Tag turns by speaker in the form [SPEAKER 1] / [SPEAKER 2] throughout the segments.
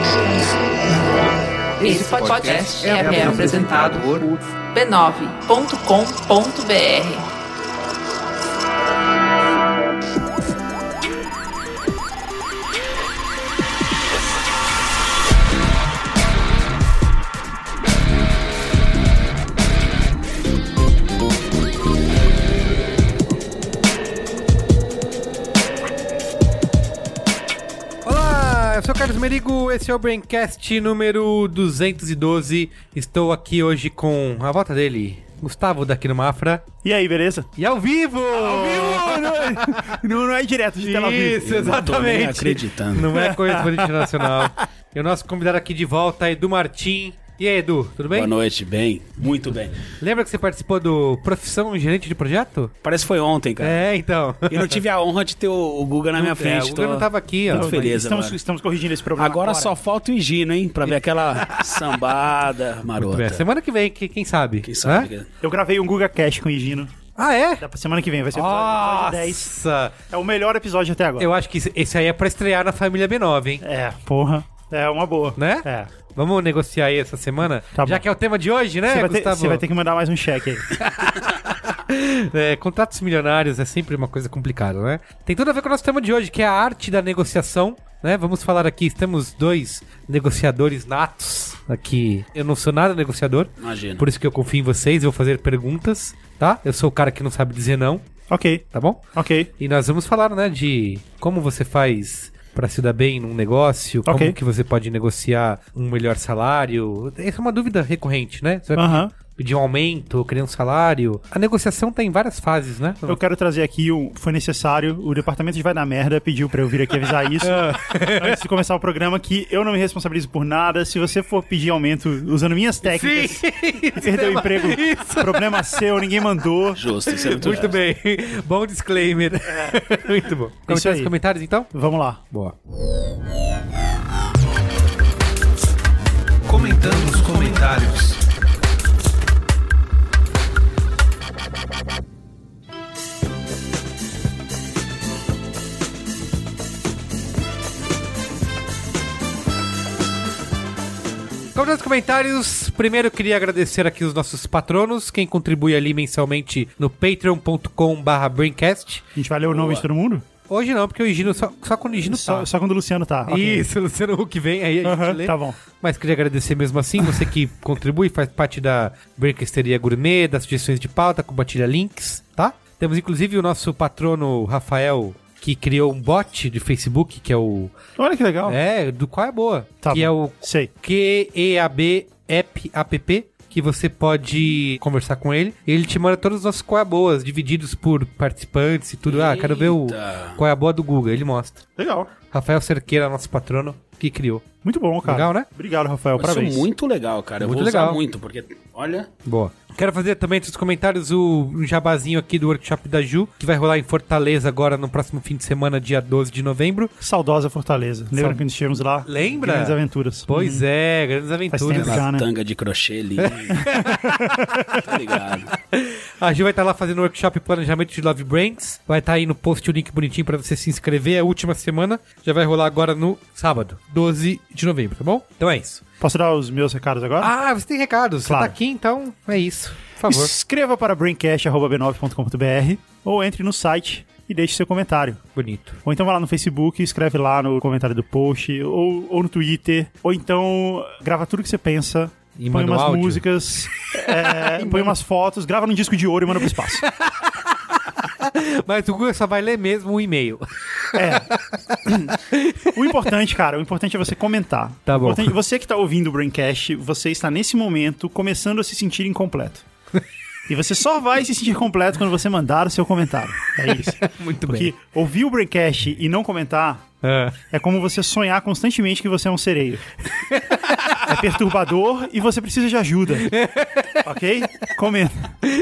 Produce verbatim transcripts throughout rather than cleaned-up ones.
[SPEAKER 1] Esse podcast é, é apresentado por b nove ponto com ponto b r.
[SPEAKER 2] Eu sou o Carlos Merigo, esse é o Braincast número duzentos e doze. Estou aqui hoje com a volta dele, Gustavo daqui no Mafra.
[SPEAKER 3] E aí, beleza?
[SPEAKER 2] E ao vivo!
[SPEAKER 3] Ao vivo! Não é, não, não é direto de Tel Aviv.
[SPEAKER 2] Isso, exatamente.
[SPEAKER 4] Não acreditando.
[SPEAKER 2] Não é correspondente nacional. E o nosso convidado aqui de volta é Edu Martim. E aí, Edu, tudo bem?
[SPEAKER 4] Boa noite, bem, muito bem.
[SPEAKER 2] Lembra que você participou do Profissão Gerente de Projeto?
[SPEAKER 4] Parece que foi ontem, cara.
[SPEAKER 2] É, então.
[SPEAKER 4] Eu não tive a honra de ter o, o Guga na minha frente.
[SPEAKER 2] É, o Guga não tava aqui, ó.
[SPEAKER 4] Muito feliz
[SPEAKER 3] estamos,
[SPEAKER 4] agora.
[SPEAKER 3] estamos corrigindo esse problema
[SPEAKER 4] Agora,
[SPEAKER 3] agora.
[SPEAKER 4] só falta o Higino, hein? Pra ver aquela sambada marota.
[SPEAKER 2] Muito bem. Semana que vem, que- quem sabe?
[SPEAKER 4] Quem sabe?
[SPEAKER 2] Hã?
[SPEAKER 3] Eu gravei um Guga Cash com o Higino.
[SPEAKER 2] Ah, é?
[SPEAKER 3] Dá pra semana que vem, vai ser o episódio dez.
[SPEAKER 2] Nossa!
[SPEAKER 3] É o melhor episódio até agora.
[SPEAKER 2] Eu acho que esse- esse aí é pra estrear na família B nove, hein?
[SPEAKER 3] É, porra. É uma boa.
[SPEAKER 2] Né?
[SPEAKER 3] É.
[SPEAKER 2] Vamos negociar aí essa semana?
[SPEAKER 3] Tá
[SPEAKER 2] Já
[SPEAKER 3] bom.
[SPEAKER 2] que é o tema de hoje, né,
[SPEAKER 3] Você vai, ter,
[SPEAKER 2] Gustavo?
[SPEAKER 3] você vai ter que mandar mais um cheque aí.
[SPEAKER 2] É, contratos milionários é sempre uma coisa complicada, né? Tem tudo a ver com o nosso tema de hoje, que é a arte da negociação, né? Vamos falar aqui, temos dois negociadores natos aqui. Eu não sou nada negociador,
[SPEAKER 4] Imagina.
[SPEAKER 2] por isso que eu confio em vocês, eu vou fazer perguntas, tá? Eu sou o cara que não sabe dizer não,
[SPEAKER 3] Ok,
[SPEAKER 2] tá bom?
[SPEAKER 3] ok.
[SPEAKER 2] E nós vamos falar, né, de como você faz pra se dar bem num negócio, como
[SPEAKER 3] Ok.
[SPEAKER 2] que você pode negociar um melhor salário. Essa é uma dúvida recorrente, né? Você vai
[SPEAKER 3] Aham.
[SPEAKER 2] pedir um aumento, querer um salário. A negociação tem várias fases, né?
[SPEAKER 3] Eu quero trazer aqui, o, foi necessário, o departamento de Vai Dar Merda pediu pra eu vir aqui avisar isso antes de começar o programa, que eu não me responsabilizo por nada. Se você for pedir aumento usando minhas técnicas
[SPEAKER 2] Sim!
[SPEAKER 3] e perder o emprego, problema seu, ninguém mandou.
[SPEAKER 4] Justo, isso é muito,
[SPEAKER 2] Muito
[SPEAKER 4] justo.
[SPEAKER 2] bem. Bom disclaimer. Muito bom. Começar os
[SPEAKER 3] aí.
[SPEAKER 2] comentários, então?
[SPEAKER 3] Vamos lá.
[SPEAKER 2] Boa.
[SPEAKER 5] Comentando nos comentários.
[SPEAKER 2] Como nos comentários, primeiro eu queria agradecer aqui os nossos patronos, quem contribui ali mensalmente no patreon ponto com barra braincast.
[SPEAKER 3] A gente vai ler o nome de todo mundo?
[SPEAKER 2] Hoje não, porque o Higino, só, só quando o Higino
[SPEAKER 3] Só,
[SPEAKER 2] tá.
[SPEAKER 3] só quando o Luciano tá. ok.
[SPEAKER 2] Isso, Luciano Huck vem, aí a gente
[SPEAKER 3] Aham,
[SPEAKER 2] lê.
[SPEAKER 3] tá bom.
[SPEAKER 2] Mas queria agradecer mesmo assim, você que contribui, faz parte da Braincasteria Gourmet, das sugestões de pauta, compartilha links, tá? Temos inclusive o nosso patrono Rafael, que criou um bot de Facebook, que é o...
[SPEAKER 3] Olha que legal.
[SPEAKER 2] É, do qual é boa.
[SPEAKER 3] Tá
[SPEAKER 2] que
[SPEAKER 3] bom.
[SPEAKER 2] é o
[SPEAKER 3] Sei.
[SPEAKER 2] Q E A B app, app, que você pode conversar com ele. Ele te manda todos os nossos qual é boas, divididos por participantes e tudo. Ah, quero ver o
[SPEAKER 4] Eita.
[SPEAKER 2] qual é a boa do Google, ele mostra.
[SPEAKER 3] Legal.
[SPEAKER 2] Rafael Cerqueira, nosso patrono, que criou.
[SPEAKER 3] Muito bom, cara.
[SPEAKER 2] Legal, né?
[SPEAKER 3] Obrigado, Rafael.
[SPEAKER 4] Isso
[SPEAKER 3] Parabéns.
[SPEAKER 4] é muito legal, cara. Eu
[SPEAKER 2] Muito
[SPEAKER 4] vou
[SPEAKER 2] legal.
[SPEAKER 4] usar muito, porque, olha...
[SPEAKER 2] Boa. Quero fazer também entre os comentários o um jabazinho aqui do workshop da Ju, que vai rolar em Fortaleza agora no próximo fim de semana, dia doze de novembro.
[SPEAKER 3] Saudosa Fortaleza. Lembra
[SPEAKER 2] Sau-
[SPEAKER 3] que nós estivemos lá?
[SPEAKER 2] Lembra?
[SPEAKER 3] Grandes aventuras.
[SPEAKER 2] Pois
[SPEAKER 3] Uhum.
[SPEAKER 2] é, grandes aventuras.
[SPEAKER 3] tempo.
[SPEAKER 4] Aquela
[SPEAKER 3] Já, né?
[SPEAKER 4] tanga de crochê ali. Tá ligado.
[SPEAKER 2] A Ju vai estar lá fazendo workshop Planejamento de Love Brains. Vai estar aí no post o link bonitinho pra você se inscrever. É a última semana. Já vai rolar agora no sábado, doze de novembro, tá bom? Então é isso.
[SPEAKER 3] Posso dar os meus recados agora?
[SPEAKER 2] Ah, você tem recados.
[SPEAKER 3] Claro.
[SPEAKER 2] Você tá aqui, então é isso. Por favor.
[SPEAKER 3] Escreva para braincast arroba b nove ponto com ponto b r ou entre no site e deixe seu comentário.
[SPEAKER 2] Bonito.
[SPEAKER 3] Ou então vai lá no Facebook, escreve lá no comentário do post, ou, ou no Twitter, ou então grava tudo que você pensa,
[SPEAKER 2] E
[SPEAKER 3] põe
[SPEAKER 2] manda um
[SPEAKER 3] umas
[SPEAKER 2] áudio.
[SPEAKER 3] músicas, é, põe umas fotos, grava num disco de ouro e manda pro espaço.
[SPEAKER 2] Mas o Google só vai ler mesmo o e-mail.
[SPEAKER 3] É. O importante, cara, o importante é você comentar.
[SPEAKER 2] Tá bom.
[SPEAKER 3] O importante- Você que tá ouvindo o Braincast, você está nesse momento começando a se sentir incompleto. E você só vai se sentir completo quando você mandar o seu comentário. É isso.
[SPEAKER 2] Muito
[SPEAKER 3] Porque
[SPEAKER 2] bem.
[SPEAKER 3] ouvir o Braincast e não comentar
[SPEAKER 2] É.
[SPEAKER 3] é como você sonhar constantemente que você é um sereio. É perturbador e você precisa de ajuda. Ok? Comenta.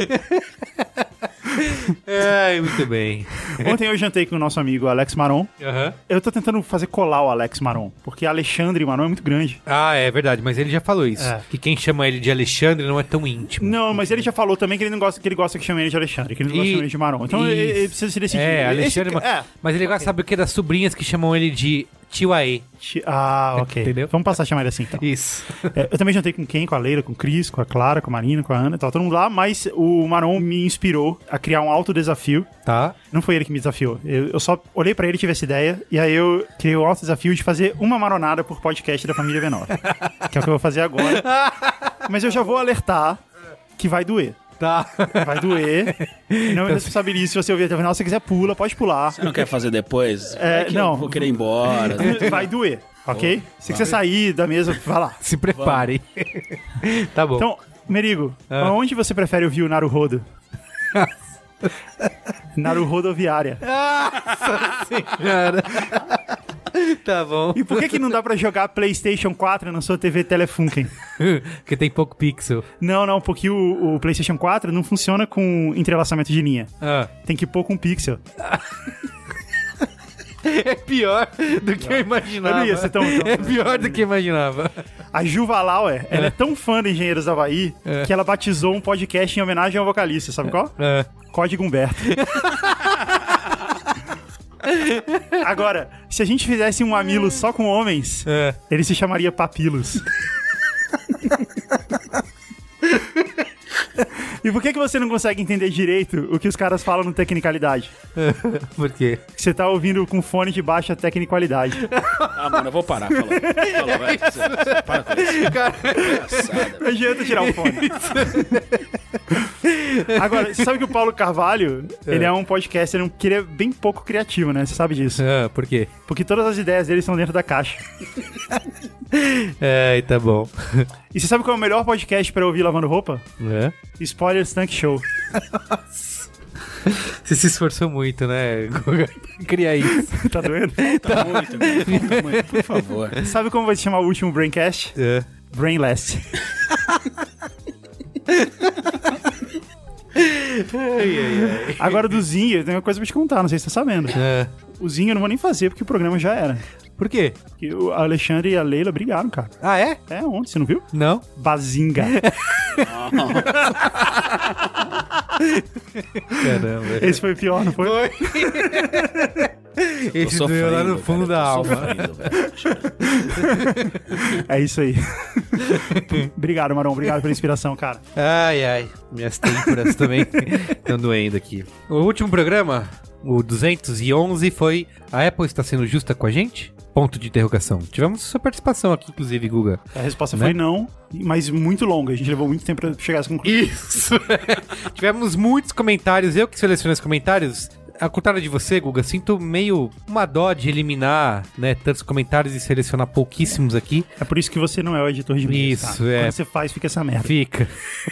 [SPEAKER 2] Ai, muito bem.
[SPEAKER 3] Ontem eu jantei com o nosso amigo Alex Maron.
[SPEAKER 2] Aham.
[SPEAKER 3] Eu tô tentando fazer colar o Alex Maron, porque Alexandre Maron é muito grande.
[SPEAKER 2] Ah, é verdade, mas ele já falou isso.
[SPEAKER 3] É.
[SPEAKER 2] Que quem chama ele de Alexandre não é tão íntimo.
[SPEAKER 3] Não, mas ele já falou também que ele não gosta que ele gosta que chame ele de Alexandre, que ele não gosta
[SPEAKER 2] E-
[SPEAKER 3] de chamar ele de Maron. Então
[SPEAKER 2] Isso.
[SPEAKER 3] ele, ele precisa se decidir.
[SPEAKER 2] É,
[SPEAKER 3] Esse-
[SPEAKER 2] Alexandre. Ma-
[SPEAKER 3] é.
[SPEAKER 2] Mas ele gosta, sabe o que? Das sobrinhas que chamam ele de Tio Aê.
[SPEAKER 3] Ah, ok.
[SPEAKER 2] Entendeu?
[SPEAKER 3] Vamos passar a chamar ele assim, então.
[SPEAKER 2] Isso.
[SPEAKER 3] É, eu também jantei com quem? Com a Leila, com o Cris, com a Clara, com a Marina, com a Ana. Tava todo mundo lá, mas o Maron me inspirou a criar um alto desafio.
[SPEAKER 2] Tá.
[SPEAKER 3] Não foi ele que me desafiou. Eu, eu só olhei pra ele e tive essa ideia. E aí eu criei o alto desafio de fazer uma maronada por podcast da família B nove. Que é o que eu vou fazer agora. Mas eu já vou alertar que vai doer.
[SPEAKER 2] Tá.
[SPEAKER 3] Vai doer. Não me responsabilize se você ouvir até o final. Se você quiser, pula, pode pular.
[SPEAKER 4] Você não quer fazer depois?
[SPEAKER 3] É,
[SPEAKER 4] que
[SPEAKER 3] não.
[SPEAKER 4] Eu vou querer ir embora.
[SPEAKER 3] Vai doer, ok? Se quiser sair da mesa, vai lá.
[SPEAKER 2] Se prepare. Tá bom.
[SPEAKER 3] Então, Merigo,
[SPEAKER 2] Ah.
[SPEAKER 3] aonde você prefere ouvir o Naruhodo? Naruhodoviária.
[SPEAKER 2] Nossa senhora. Tá bom.
[SPEAKER 3] E por que que não dá pra jogar PlayStation quatro na sua T V Telefunken?
[SPEAKER 2] Porque tem pouco pixel.
[SPEAKER 3] Não, não, porque o, o PlayStation quatro não funciona com entrelaçamento de linha.
[SPEAKER 2] Ah.
[SPEAKER 3] Tem que pôr com pixel.
[SPEAKER 2] É pior do que eu imaginava.
[SPEAKER 3] Eu não ia ser tão- tão-
[SPEAKER 2] É pior do que eu imaginava.
[SPEAKER 3] A Ju Valauer, ela é tão fã da Engenheiros do Havaí
[SPEAKER 2] É.
[SPEAKER 3] que ela batizou um podcast em homenagem ao vocalista, sabe qual?
[SPEAKER 2] É.
[SPEAKER 3] Código Humberto. Agora, se a gente fizesse um mamilo só com homens,
[SPEAKER 2] É.
[SPEAKER 3] ele se chamaria Papilos. E por que que você não consegue entender direito o que os caras falam no Tecnicalidade?
[SPEAKER 2] Por quê?
[SPEAKER 3] Porque você tá ouvindo com fone de baixa tecnicalidade.
[SPEAKER 4] Ah, mano, eu vou parar. Falou. Falou, vai. Você- você Para com isso. Engraçado.
[SPEAKER 3] Não adianta tirar o fone. Agora, você sabe que o Paulo Carvalho, ele é um podcaster que ele é bem pouco criativo, né? Você sabe disso.
[SPEAKER 2] Ah, por quê?
[SPEAKER 3] Porque todas as ideias dele estão dentro da caixa.
[SPEAKER 2] É, tá bom.
[SPEAKER 3] E você sabe qual é o melhor podcast pra ouvir lavando roupa?
[SPEAKER 2] É.
[SPEAKER 3] Spoiler Tank Show.
[SPEAKER 2] Você se esforçou muito, né, Guga, pra criar isso.
[SPEAKER 3] Tá doendo?
[SPEAKER 4] Tá muito, cara. Falta muito, por favor.
[SPEAKER 3] Sabe como vai se chamar o último Braincast?
[SPEAKER 2] É.
[SPEAKER 3] Brainless.
[SPEAKER 2] Ai, ai, ai.
[SPEAKER 3] Agora do Zinho, eu tenho uma coisa pra te contar, não sei se você tá sabendo.
[SPEAKER 2] É.
[SPEAKER 3] O Zinho eu não vou nem fazer porque o programa já era.
[SPEAKER 2] Por quê?
[SPEAKER 3] Porque o Alexandre e a Leila brigaram, cara.
[SPEAKER 2] Ah, é?
[SPEAKER 3] É, ontem, você não viu?
[SPEAKER 2] Não?
[SPEAKER 3] Bazinga.
[SPEAKER 2] Caramba.
[SPEAKER 3] Esse foi o pior, não foi?
[SPEAKER 2] Foi. Esse
[SPEAKER 4] Tô
[SPEAKER 2] doeu lá no
[SPEAKER 4] sofrendo,
[SPEAKER 2] fundo
[SPEAKER 4] velho,
[SPEAKER 2] da
[SPEAKER 4] tô
[SPEAKER 2] alma.
[SPEAKER 4] sofrendo, velho.
[SPEAKER 3] É isso aí. Obrigado, Marão. Obrigado pela inspiração, cara.
[SPEAKER 2] Ai, ai. Minhas têmporas também estão doendo aqui. O último programa, o duzentos e onze, foi: a Apple está sendo justa com a gente? Ponto de interrogação. Tivemos sua participação aqui, inclusive, Guga.
[SPEAKER 3] A resposta
[SPEAKER 2] Né?
[SPEAKER 3] foi não, mas muito longa. A gente levou muito tempo pra chegar a essa conclusão.
[SPEAKER 2] Isso! Tivemos muitos comentários. Eu que selecionei os comentários. Ao contrário de você, Guga, sinto meio uma dó de eliminar, né, tantos comentários e selecionar pouquíssimos aqui.
[SPEAKER 3] É por isso que você não é o editor de e-mails,
[SPEAKER 2] Isso,
[SPEAKER 3] cara.
[SPEAKER 2] é.
[SPEAKER 3] Quando você faz, fica essa merda.
[SPEAKER 2] Fica.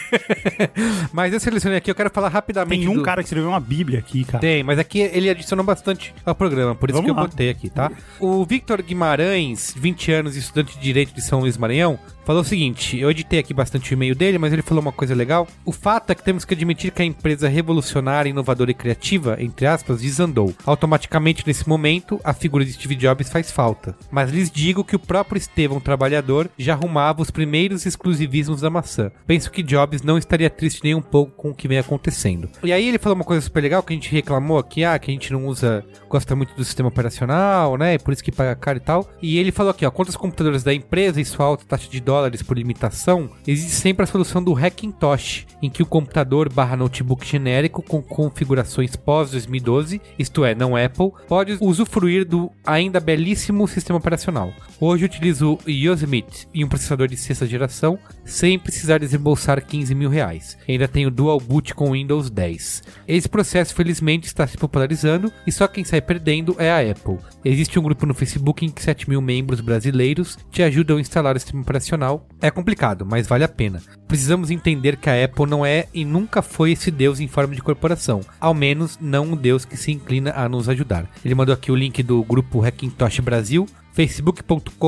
[SPEAKER 2] Mas eu selecionei aqui, eu quero falar rapidamente.
[SPEAKER 3] Tem um
[SPEAKER 2] do...
[SPEAKER 3] cara que escreveu uma bíblia aqui, cara.
[SPEAKER 2] Tem, mas aqui ele adicionou bastante ao programa, por isso
[SPEAKER 3] Vamos
[SPEAKER 2] que eu
[SPEAKER 3] lá.
[SPEAKER 2] botei aqui, tá? O Victor Guimarães, vinte anos, estudante de Direito de São Luís Maranhão, falou o seguinte: eu editei aqui bastante o e-mail dele, mas ele falou uma coisa legal. O fato é que temos que admitir que a empresa revolucionária, inovadora e criativa, entre aspas, desandou. Automaticamente, nesse momento, a figura de Steve Jobs faz falta. Mas lhes digo que o próprio Estevão Trabalhador já arrumava os primeiros exclusivismos da maçã. Penso que Jobs não estaria triste nem um pouco com o que vem acontecendo. E aí ele falou uma coisa super legal que a gente reclamou aqui, ah, que a gente não usa, gosta muito do sistema operacional, né, por isso que paga caro e tal. E ele falou aqui, ó, quanto aos computadores da empresa e sua alta taxa de dólares por limitação, existe sempre a solução do Hackintosh, em que o computador barra notebook genérico com configurações pós dois mil e doze, isto é, não Apple, pode usufruir do ainda belíssimo sistema operacional. Hoje utilizo o Yosemite e um processador de sexta geração sem precisar desembolsar quinze mil reais. Ainda tenho Dual Boot com Windows dez. Esse processo felizmente está se popularizando e só quem sai perdendo é a Apple. Existe um grupo no Facebook em que sete mil membros brasileiros te ajudam a instalar o sistema operacional. É complicado, mas vale a pena. Precisamos entender que a Apple não é e nunca foi esse Deus em forma de corporação. Ao menos não um Deus que se inclina a nos ajudar. Ele mandou aqui o link do grupo Hackintosh Brasil, facebook ponto com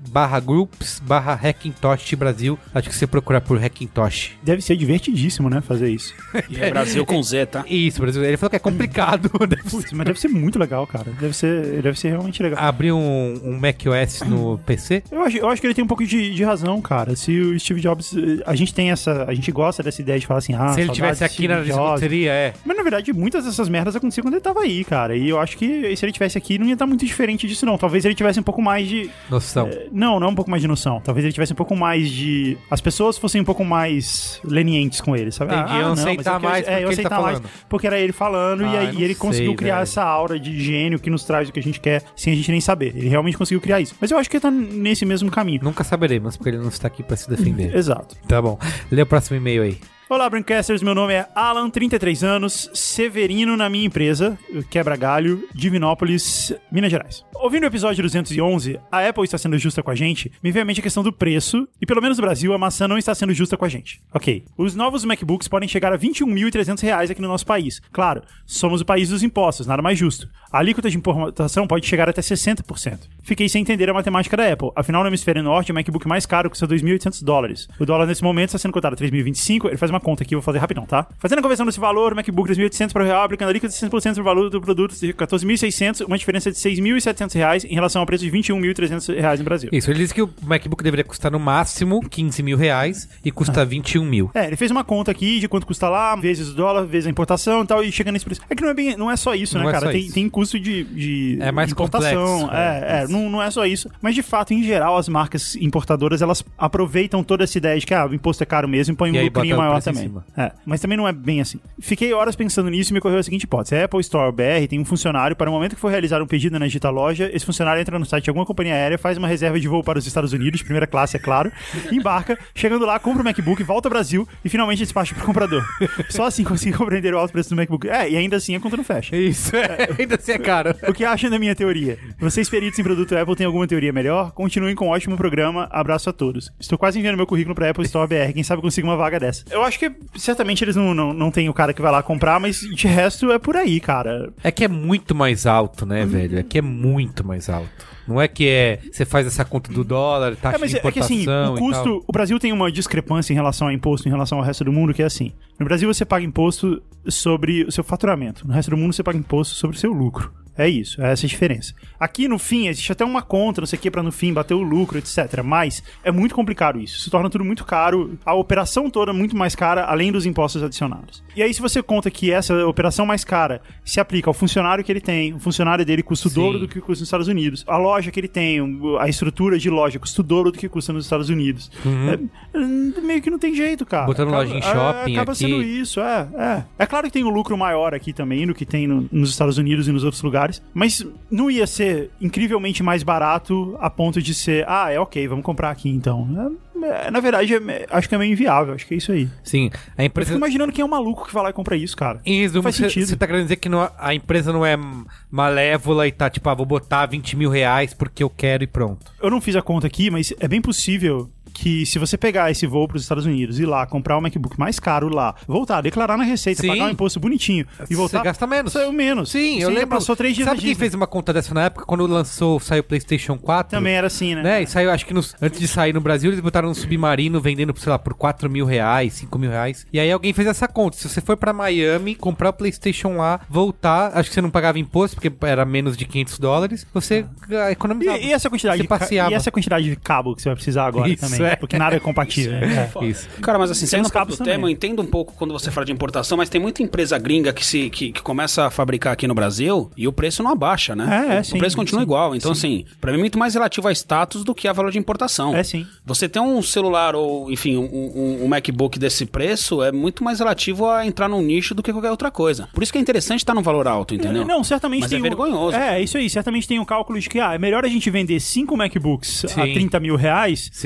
[SPEAKER 2] barra groups barra Hackintosh Brasil. Acho que você procurar por Hackintosh.
[SPEAKER 3] Deve ser divertidíssimo, né, fazer isso.
[SPEAKER 4] E é Brasil com Z, tá?
[SPEAKER 2] Isso, Brasil. Ele falou que é complicado.
[SPEAKER 3] Putz, mas deve ser muito legal, cara. Deve ser, deve ser realmente legal.
[SPEAKER 2] Abrir um, um macOS no P C?
[SPEAKER 3] Eu acho, eu acho que ele tem um pouco de, de razão, cara. Se o Steve Jobs... A gente tem essa... A gente gosta dessa ideia de falar assim, ah,
[SPEAKER 2] se ele tivesse aqui na Jobs, seria, é.
[SPEAKER 3] Mas, na verdade, muitas dessas merdas aconteciam quando ele tava aí, cara. E eu acho que se ele tivesse aqui, não ia estar muito diferente disso, não. Talvez ele tivesse um pouco mais de...
[SPEAKER 2] Noção.
[SPEAKER 3] É, não, não um pouco mais de noção. Talvez ele tivesse um pouco mais de... As pessoas fossem um pouco mais lenientes com ele, sabe?
[SPEAKER 2] Entendi,
[SPEAKER 3] ah,
[SPEAKER 2] eu
[SPEAKER 3] não,
[SPEAKER 2] aceitar mais
[SPEAKER 3] eu, é, eu aceitar tá mais porque era ele falando ah, e, aí, e ele conseguiu
[SPEAKER 2] sei,
[SPEAKER 3] criar
[SPEAKER 2] velho.
[SPEAKER 3] essa aura de gênio que nos traz o que a gente quer sem a gente nem saber. Ele realmente conseguiu criar isso. Mas eu acho que ele tá nesse mesmo caminho.
[SPEAKER 2] Nunca saberemos, porque ele não está aqui pra se defender.
[SPEAKER 3] Exato.
[SPEAKER 2] Tá bom. Lê o próximo e-mail aí.
[SPEAKER 3] Olá, Braincasters, meu nome é Alan, trinta e três anos, severino na minha empresa, Quebra Galho, Divinópolis, Minas Gerais. Ouvindo o episódio duzentos e onze, a Apple está sendo justa com a gente, me veio à mente a questão do preço, e pelo menos no Brasil, a maçã não está sendo justa com a gente. Ok, os novos MacBooks podem chegar a vinte e um mil e trezentos reais aqui no nosso país. Claro, somos o país dos impostos, nada mais justo. A alíquota de importação pode chegar até sessenta por cento. Fiquei sem entender a matemática da Apple, afinal no hemisfério norte, o MacBook mais caro custa dois mil e oitocentos dólares. O dólar nesse momento está sendo cotado a três mil e vinte e cinco, ele faz uma conta aqui, eu vou fazer rapidão, tá? Fazendo a conversão desse valor, o MacBook três mil e oitocentos para o real, aplicando a alíquota de sessenta por cento do valor do produto de quatorze mil e seiscentos, uma diferença de seis mil e setecentos reais em relação ao preço de vinte e um mil e trezentos reais no Brasil.
[SPEAKER 2] Isso, ele disse que o MacBook deveria custar no máximo quinze mil reais e custa ah. vinte e um mil.
[SPEAKER 3] É, ele fez uma conta aqui de quanto custa lá, vezes o dólar, vezes a importação e tal, e chega nesse preço. É que não é, bem, não é só isso,
[SPEAKER 2] não
[SPEAKER 3] né,
[SPEAKER 2] é
[SPEAKER 3] cara? Tem,
[SPEAKER 2] isso.
[SPEAKER 3] tem custo de, de
[SPEAKER 2] é mais
[SPEAKER 3] importação.
[SPEAKER 2] Complexo,
[SPEAKER 3] é, é, é não, não é só isso. Mas, de fato, em geral, as marcas importadoras, elas aproveitam toda essa ideia de que ah, o imposto é caro mesmo e põe um lucrinho maior também. É, mas também não é bem assim. Fiquei horas pensando nisso e me ocorreu a seguinte hipótese. A Apple Store B R tem um funcionário, para o momento que for realizar um pedido na Digita Loja, esse funcionário entra no site de alguma companhia aérea, faz uma reserva de voo para os Estados Unidos, primeira classe, é claro, embarca, chegando lá, compra o MacBook, volta ao Brasil e finalmente despacha pro comprador. Só assim consigo compreender o alto preço do MacBook. É, e ainda assim a conta não fecha.
[SPEAKER 2] Isso, é, ainda assim é caro.
[SPEAKER 3] O que acham da minha teoria? Vocês peritos em produto Apple têm alguma teoria melhor? Continuem com um ótimo programa, abraço a todos. Estou quase enviando meu currículo pra Apple Store B R, quem sabe eu consigo uma vaga dessa. Eu acho que certamente eles não, não, não têm o cara que vai lá comprar, mas de resto é por aí, cara.
[SPEAKER 2] É que é muito mais alto, né, hum. velho? É que é muito mais alto. Não é que é você faz essa conta do dólar, taxa é, mas de importação
[SPEAKER 3] é que assim, o custo, o Brasil tem uma discrepância em relação a imposto em relação ao resto do mundo, que é assim. No Brasil você paga imposto sobre o seu faturamento. No resto do mundo você paga imposto sobre o seu lucro. É isso, é essa a diferença. Aqui no fim, existe até uma conta, não sei o que, pra no fim bater o lucro, etcétera. Mas é muito complicado isso. Se torna tudo muito caro, a operação toda muito mais cara, além dos impostos adicionados. E aí, se você conta que essa operação mais cara se aplica ao funcionário que ele tem, o funcionário dele custa o Sim. dobro do que custa nos Estados Unidos, a loja que ele tem, a estrutura de loja custa o dobro do que custa nos Estados Unidos. Uhum. É, meio que não tem jeito, cara.
[SPEAKER 2] Botando
[SPEAKER 3] acaba,
[SPEAKER 2] loja em shopping
[SPEAKER 3] é, acaba
[SPEAKER 2] aqui.
[SPEAKER 3] sendo isso, é, é. É claro que tem um lucro maior aqui também do que tem no, nos Estados Unidos e nos outros lugares. Mas não ia ser incrivelmente mais barato a ponto de ser, ah, é ok, vamos comprar aqui então. É, na verdade, é, acho que é meio inviável, acho que é isso aí.
[SPEAKER 2] Sim, a empresa...
[SPEAKER 3] Eu fico imaginando quem é um maluco que vai lá e compra isso, cara.
[SPEAKER 2] Em resumo,
[SPEAKER 3] faz sentido.
[SPEAKER 2] Você tá querendo dizer que não, a empresa não é malévola e tá tipo, ah, vou botar vinte mil reais porque eu quero e pronto.
[SPEAKER 3] Eu não fiz a conta aqui, mas é bem possível que se você pegar esse voo para os Estados Unidos, ir lá, comprar o MacBook mais caro lá, voltar, declarar na Receita, Sim. pagar um imposto bonitinho e voltar...
[SPEAKER 2] Você gasta menos.
[SPEAKER 3] Saiu menos.
[SPEAKER 2] Sim, eu lembro.
[SPEAKER 3] Passou três dias
[SPEAKER 2] Sabe quem fez uma conta dessa na época? Quando lançou, saiu o PlayStation quatro?
[SPEAKER 3] Também era assim, né?
[SPEAKER 2] né? E saiu, acho que nos, antes de sair no Brasil, eles botaram um submarino vendendo, sei lá, por quatro mil reais, cinco mil reais. E aí alguém fez essa conta. Se você for pra Miami, comprar o PlayStation lá, voltar, acho que você não pagava imposto, porque era menos de quinhentos dólares, você ah. economizava.
[SPEAKER 3] E, e essa quantidade de ca... e essa quantidade de cabo que você vai precisar agora
[SPEAKER 2] Isso,
[SPEAKER 3] também?
[SPEAKER 2] É.
[SPEAKER 3] Porque nada é compatível. É.
[SPEAKER 2] Isso.
[SPEAKER 4] Cara, mas assim, sem
[SPEAKER 3] nos
[SPEAKER 4] cabos do tema, eu entendo um pouco quando você fala de importação, mas tem muita empresa gringa que, se, que, que começa a fabricar aqui no Brasil e o preço não abaixa, né?
[SPEAKER 3] É, é,
[SPEAKER 4] o
[SPEAKER 3] sim,
[SPEAKER 4] preço continua
[SPEAKER 3] sim,
[SPEAKER 4] igual. Então,
[SPEAKER 3] sim.
[SPEAKER 4] assim, pra mim é muito mais relativo a status do que a valor de importação.
[SPEAKER 3] É, sim.
[SPEAKER 4] Você ter um celular ou, enfim, um, um, um MacBook desse preço é muito mais relativo a entrar num nicho do que qualquer outra coisa. Por isso que é interessante estar num valor alto, entendeu?
[SPEAKER 3] Não, certamente
[SPEAKER 4] mas
[SPEAKER 3] tem
[SPEAKER 4] é vergonhoso.
[SPEAKER 3] Um... É, isso aí. Certamente tem um cálculo de que ah, é melhor a gente vender cinco MacBooks
[SPEAKER 2] sim.
[SPEAKER 3] a trinta mil reais
[SPEAKER 2] sim.
[SPEAKER 3] do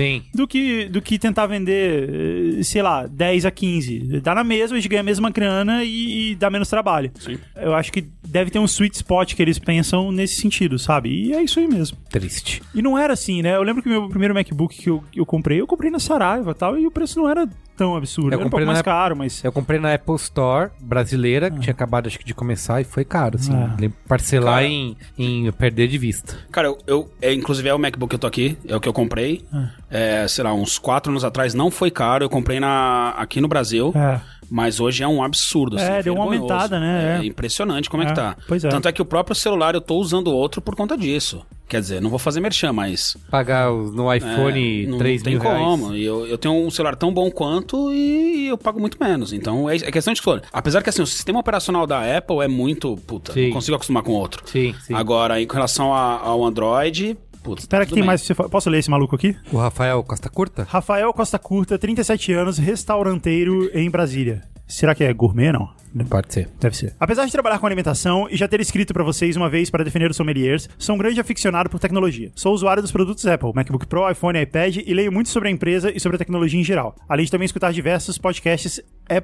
[SPEAKER 3] que, do que tentar vender, sei lá, dez a quinze. Dá na mesma, a gente ganha a mesma grana e, e dá menos trabalho.
[SPEAKER 4] Sim.
[SPEAKER 3] Eu acho que deve ter um sweet spot que eles pensam nesse sentido, sabe? E é isso aí mesmo.
[SPEAKER 2] Triste.
[SPEAKER 3] E não era assim, né? Eu lembro que o meu primeiro MacBook que eu, eu comprei, eu comprei na Saraiva e tal, e o preço não era tão absurdo.
[SPEAKER 2] Eu
[SPEAKER 3] Era um pouco
[SPEAKER 2] comprei
[SPEAKER 3] mais
[SPEAKER 2] na-
[SPEAKER 3] caro, mas...
[SPEAKER 2] Eu comprei na Apple Store brasileira, que tinha acabado acho que de começar, e foi caro, assim.
[SPEAKER 3] Ah.
[SPEAKER 2] Lembro- Parcelar
[SPEAKER 4] Cara.
[SPEAKER 2] em, em perder de vista.
[SPEAKER 4] Cara, eu, eu é, inclusive é o MacBook que eu tô aqui, é o que eu comprei. É, sei lá, uns quatro anos atrás não foi caro, eu comprei na, aqui no Brasil.
[SPEAKER 3] É.
[SPEAKER 4] Mas hoje é um absurdo.
[SPEAKER 3] É,
[SPEAKER 4] assim,
[SPEAKER 3] deu uma
[SPEAKER 4] vergonhoso.
[SPEAKER 3] aumentada, né?
[SPEAKER 4] É,
[SPEAKER 3] É.
[SPEAKER 4] impressionante como é,
[SPEAKER 3] É,
[SPEAKER 4] que tá.
[SPEAKER 3] pois é.
[SPEAKER 4] Tanto é que o próprio celular eu tô usando outro por conta disso. Quer dizer, não vou fazer merchan, mas...
[SPEAKER 2] Pagar os- no iPhone
[SPEAKER 4] é, não
[SPEAKER 2] três
[SPEAKER 4] tem
[SPEAKER 2] mil reais.
[SPEAKER 4] como. E Eu, eu tenho um celular tão bom quanto e eu pago muito menos. Então é, é questão de escolha. Apesar que assim, o sistema operacional da Apple é muito... Puta,
[SPEAKER 2] Sim.
[SPEAKER 4] não consigo acostumar com outro.
[SPEAKER 2] Sim, sim.
[SPEAKER 4] Agora, em relação a- ao Android... Putz,
[SPEAKER 3] Espera que
[SPEAKER 4] tudo
[SPEAKER 3] tem
[SPEAKER 4] bem.
[SPEAKER 3] mais... pra você fa- Posso ler esse maluco aqui?
[SPEAKER 2] O Rafael Costa Curta?
[SPEAKER 3] Rafael Costa Curta, trinta e sete anos, restauranteiro em Brasília. Será que é gourmet, não?
[SPEAKER 2] Pode ser.
[SPEAKER 3] Deve ser. Apesar de trabalhar com alimentação e já ter escrito pra vocês uma vez para defender os sommeliers, sou um grande aficionado por tecnologia. Sou usuário dos produtos Apple, MacBook Pro, iPhone, iPad e leio muito sobre a empresa e sobre a tecnologia em geral. Além de também escutar diversos podcasts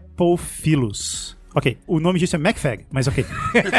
[SPEAKER 3] Applefilos. Ok, o nome disso é MacFag, mas ok.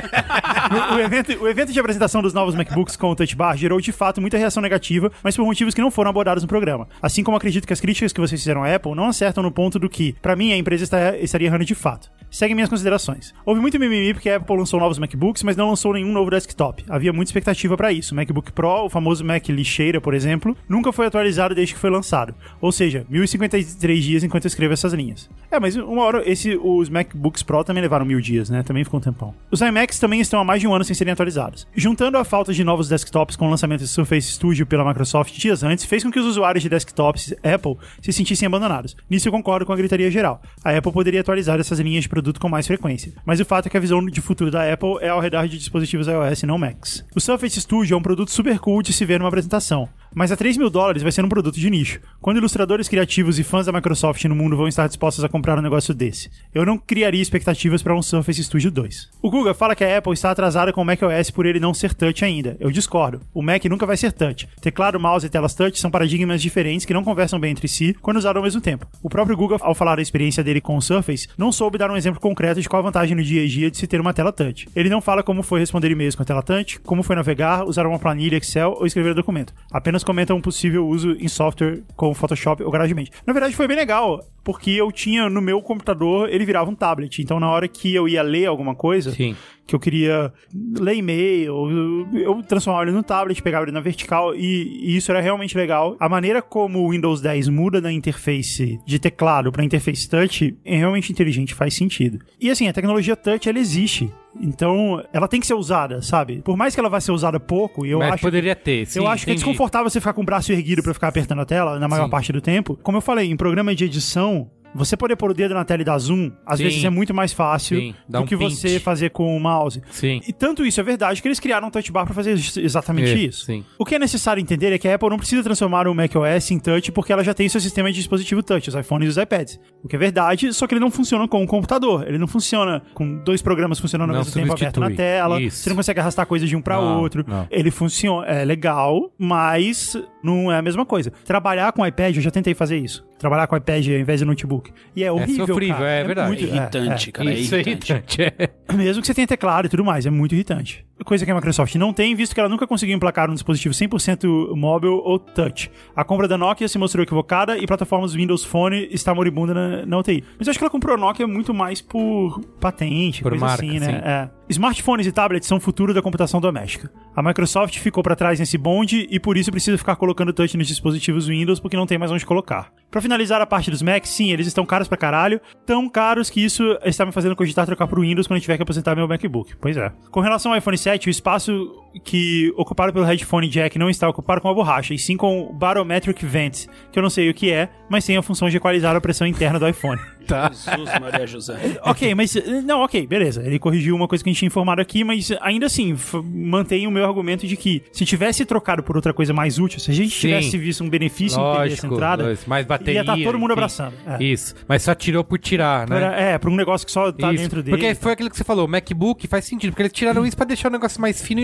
[SPEAKER 3] o, o evento, o evento de apresentação dos novos MacBooks com o Touch Bar gerou de fato muita reação negativa, mas por motivos que não foram abordados no programa. Assim como acredito que as críticas que vocês fizeram à Apple não acertam no ponto do que, pra mim, a empresa está, estaria errando de fato. Seguem minhas considerações. Houve muito mimimi porque a Apple lançou novos MacBooks, mas não lançou nenhum novo desktop. Havia muita expectativa pra isso. O MacBook Pro, o famoso Mac lixeira, por exemplo, nunca foi atualizado desde que foi lançado. Ou seja, mil e cinquenta e três dias enquanto eu escrevo essas linhas. É, mas uma hora, esse, os MacBooks Pro também levaram mil dias, né? Também ficou um tempão. Os iMacs também estão há mais de um ano sem serem atualizados. Juntando a falta de novos desktops com o lançamento do Surface Studio pela Microsoft dias antes, fez com que os usuários de desktops Apple se sentissem abandonados. Nisso eu concordo com a gritaria geral. A Apple poderia atualizar essas linhas de produto com mais frequência. Mas o fato é que a visão de futuro da Apple é ao redor de dispositivos iOS e não Macs. O Surface Studio é um produto super cool de se ver numa apresentação, mas a três mil dólares vai ser um produto de nicho. Quando ilustradores criativos e fãs da Microsoft no mundo vão estar dispostos a comprar um negócio desse? Eu não criaria expectativas para um Surface Studio dois. O Guga fala que a Apple está atrasada com o macOS por ele não ser touch ainda. Eu discordo. O Mac nunca vai ser touch. Teclado, mouse e telas touch são paradigmas diferentes que não conversam bem entre si quando usados ao mesmo tempo. O próprio Guga, ao falar da experiência dele com o Surface, não soube dar um exemplo concreto de qual a vantagem no dia a dia de se ter uma tela touch. Ele não fala como foi responder e-mails com a tela touch, como foi navegar, usar uma planilha Excel ou escrever um documento. Apenas comenta um possível uso em software como Photoshop ou GarageBand. Na verdade foi bem legal, porque eu tinha no meu computador, ele virava um tablet. Então na hora que eu ia ler alguma coisa,
[SPEAKER 2] Sim.
[SPEAKER 3] que eu queria ler e-mail, eu, eu transformava ele no tablet, pegava ele na vertical e, e isso era realmente legal. A maneira como o Windows dez muda da interface de teclado para interface touch é realmente inteligente, faz sentido. E assim, a tecnologia touch, ela existe. Então, ela tem que ser usada, sabe? Por mais que ela vá ser usada pouco, e eu
[SPEAKER 2] Mas
[SPEAKER 3] acho...
[SPEAKER 2] poderia ter, sim,
[SPEAKER 3] Eu acho que é
[SPEAKER 2] entendi.
[SPEAKER 3] desconfortável você ficar com o braço erguido pra ficar apertando a tela na maior
[SPEAKER 2] Sim.
[SPEAKER 3] parte do tempo. Como eu falei, em programa de edição, você poder pôr o dedo na tela e dar zoom, às
[SPEAKER 2] Sim.
[SPEAKER 3] vezes é muito mais fácil
[SPEAKER 2] Sim, dá
[SPEAKER 3] do
[SPEAKER 2] um
[SPEAKER 3] que
[SPEAKER 2] pinch.
[SPEAKER 3] você fazer com o mouse.
[SPEAKER 2] Sim.
[SPEAKER 3] E tanto isso é verdade que eles criaram um touch bar pra fazer ex- exatamente
[SPEAKER 2] É,
[SPEAKER 3] isso.
[SPEAKER 2] sim.
[SPEAKER 3] O que é necessário entender é que a Apple não precisa transformar o macOS em touch porque ela já tem seu sistema de dispositivo touch, os iPhones e os iPads. O que é verdade, só que ele não funciona com um computador. Ele não funciona com dois programas funcionando ao
[SPEAKER 2] Não
[SPEAKER 3] mesmo tempo aberto na
[SPEAKER 2] substitui.
[SPEAKER 3] tela.
[SPEAKER 2] Isso.
[SPEAKER 3] Você não consegue arrastar coisas de um pra
[SPEAKER 2] Não,
[SPEAKER 3] outro.
[SPEAKER 2] não.
[SPEAKER 3] Ele funciona, é legal, mas não é a mesma coisa. Trabalhar com iPad, eu já tentei fazer isso. Trabalhar com iPad ao invés de notebook. E é horrível,
[SPEAKER 2] sofrível,
[SPEAKER 3] cara.
[SPEAKER 2] é verdade.
[SPEAKER 3] muito-
[SPEAKER 4] É irritante, cara.
[SPEAKER 2] Isso
[SPEAKER 4] é
[SPEAKER 2] é
[SPEAKER 4] irritante.
[SPEAKER 2] irritante. É.
[SPEAKER 3] Mesmo que você tenha teclado e tudo mais, é muito irritante. Coisa que a Microsoft não tem, visto que ela nunca conseguiu emplacar um dispositivo cem por cento móvel ou touch. A compra da Nokia se mostrou equivocada e plataformas Windows Phone está moribunda na, na U T I. Mas eu acho que ela comprou a Nokia muito mais por patente,
[SPEAKER 2] Por
[SPEAKER 3] coisa
[SPEAKER 2] marca,
[SPEAKER 3] assim, né?
[SPEAKER 2] sim.
[SPEAKER 3] É. Smartphones e tablets são o futuro da computação doméstica. A Microsoft ficou pra trás nesse bonde e por isso precisa ficar colocando touch nos dispositivos Windows porque não tem mais onde colocar. Pra finalizar a parte dos Macs, sim, eles estão caros pra caralho, tão caros que isso está me fazendo cogitar trocar pro Windows quando eu tiver que aposentar meu MacBook. Pois é. Com relação ao iPhone sete, o espaço que ocupado pelo headphone jack não está ocupado com a borracha, e sim com o Barometric Vent, que eu não sei o que é, mas tem a função de equalizar a pressão interna do iPhone.
[SPEAKER 2] Tá.
[SPEAKER 4] Jesus, Maria José.
[SPEAKER 3] Ok, mas... Não, ok, beleza. Ele corrigiu uma coisa que a gente tinha informado aqui, mas ainda assim, f- mantém o meu argumento de que se tivesse trocado por outra coisa mais útil, se a gente
[SPEAKER 2] Sim.
[SPEAKER 3] tivesse visto um benefício em ter essa
[SPEAKER 2] Lógico,
[SPEAKER 3] entrada,
[SPEAKER 2] lógico, mais bateria.
[SPEAKER 3] ia estar todo mundo
[SPEAKER 2] enfim.
[SPEAKER 3] abraçando. É.
[SPEAKER 2] Isso. Mas só tirou por tirar, né?
[SPEAKER 3] Pra- é, pra um negócio que só tá
[SPEAKER 2] Isso.
[SPEAKER 3] dentro dele.
[SPEAKER 2] Porque foi aquilo que você falou, o MacBook faz sentido, porque eles tiraram isso pra deixar o negócio mais fino e leve,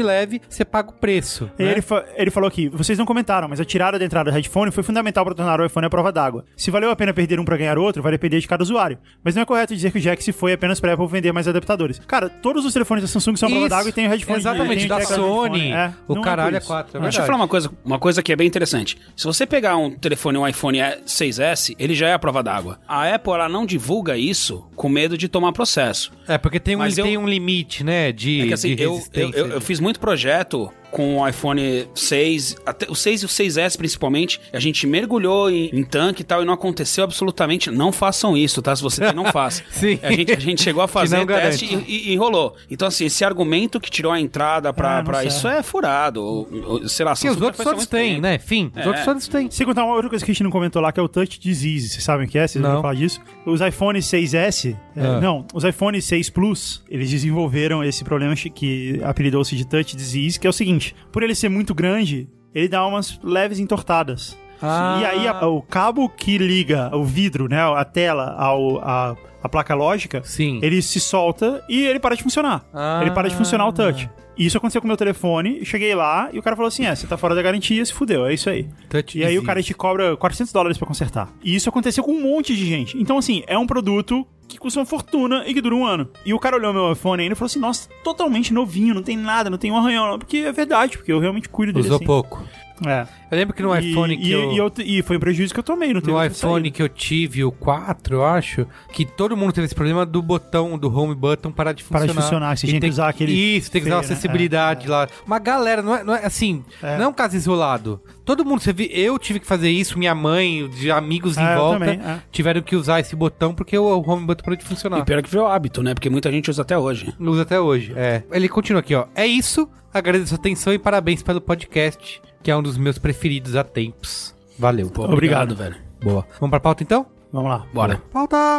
[SPEAKER 2] você paga o preço.
[SPEAKER 3] E
[SPEAKER 2] né?
[SPEAKER 3] ele, fa- ele falou aqui, vocês não comentaram, mas a tirada da entrada do headphone foi fundamental para tornar o iPhone à prova d'água. Se valeu a pena perder um para ganhar outro, vai depender de cada usuário. Mas não é correto dizer que o jack se foi apenas para a Apple vender mais adaptadores. Cara, todos os telefones da Samsung são à prova
[SPEAKER 2] Isso,
[SPEAKER 3] d'água e tem o headphone.
[SPEAKER 2] exatamente,
[SPEAKER 3] tem o
[SPEAKER 2] da
[SPEAKER 3] jack do
[SPEAKER 2] Sony,
[SPEAKER 3] headphone. É,
[SPEAKER 2] o
[SPEAKER 3] não é
[SPEAKER 2] caralho
[SPEAKER 3] por
[SPEAKER 2] é
[SPEAKER 3] isso.
[SPEAKER 2] quatro, é
[SPEAKER 4] Deixa eu
[SPEAKER 2] verdade.
[SPEAKER 4] falar uma coisa, uma coisa que é bem interessante. Se você pegar um telefone, um iPhone seis S, ele já é a prova d'água. A Apple, ela não divulga isso com medo de tomar processo.
[SPEAKER 2] É, porque tem um,
[SPEAKER 4] Mas eu-
[SPEAKER 2] tem um limite, né, de,
[SPEAKER 4] É que assim,
[SPEAKER 2] de
[SPEAKER 4] eu, eu,
[SPEAKER 2] resistência.
[SPEAKER 4] eu, eu fiz muito projeto com o iPhone seis, até o seis e o seis S principalmente, a gente mergulhou em, em tanque e tal, e não aconteceu absolutamente. Não façam isso, tá? Se você tem, não faça.
[SPEAKER 2] Sim.
[SPEAKER 4] A gente, a gente chegou a
[SPEAKER 2] Que
[SPEAKER 4] fazer
[SPEAKER 2] não
[SPEAKER 4] teste
[SPEAKER 2] garante.
[SPEAKER 4] e, e, e rolou. Então, assim, esse argumento que tirou a entrada pra,
[SPEAKER 3] Ah, não
[SPEAKER 4] pra
[SPEAKER 3] serve.
[SPEAKER 4] isso é furado. Ou, ou, sei lá,
[SPEAKER 2] Sim, os
[SPEAKER 4] Samsung
[SPEAKER 2] outros
[SPEAKER 4] faz há
[SPEAKER 2] todos
[SPEAKER 4] muito
[SPEAKER 2] têm,
[SPEAKER 4] tempo.
[SPEAKER 2] né? Enfim, os
[SPEAKER 4] É.
[SPEAKER 2] outros todos têm.
[SPEAKER 3] Sem contar uma outra coisa que a gente não comentou lá, que é o Touch Disease. Vocês sabem o que é? Vocês
[SPEAKER 2] Não.
[SPEAKER 3] vão falar disso? Os iPhone seis S... é,
[SPEAKER 2] Ah.
[SPEAKER 3] não, os iPhone seis Plus, eles desenvolveram esse problema que apelidou-se de Touch Disease, que é o seguinte. Por ele ser muito grande, ele dá umas leves entortadas.
[SPEAKER 2] Ah.
[SPEAKER 3] E aí, a- o cabo que liga o vidro, né, a tela, ao, a, a placa lógica,
[SPEAKER 2] Sim.
[SPEAKER 3] ele se solta e ele para de funcionar.
[SPEAKER 2] Ah.
[SPEAKER 3] Ele para de funcionar o touch. E isso aconteceu com o meu telefone, eu cheguei lá e o cara falou assim, é, você tá fora da garantia, se fudeu, é isso aí.
[SPEAKER 2] Touch
[SPEAKER 3] E aí o
[SPEAKER 2] disease.
[SPEAKER 3] cara te cobra quatrocentos dólares pra consertar. E isso aconteceu com um monte de gente. Então, assim, é um produto que custa uma fortuna e que dura um ano. E o cara olhou meu iPhone ainda e falou assim, nossa, totalmente novinho, não tem nada, não tem um arranhão, não. Porque é verdade, porque eu realmente cuido dele
[SPEAKER 2] Usou
[SPEAKER 3] assim.
[SPEAKER 2] pouco.
[SPEAKER 3] É.
[SPEAKER 2] Eu lembro que no
[SPEAKER 3] E-
[SPEAKER 2] iPhone
[SPEAKER 3] e,
[SPEAKER 2] que eu...
[SPEAKER 3] e, eu- e foi um prejuízo que eu tomei, não teve
[SPEAKER 2] No
[SPEAKER 3] outra
[SPEAKER 2] iPhone
[SPEAKER 3] saída.
[SPEAKER 2] que eu tive, o quatro, eu acho, que todo mundo teve esse problema do botão, do home button parar de
[SPEAKER 3] Parar
[SPEAKER 2] funcionar.
[SPEAKER 3] de funcionar, você
[SPEAKER 2] E
[SPEAKER 3] tinha que
[SPEAKER 2] tem
[SPEAKER 3] usar aquele
[SPEAKER 2] Isso, tem que usar uma
[SPEAKER 3] feio, né?
[SPEAKER 2] acessibilidade
[SPEAKER 3] É,
[SPEAKER 2] lá. Uma galera, não é, não é assim,
[SPEAKER 3] É.
[SPEAKER 2] não é um caso isolado. Todo mundo, você viu, eu tive que fazer isso, minha mãe, de amigos
[SPEAKER 3] É,
[SPEAKER 2] em
[SPEAKER 3] eu
[SPEAKER 2] volta,
[SPEAKER 3] também, é.
[SPEAKER 2] tiveram que usar esse botão porque o, o home button parou de funcionar.
[SPEAKER 4] E pior que virou hábito, né? Porque muita gente usa até hoje.
[SPEAKER 2] Usa até hoje, é. Ele continua aqui, ó. É isso, agradeço a atenção e parabéns pelo podcast, que é um dos meus preferidos há tempos. Valeu.
[SPEAKER 4] Pô,
[SPEAKER 3] Obrigado.
[SPEAKER 4] velho.
[SPEAKER 2] Boa. Vamos pra pauta então?
[SPEAKER 3] Vamos lá.
[SPEAKER 4] Bora.
[SPEAKER 2] Pauta!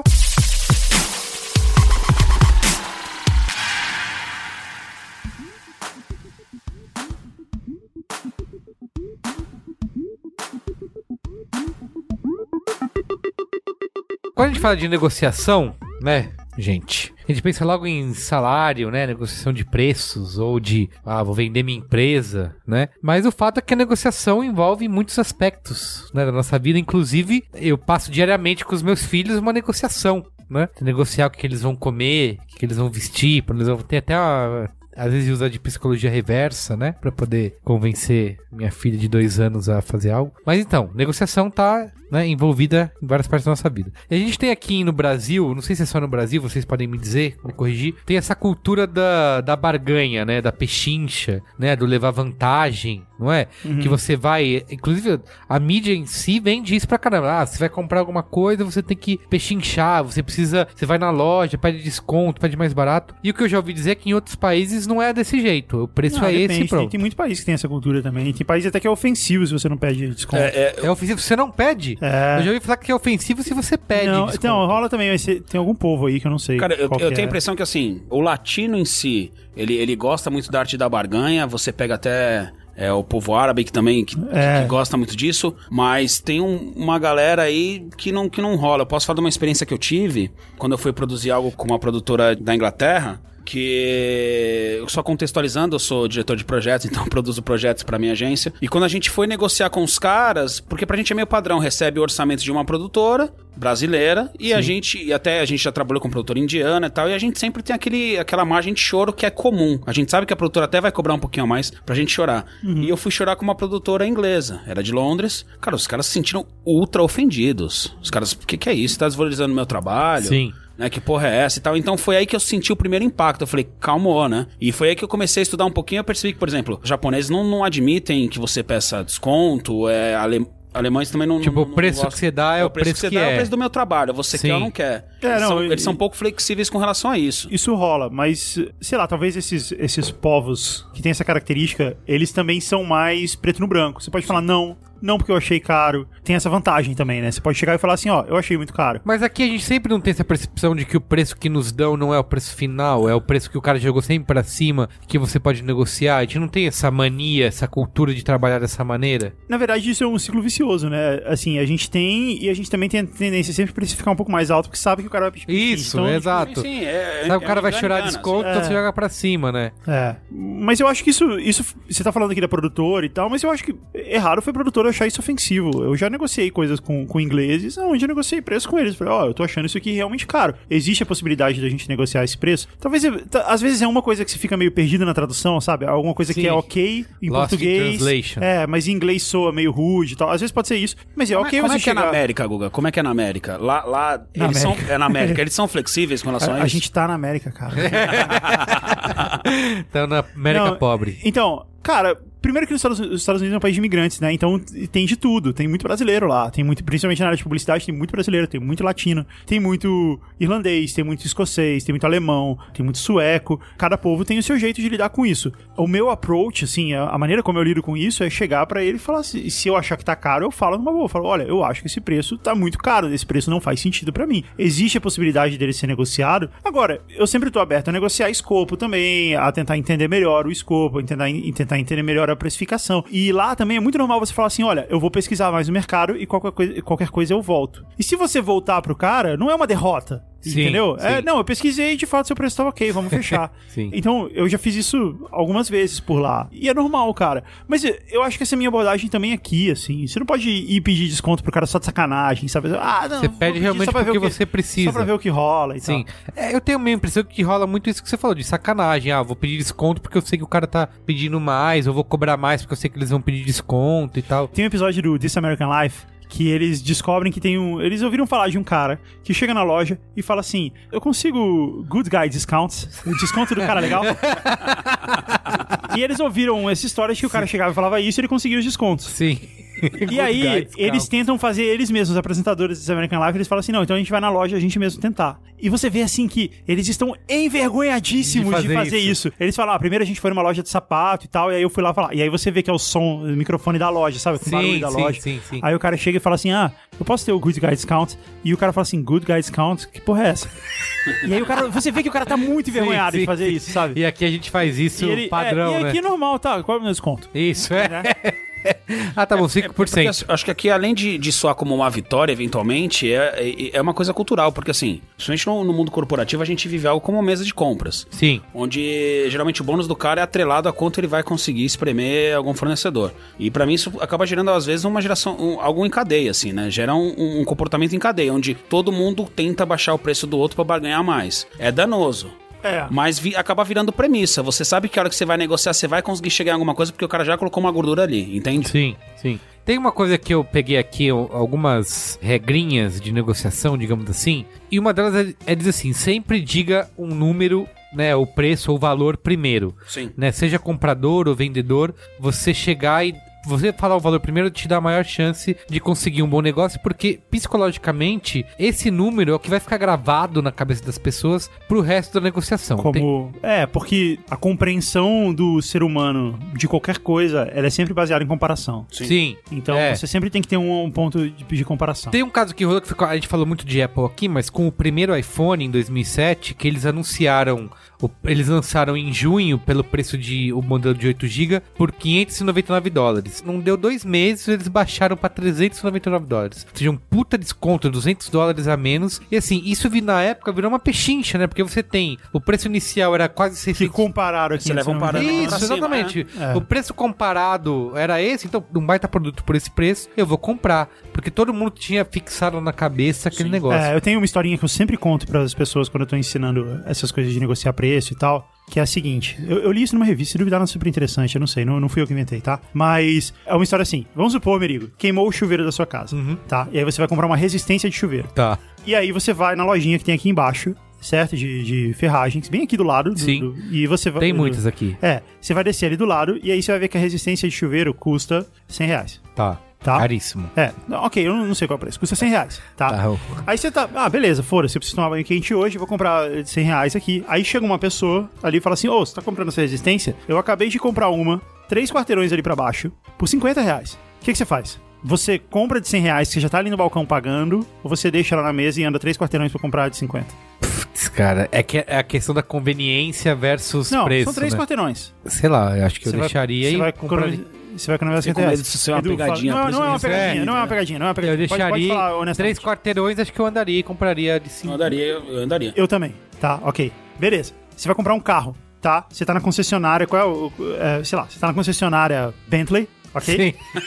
[SPEAKER 2] Quando a gente fala de negociação, né, gente, a gente pensa logo em salário, né, negociação de preços ou de, ah, vou vender minha empresa, né? Mas o fato é que a negociação envolve muitos aspectos, né, da nossa vida. Inclusive, eu passo diariamente com os meus filhos uma negociação, né? Negociar o que eles vão comer, o que eles vão vestir, para eles vão ter até uma... Às vezes usa de psicologia reversa, né? Pra poder convencer minha filha de dois anos a fazer algo. Mas então, negociação tá, né, envolvida em várias partes da nossa vida. E a gente tem aqui no Brasil, não sei se é só no Brasil, vocês podem me dizer, me corrigir, tem essa cultura da, da barganha, né? Da pechincha, né? Do levar vantagem, não é? Que você vai... Inclusive, a mídia em si vende isso pra caramba. Ah, você vai comprar alguma coisa, você tem que pechinchar, você precisa... Você vai na loja, pede desconto, pede mais barato. E o que eu já ouvi dizer é que em outros países não é desse jeito. O preço
[SPEAKER 3] Não,
[SPEAKER 2] é
[SPEAKER 3] depende,
[SPEAKER 2] esse e pronto.
[SPEAKER 3] Tem, tem muito país que tem essa cultura também. Tem país até que é ofensivo se você não pede desconto.
[SPEAKER 4] É,
[SPEAKER 2] É ofensivo se você não pede.
[SPEAKER 3] É.
[SPEAKER 2] Eu já ouvi falar que é ofensivo se você pede
[SPEAKER 3] Não,
[SPEAKER 2] desconto.
[SPEAKER 3] então, rola também. Mas você- tem algum povo aí que eu não sei.
[SPEAKER 4] Cara, eu,
[SPEAKER 3] qual
[SPEAKER 4] eu
[SPEAKER 3] que
[SPEAKER 4] tenho a
[SPEAKER 3] é.
[SPEAKER 4] impressão que, assim, o latino em si, ele, ele gosta muito da arte da barganha, você pega até... É, o povo árabe que também que,
[SPEAKER 3] É.
[SPEAKER 4] que gosta muito disso, mas tem um- uma galera aí que não, que não rola. Eu posso falar de uma experiência que eu tive quando eu fui produzir algo com uma produtora da Inglaterra, que, só contextualizando, eu sou diretor de projetos, então eu produzo projetos pra minha agência. E quando a gente foi negociar com os caras, porque pra gente é meio padrão, recebe o orçamento de uma produtora brasileira e a gente, e até a gente já trabalhou com produtora indiana e tal, e a gente sempre tem aquele, aquela margem de choro que é comum. A gente sabe que a produtora até vai cobrar um pouquinho a mais pra gente chorar. E eu fui chorar com uma produtora inglesa, era de Londres. Cara, os caras se sentiram ultra ofendidos. Os caras, o que, que é isso? Tá desvalorizando o meu trabalho?
[SPEAKER 2] Sim.
[SPEAKER 4] Né, que porra é essa e tal. Então foi aí que eu senti o primeiro impacto. Eu falei, calmou, né? E foi aí que eu comecei a estudar um pouquinho. Eu percebi que, por exemplo, os japoneses não, não admitem que você peça desconto, é, ale... alemães também não...
[SPEAKER 2] Tipo,
[SPEAKER 4] não,
[SPEAKER 2] o preço
[SPEAKER 4] não
[SPEAKER 2] que você dá é o preço
[SPEAKER 4] você
[SPEAKER 2] que
[SPEAKER 4] dá
[SPEAKER 2] é.
[SPEAKER 4] é o preço do meu trabalho. Você
[SPEAKER 2] Sim.
[SPEAKER 4] quer ou não quer.
[SPEAKER 3] É,
[SPEAKER 4] eles,
[SPEAKER 3] não,
[SPEAKER 4] são,
[SPEAKER 3] e-
[SPEAKER 4] eles são um pouco flexíveis com relação a isso.
[SPEAKER 3] Isso rola, mas, sei lá, talvez esses, esses povos que têm essa característica, eles também são mais preto no branco. Você pode falar, não, não porque eu achei caro. Tem essa vantagem também, né? Você pode chegar e falar assim, ó, eu achei muito caro.
[SPEAKER 2] Mas aqui a gente sempre não tem essa percepção de que o preço que nos dão não é o preço final, é o preço que o cara jogou sempre pra cima, que você pode negociar. A gente não tem essa mania, essa cultura de trabalhar dessa maneira.
[SPEAKER 3] Na verdade, isso é um ciclo vicioso, né? Assim, a gente tem, e a gente também tem a tendência sempre pra precificar um pouco mais alto, porque sabe que o cara vai pedir.
[SPEAKER 2] Isso,
[SPEAKER 3] então,
[SPEAKER 2] exato.
[SPEAKER 4] Sim, sim, é,
[SPEAKER 2] Sabe, o
[SPEAKER 4] é
[SPEAKER 2] cara vai
[SPEAKER 4] engana,
[SPEAKER 2] chorar
[SPEAKER 4] engana,
[SPEAKER 2] desconto,
[SPEAKER 3] assim.
[SPEAKER 2] então
[SPEAKER 3] É.
[SPEAKER 2] você joga pra cima, né?
[SPEAKER 3] É. Mas eu acho que isso, isso. Você tá falando aqui da produtora e tal, mas eu acho que errado foi a produtora achar isso ofensivo. Eu já negociei coisas com, com ingleses, não, eu já negociei preço com eles. Falei, ó, oh, eu tô achando isso aqui realmente caro. Existe a possibilidade da gente negociar esse preço? Talvez, às vezes é uma coisa que você fica meio perdido na tradução, sabe? Alguma coisa
[SPEAKER 2] Sim.
[SPEAKER 3] que é ok em
[SPEAKER 2] Lost in
[SPEAKER 3] português.
[SPEAKER 2] translation.
[SPEAKER 3] É, mas em inglês soa meio rude e tal. Às vezes pode ser isso. Mas é
[SPEAKER 4] Como,
[SPEAKER 3] ok
[SPEAKER 4] é, como
[SPEAKER 3] você
[SPEAKER 4] é que é
[SPEAKER 3] chegar...
[SPEAKER 4] na América, Guga? Como é que é na América? Lá, lá
[SPEAKER 3] Na
[SPEAKER 4] eles
[SPEAKER 3] América.
[SPEAKER 4] são. É na América. Eles são flexíveis com relação a,
[SPEAKER 3] A,
[SPEAKER 4] isso?
[SPEAKER 3] a gente tá na América, cara.
[SPEAKER 2] Então, na América
[SPEAKER 3] Não,
[SPEAKER 2] pobre.
[SPEAKER 3] Então, cara, primeiro que os Estados, os Estados Unidos é um país de imigrantes, né? Então tem de tudo. Tem muito brasileiro lá. Tem muito, principalmente na área de publicidade, tem muito brasileiro, tem muito latino, tem muito irlandês, tem muito escocês, tem muito alemão, tem muito sueco. Cada povo tem o seu jeito de lidar com isso. O meu approach, assim, a, a maneira como eu lido com isso é chegar pra ele e falar assim, se eu achar que tá caro, eu falo numa boa. Eu falo, olha, eu acho que esse preço tá muito caro, esse preço não faz sentido pra mim. Existe a possibilidade dele ser negociado. Agora, eu sempre tô aberto a negociar escopo também, a tentar entender melhor o escopo, a tentar, a tentar entender melhor a precificação. E lá também é muito normal você falar assim, olha, eu vou pesquisar mais no mercado e qualquer coisa, qualquer coisa eu volto. E se você voltar pro cara, não é uma derrota.
[SPEAKER 2] Sim,
[SPEAKER 3] Entendeu?
[SPEAKER 2] sim.
[SPEAKER 3] É, não, eu pesquisei e de fato seu preço tá ok, vamos fechar.
[SPEAKER 2] Sim.
[SPEAKER 3] Então, eu já fiz isso algumas vezes por lá. E é normal, cara. Mas eu acho que essa é a minha abordagem também aqui, assim. Você não pode ir pedir desconto pro cara só de sacanagem, sabe? Ah, não,
[SPEAKER 2] Você
[SPEAKER 3] vou
[SPEAKER 2] pede
[SPEAKER 3] pedir
[SPEAKER 2] realmente
[SPEAKER 3] só pra ver
[SPEAKER 2] porque
[SPEAKER 3] o que-
[SPEAKER 2] você precisa.
[SPEAKER 3] Só pra ver o que rola e
[SPEAKER 2] Sim.
[SPEAKER 3] tal.
[SPEAKER 2] É, eu tenho a minha impressão que rola muito isso que você falou, de sacanagem. Ah, vou pedir desconto porque eu sei que o cara tá pedindo mais, ou vou cobrar mais porque eu sei que eles vão pedir desconto e tal.
[SPEAKER 3] Tem um episódio do This American Life que eles descobrem que tem um... Eles ouviram falar de um cara que chega na loja e fala assim, eu consigo good guy discounts, o desconto do cara legal. E eles ouviram essa história de que o cara chegava e falava isso e ele conseguia os descontos.
[SPEAKER 2] Sim.
[SPEAKER 3] E aí, eles tentam fazer eles mesmos, os apresentadores desse American Life, eles falam assim, não, então a gente vai na loja a gente mesmo tentar. E você vê assim que eles estão envergonhadíssimos
[SPEAKER 2] De
[SPEAKER 3] de
[SPEAKER 2] fazer
[SPEAKER 3] fazer,
[SPEAKER 2] isso.
[SPEAKER 3] isso. Eles falam, ah, primeiro a gente foi numa loja de sapato e tal, e aí eu fui lá falar. E aí você vê que é o som, o microfone da loja, sabe? Com o barulho
[SPEAKER 2] Sim,
[SPEAKER 3] da
[SPEAKER 2] sim,
[SPEAKER 3] loja.
[SPEAKER 2] sim, sim.
[SPEAKER 3] Aí o cara chega e fala assim, ah, eu posso ter o Good Guy Discount? E o cara fala assim, Good Guy Discount? Que porra é essa? E aí o cara, você vê que o cara tá muito envergonhado
[SPEAKER 2] Sim,
[SPEAKER 3] de
[SPEAKER 2] sim,
[SPEAKER 3] fazer
[SPEAKER 2] sim.
[SPEAKER 3] isso, sabe?
[SPEAKER 2] E aqui a gente faz isso
[SPEAKER 3] E ele-
[SPEAKER 2] padrão,
[SPEAKER 3] é, e aqui
[SPEAKER 2] né?
[SPEAKER 3] é normal, tá? Qual é o meu desconto?
[SPEAKER 2] Isso, é.
[SPEAKER 3] Né?
[SPEAKER 2] Ah, tá bom, cinco por cento.
[SPEAKER 4] Porque acho que aqui, além de, de soar como uma vitória, eventualmente, é, é, é uma coisa cultural, porque assim, principalmente no, no mundo corporativo, a gente vive algo como uma mesa de compras.
[SPEAKER 2] Sim.
[SPEAKER 4] Onde geralmente o bônus do cara é atrelado a quanto ele vai conseguir espremer algum fornecedor. E pra mim isso acaba gerando, às vezes, uma geração, um, algo em cadeia, assim, né? Gera um, um comportamento em cadeia, onde todo mundo tenta baixar o preço do outro pra barganhar mais. É danoso.
[SPEAKER 3] É.
[SPEAKER 4] Mas vi, acaba virando premissa. Você sabe que a hora que você vai negociar, você vai conseguir chegar em alguma coisa porque o cara já colocou uma gordura ali, entende?
[SPEAKER 2] Sim, sim. Tem uma coisa que eu peguei aqui, ó, algumas regrinhas de negociação, digamos assim, e uma delas é, é dizer assim, sempre diga um número, né, o preço ou o valor primeiro.
[SPEAKER 4] Sim.
[SPEAKER 2] Né, seja comprador ou vendedor, você chegar e você falar o valor primeiro te dá a maior chance de conseguir um bom negócio, porque psicologicamente esse número é o que vai ficar gravado na cabeça das pessoas pro resto da negociação. Tem-
[SPEAKER 3] Como... É, porque a compreensão do ser humano de qualquer coisa, ela é sempre baseada em comparação.
[SPEAKER 2] Sim.
[SPEAKER 3] Então,
[SPEAKER 2] é.
[SPEAKER 3] você sempre tem que ter um, um ponto de, de comparação.
[SPEAKER 2] Tem um caso que rolou que ficou, a gente falou muito de Apple aqui, mas com o primeiro iPhone em dois mil e sete, que eles anunciaram, o- eles lançaram em junho pelo preço de o modelo de oito gigas por quinhentos e noventa e nove dólares. Não deu dois meses, eles baixaram pra trezentos e noventa e nove dólares. Ou seja, um puta desconto, duzentos dólares a menos. E assim, isso vi- na época virou uma pechincha, né? Porque você tem, o preço inicial era quase
[SPEAKER 3] Que
[SPEAKER 2] seiscentos.
[SPEAKER 3] compararam aqui.
[SPEAKER 4] Você leva um parâmetro
[SPEAKER 2] Isso,
[SPEAKER 4] pra cima,
[SPEAKER 2] exatamente.
[SPEAKER 3] é. É.
[SPEAKER 2] O preço comparado era esse, então um baita produto por esse preço, eu vou comprar. Porque todo mundo tinha fixado na cabeça aquele negócio.
[SPEAKER 3] É, eu tenho uma historinha que eu sempre conto para as pessoas quando eu tô ensinando essas coisas de negociar preço e tal, que é a seguinte, eu, eu li isso numa revista, se duvidar não é super interessante, eu não sei, não, não fui eu que inventei, tá? Mas é uma história assim, vamos supor, Merigo, queimou o chuveiro da sua casa, tá? E aí você vai comprar uma resistência de chuveiro.
[SPEAKER 2] Tá.
[SPEAKER 3] E aí você vai na lojinha que tem aqui embaixo, certo? De, de ferragens, bem aqui do lado. Do,
[SPEAKER 2] Sim.
[SPEAKER 3] do- e você vai...
[SPEAKER 2] Tem
[SPEAKER 3] do-
[SPEAKER 2] muitas aqui.
[SPEAKER 3] É, você vai descer ali do lado e aí você vai ver que a resistência de chuveiro custa cem reais.
[SPEAKER 2] Tá.
[SPEAKER 3] Tá.
[SPEAKER 2] Caríssimo.
[SPEAKER 3] É, não, ok, eu não não sei qual é o preço, custa cem reais, tá?
[SPEAKER 2] Tá.
[SPEAKER 3] Aí você tá, ah, beleza, fora, você precisa tomar banho quente hoje, vou comprar de cem reais aqui. Aí chega uma pessoa ali e fala assim, ô, você tá comprando essa resistência? Eu acabei de comprar uma, três quarteirões ali pra baixo, por cinquenta reais. O que, que você faz? Você compra de cem reais, que você já tá ali no balcão pagando, ou você deixa ela na mesa e anda três quarteirões pra comprar de cinquenta?
[SPEAKER 2] Putz, cara, é que é a questão da conveniência versus
[SPEAKER 3] Não,
[SPEAKER 2] preço,
[SPEAKER 3] são três
[SPEAKER 2] né?
[SPEAKER 3] quarteirões.
[SPEAKER 2] Sei lá, eu acho que eu
[SPEAKER 3] Você vai-
[SPEAKER 2] deixaria
[SPEAKER 3] você
[SPEAKER 2] e
[SPEAKER 3] vai
[SPEAKER 2] compraria.
[SPEAKER 3] economiz- você vai economizar
[SPEAKER 4] Fiquei
[SPEAKER 3] cinquenta
[SPEAKER 4] com medo
[SPEAKER 3] reais.
[SPEAKER 4] disso ser uma
[SPEAKER 3] Edu,
[SPEAKER 4] pegadinha,
[SPEAKER 3] fala-
[SPEAKER 4] por
[SPEAKER 3] Não, não é uma
[SPEAKER 4] isso
[SPEAKER 3] pegadinha,
[SPEAKER 2] é,
[SPEAKER 3] não é uma pegadinha, não é uma pegadinha.
[SPEAKER 2] Eu
[SPEAKER 3] Pode- pode
[SPEAKER 2] deixaria
[SPEAKER 3] falar honestamente.
[SPEAKER 2] três quarteirões, acho que eu andaria e compraria de
[SPEAKER 4] Eu
[SPEAKER 2] cinco.
[SPEAKER 4] andaria, eu andaria.
[SPEAKER 3] Eu também, tá, ok. Beleza. Você vai comprar um carro, tá? Você tá na concessionária, qual é o... é, sei lá, você tá na concessionária Bentley, ok?
[SPEAKER 2] Sim.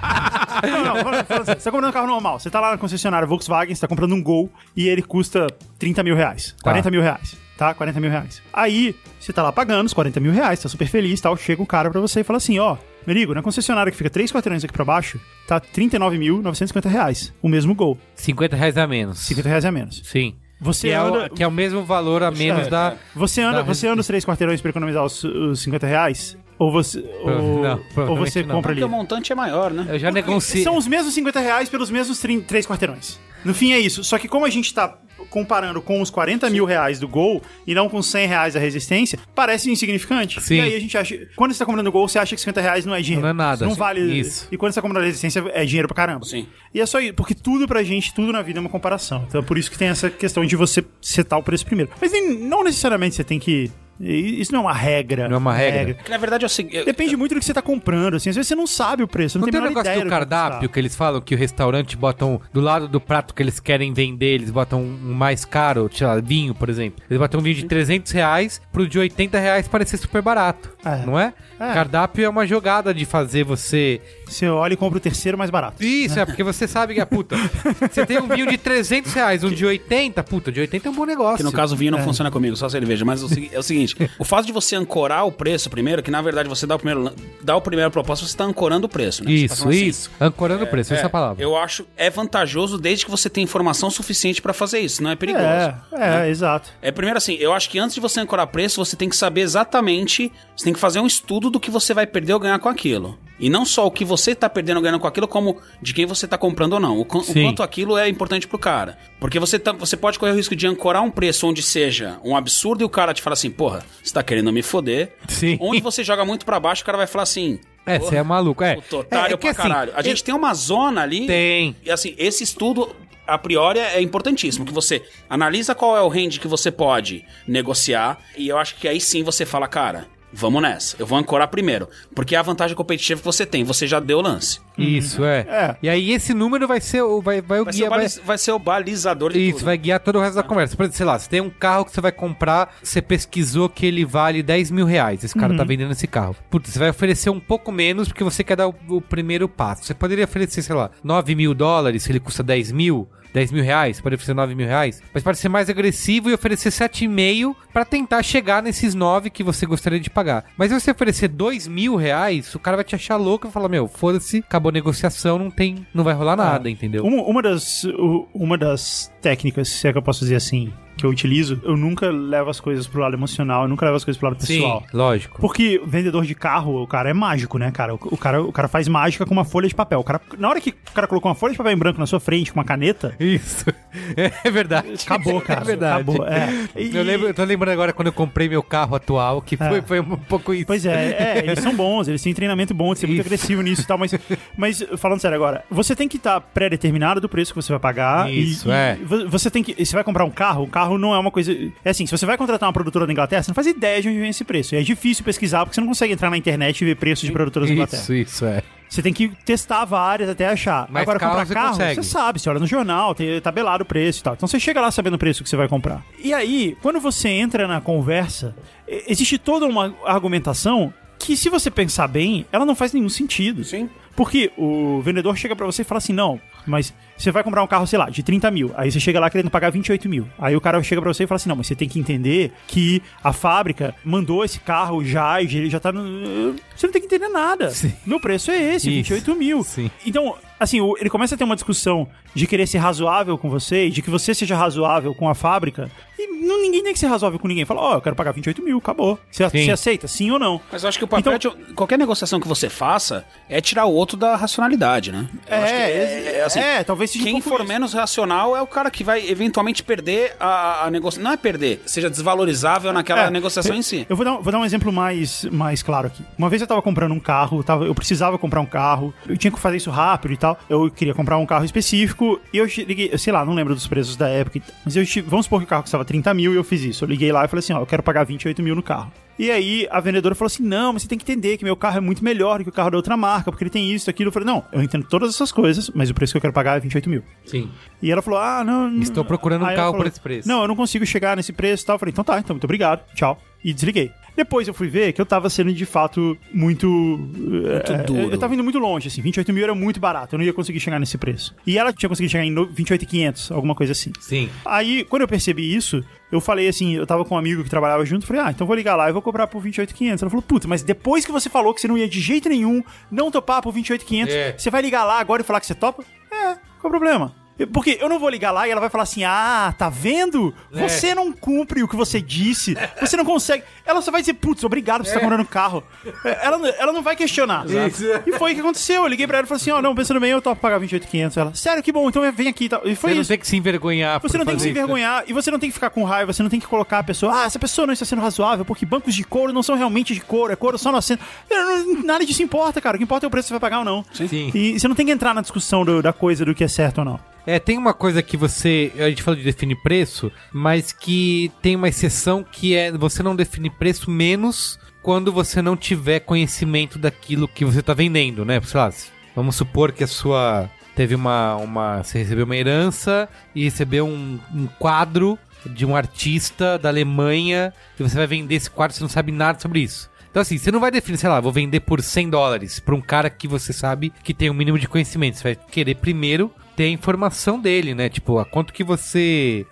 [SPEAKER 3] Não, não, falando, falando sério, você tá comprando um carro normal. Você tá lá na concessionária Volkswagen, você tá comprando um Gol e ele custa trinta mil reais. quarenta mil reais, tá? quarenta mil reais. Aí, você tá lá pagando os quarenta mil reais, tá super feliz e tal. Chega um cara pra você e fala assim, ó, meu amigo, na concessionária que fica três quarteirões aqui pra baixo, tá trinta e nove mil novecentos e cinquenta reais. O mesmo Gol.
[SPEAKER 2] cinquenta reais a menos.
[SPEAKER 3] cinquenta reais a menos.
[SPEAKER 2] Sim.
[SPEAKER 3] Você
[SPEAKER 2] que,
[SPEAKER 3] anda...
[SPEAKER 2] é o, que é o mesmo valor a menos
[SPEAKER 3] É,
[SPEAKER 2] da...
[SPEAKER 3] Você anda,
[SPEAKER 2] da
[SPEAKER 3] você anda os três quarteirões pra economizar os, os cinquenta reais? Ou você, ou,
[SPEAKER 2] Não,
[SPEAKER 3] ou
[SPEAKER 2] provavelmente
[SPEAKER 3] você
[SPEAKER 2] não.
[SPEAKER 3] compra ali?
[SPEAKER 4] Porque o montante é maior, né?
[SPEAKER 2] Eu já negocio...
[SPEAKER 3] São os mesmos cinquenta reais pelos mesmos trin- três quarteirões. No fim é isso. Só que como a gente tá comparando com os quarenta mil reais do Gol e não com cem reais da Resistência, parece insignificante.
[SPEAKER 2] Sim.
[SPEAKER 3] E aí a gente acha... Quando você tá comprando o Gol, você acha que cinquenta reais não é dinheiro.
[SPEAKER 2] Não é nada.
[SPEAKER 3] Não
[SPEAKER 2] Sim.
[SPEAKER 3] vale...
[SPEAKER 2] Isso.
[SPEAKER 3] E quando você tá comprando a Resistência, é dinheiro pra caramba.
[SPEAKER 4] Sim.
[SPEAKER 3] E é só isso. Porque tudo pra gente, tudo na vida é uma comparação. Então é por isso que tem essa questão de você setar o preço primeiro. Mas nem, não necessariamente você tem que... Isso não é uma regra.
[SPEAKER 2] Não é uma regra.
[SPEAKER 4] Que na verdade é o seguinte.
[SPEAKER 3] Depende muito do que você tá comprando, assim. Às vezes você não sabe o preço, não,
[SPEAKER 2] Não
[SPEAKER 3] tem
[SPEAKER 2] tem
[SPEAKER 3] a
[SPEAKER 2] o
[SPEAKER 3] menor
[SPEAKER 2] negócio
[SPEAKER 3] ideia
[SPEAKER 2] do
[SPEAKER 3] do que vai
[SPEAKER 2] cardápio
[SPEAKER 3] custar.
[SPEAKER 2] que eles falam que o restaurante botam do lado do prato que eles querem vender, eles botam um mais caro, sei lá, vinho, por exemplo. Eles botam um vinho de trezentos reais pro de oitenta reais parecer super barato,
[SPEAKER 3] É.
[SPEAKER 2] não é?
[SPEAKER 3] É.
[SPEAKER 2] Cardápio é uma jogada de fazer você...
[SPEAKER 3] Você olha e compra o terceiro mais barato.
[SPEAKER 2] Isso, é porque você sabe que, a puta, você tem um vinho de trezentos reais, um de oitenta, puta, de oitenta é um bom negócio.
[SPEAKER 4] Que no caso o vinho não funciona comigo, só cerveja. Mas o segui- é o seguinte: o fato de você ancorar o preço primeiro, que na verdade você dá o primeiro, dá o primeiro propósito, você está ancorando o preço, né? Você tá
[SPEAKER 2] Isso,
[SPEAKER 4] falando assim,
[SPEAKER 2] isso. Ancorando o preço, essa é a palavra.
[SPEAKER 4] Eu acho é vantajoso desde que você tenha informação suficiente pra fazer isso, não é perigoso.
[SPEAKER 3] É, é, exato.
[SPEAKER 4] É, primeiro assim, eu acho que antes de você ancorar preço, você tem que saber exatamente, você tem que fazer um estudo do que você vai perder ou ganhar com aquilo. E não só o que você tá perdendo ou ganhando com aquilo, como de quem você tá comprando ou não. O, qu- o
[SPEAKER 2] Sim.
[SPEAKER 4] quanto aquilo é importante pro cara. Porque você, tá, você pode correr o risco de ancorar um preço onde seja um absurdo e o cara te fala assim, porra, você tá querendo me foder.
[SPEAKER 2] Sim.
[SPEAKER 4] Onde você joga muito pra baixo, o cara vai falar assim...
[SPEAKER 2] É,
[SPEAKER 4] porra,
[SPEAKER 2] você é maluco, é.
[SPEAKER 4] o otário
[SPEAKER 2] é, é que
[SPEAKER 4] pra
[SPEAKER 2] assim,
[SPEAKER 4] caralho. A gente
[SPEAKER 2] eu-
[SPEAKER 4] tem uma zona ali...
[SPEAKER 2] Tem.
[SPEAKER 4] E assim, esse estudo, a priori, é importantíssimo. Que você analisa qual é o range que você pode negociar. E eu acho que aí sim você fala, cara, vamos nessa. Eu vou ancorar primeiro. Porque é a vantagem competitiva que você tem. Você já deu o lance.
[SPEAKER 2] Isso, é.
[SPEAKER 3] É.
[SPEAKER 2] E aí esse número vai ser o... Vai, vai, o
[SPEAKER 4] Vai, ser,
[SPEAKER 2] guia,
[SPEAKER 4] o
[SPEAKER 2] vai...
[SPEAKER 4] baliz- vai ser o balizador de
[SPEAKER 2] Isso,
[SPEAKER 4] tudo.
[SPEAKER 2] vai guiar todo o resto da conversa. Por exemplo, sei lá, você tem um carro que você vai comprar, você pesquisou que ele vale dez mil reais. Esse cara tá vendendo esse carro. Putz, você vai oferecer um pouco menos porque você quer dar o, o primeiro passo. Você poderia oferecer, sei lá, nove mil dólares, se ele custa dez mil. dez mil reais, pode oferecer nove mil reais, mas pode ser mais agressivo e oferecer sete vírgula cinco pra tentar chegar nesses nove que você gostaria de pagar. Mas se você oferecer dois mil reais, o cara vai te achar louco e falar, meu, foda-se, acabou a negociação, não tem, não vai rolar nada, entendeu?
[SPEAKER 3] Uma, uma das, u- uma das técnicas, se é que eu posso dizer assim, que eu utilizo, eu nunca levo as coisas pro lado emocional, eu nunca levo as coisas pro lado pessoal.
[SPEAKER 2] Sim, lógico.
[SPEAKER 3] Porque o vendedor de carro, o cara é mágico, né, cara? O, o cara? o cara faz mágica com uma folha de papel. O cara, na hora que o cara colocou uma folha de papel em branco na sua frente, com uma caneta,
[SPEAKER 2] Isso, é verdade.
[SPEAKER 3] acabou, cara.
[SPEAKER 2] É verdade.
[SPEAKER 3] Acabou, é. E-
[SPEAKER 2] Eu, lembro, eu tô lembrando agora quando eu comprei meu carro atual, que foi,
[SPEAKER 3] É.
[SPEAKER 2] foi um pouco isso.
[SPEAKER 3] Pois é, é, eles são bons, eles têm treinamento bom de ser muito
[SPEAKER 2] Isso.
[SPEAKER 3] agressivo nisso e tal, mas, mas falando sério agora, você tem que estar pré-determinado do preço que você vai pagar.
[SPEAKER 2] Isso,
[SPEAKER 3] e,
[SPEAKER 2] é.
[SPEAKER 3] e vo- você tem que. Você vai comprar um carro, o carro não é uma coisa. É assim, se você vai contratar uma produtora da Inglaterra, você não faz ideia de onde vem esse preço. E é difícil pesquisar porque você não consegue entrar na internet e ver preços de produtoras da Inglaterra.
[SPEAKER 2] Isso, isso, é.
[SPEAKER 3] Você tem que testar várias até achar.
[SPEAKER 2] Mas
[SPEAKER 3] Agora,
[SPEAKER 2] carro
[SPEAKER 3] comprar
[SPEAKER 2] você
[SPEAKER 3] carro,
[SPEAKER 2] consegue.
[SPEAKER 3] você sabe, você olha no jornal, tem tabelado o preço e tal. Então você chega lá sabendo o preço que você vai comprar. E aí, quando você entra na conversa, e- existe toda uma argumentação que, se você pensar bem, ela não faz nenhum sentido.
[SPEAKER 4] Sim.
[SPEAKER 3] Porque o vendedor chega pra você e fala assim, não, mas você vai comprar um carro, sei lá, de trinta mil. Aí você chega lá querendo pagar vinte e oito mil. Aí o cara chega pra você e fala assim, não, mas você tem que entender que a fábrica mandou esse carro já, e ele já tá no... Você não tem que entender nada.
[SPEAKER 2] Sim.
[SPEAKER 3] Meu preço é esse,
[SPEAKER 2] Isso.
[SPEAKER 3] vinte e oito mil.
[SPEAKER 2] Sim.
[SPEAKER 3] Então, assim, o- ele começa a ter uma discussão de querer ser razoável com você, e de que você seja razoável com a fábrica, e não, ninguém tem que ser razoável com ninguém. Fala, ó, eu quero pagar vinte e oito mil, acabou. Você,
[SPEAKER 2] Sim.
[SPEAKER 3] você aceita, sim ou não?
[SPEAKER 4] Mas eu acho que o papel
[SPEAKER 3] Então-
[SPEAKER 4] de qualquer negociação que você faça é tirar o outro da racionalidade, né? Eu acho que
[SPEAKER 3] É,
[SPEAKER 4] assim,
[SPEAKER 3] é, talvez seja um
[SPEAKER 4] quem
[SPEAKER 3] pouco
[SPEAKER 4] for
[SPEAKER 3] isso.
[SPEAKER 4] menos racional é o cara que vai eventualmente perder a, a negociação. Não é perder, seja desvalorizável naquela
[SPEAKER 3] É,
[SPEAKER 4] negociação
[SPEAKER 3] eu,
[SPEAKER 4] em si.
[SPEAKER 3] Eu vou dar, um- vou dar um exemplo mais, mais claro aqui. Uma vez eu tava comprando um carro, eu, tava, eu precisava comprar um carro, eu tinha que fazer isso rápido e tal. Eu queria comprar um carro específico e eu liguei, sei lá, não lembro dos preços da época, e tal, mas eu tive- vamos supor que o carro custava trinta trinta mil e eu fiz isso. Eu liguei lá e falei assim, ó, eu quero pagar vinte e oito mil no carro. E aí a vendedora falou assim, não, mas você tem que entender que meu carro é muito melhor do que o carro da outra marca, porque ele tem isso, aquilo. Eu falei, não, eu entendo todas essas coisas, mas o preço que eu quero pagar é vinte e oito mil.
[SPEAKER 2] Sim.
[SPEAKER 3] E ela falou, ah, não... não.
[SPEAKER 2] Estou procurando um
[SPEAKER 3] Aí
[SPEAKER 2] carro
[SPEAKER 3] ela falou,
[SPEAKER 2] por esse preço.
[SPEAKER 3] Não, eu não consigo chegar nesse preço e tal. Eu falei, então tá, então muito obrigado, tchau. E desliguei. Depois eu fui ver que eu tava sendo de fato muito... Muito
[SPEAKER 4] é, duro.
[SPEAKER 3] Eu tava indo muito longe, assim. vinte e oito mil era muito barato, eu não ia conseguir chegar nesse preço. E ela tinha conseguido chegar em vinte e oito mil e quinhentos, alguma coisa assim.
[SPEAKER 2] Sim.
[SPEAKER 3] Aí, quando eu percebi isso, eu falei assim, eu tava com um amigo que trabalhava junto, falei, ah, então vou ligar lá e vou cobrar por vinte e oito mil e quinhentos. Ela falou, puta, mas depois que você falou que você não ia de jeito nenhum não topar por vinte e oito mil e quinhentos,
[SPEAKER 2] É.
[SPEAKER 3] você vai ligar lá agora e falar que você topa? É, qual o problema? Porque eu não vou ligar lá e ela vai falar assim, ah, tá vendo?
[SPEAKER 2] É.
[SPEAKER 3] Você não cumpre o que você disse, você não consegue. Ela só vai dizer, putz, obrigado por você estar comprando carro. Ela, ela não vai questionar.
[SPEAKER 2] Isso.
[SPEAKER 3] E foi o que aconteceu. Eu liguei pra ela e falei assim, ó, oh, não, pensando bem, eu topo pagar vinte e oito mil e quinhentos. Ela, sério, que bom, então vem aqui. Tá? E foi
[SPEAKER 2] Você não
[SPEAKER 3] isso.
[SPEAKER 2] tem que se envergonhar por
[SPEAKER 3] Você não tem que se
[SPEAKER 2] fazer isso.
[SPEAKER 3] envergonhar e você não tem que ficar com raiva, você não tem que colocar a pessoa, ah, essa pessoa não está sendo razoável porque bancos de couro não são realmente de couro, é couro só no assento. Não, nada disso importa, cara. O que importa é o preço que você vai pagar ou não.
[SPEAKER 2] Sim.
[SPEAKER 3] E você não tem que entrar na discussão do- da coisa do que é certo ou não.
[SPEAKER 2] É, tem uma coisa que você... A gente falou de definir preço, mas que tem uma exceção que é você não definir preço menos quando você não tiver conhecimento daquilo que você tá vendendo, né? Sei lá, vamos supor que a sua... Teve uma... uma você recebeu uma herança e recebeu um, um quadro de um artista da Alemanha e você vai vender esse quadro, você não sabe nada sobre isso. Então assim, você não vai definir, sei lá, vou vender por cem dólares pra um cara que você sabe que tem um mínimo de conhecimento. Você vai querer primeiro ter a informação dele, né? Tipo, a quanto que você...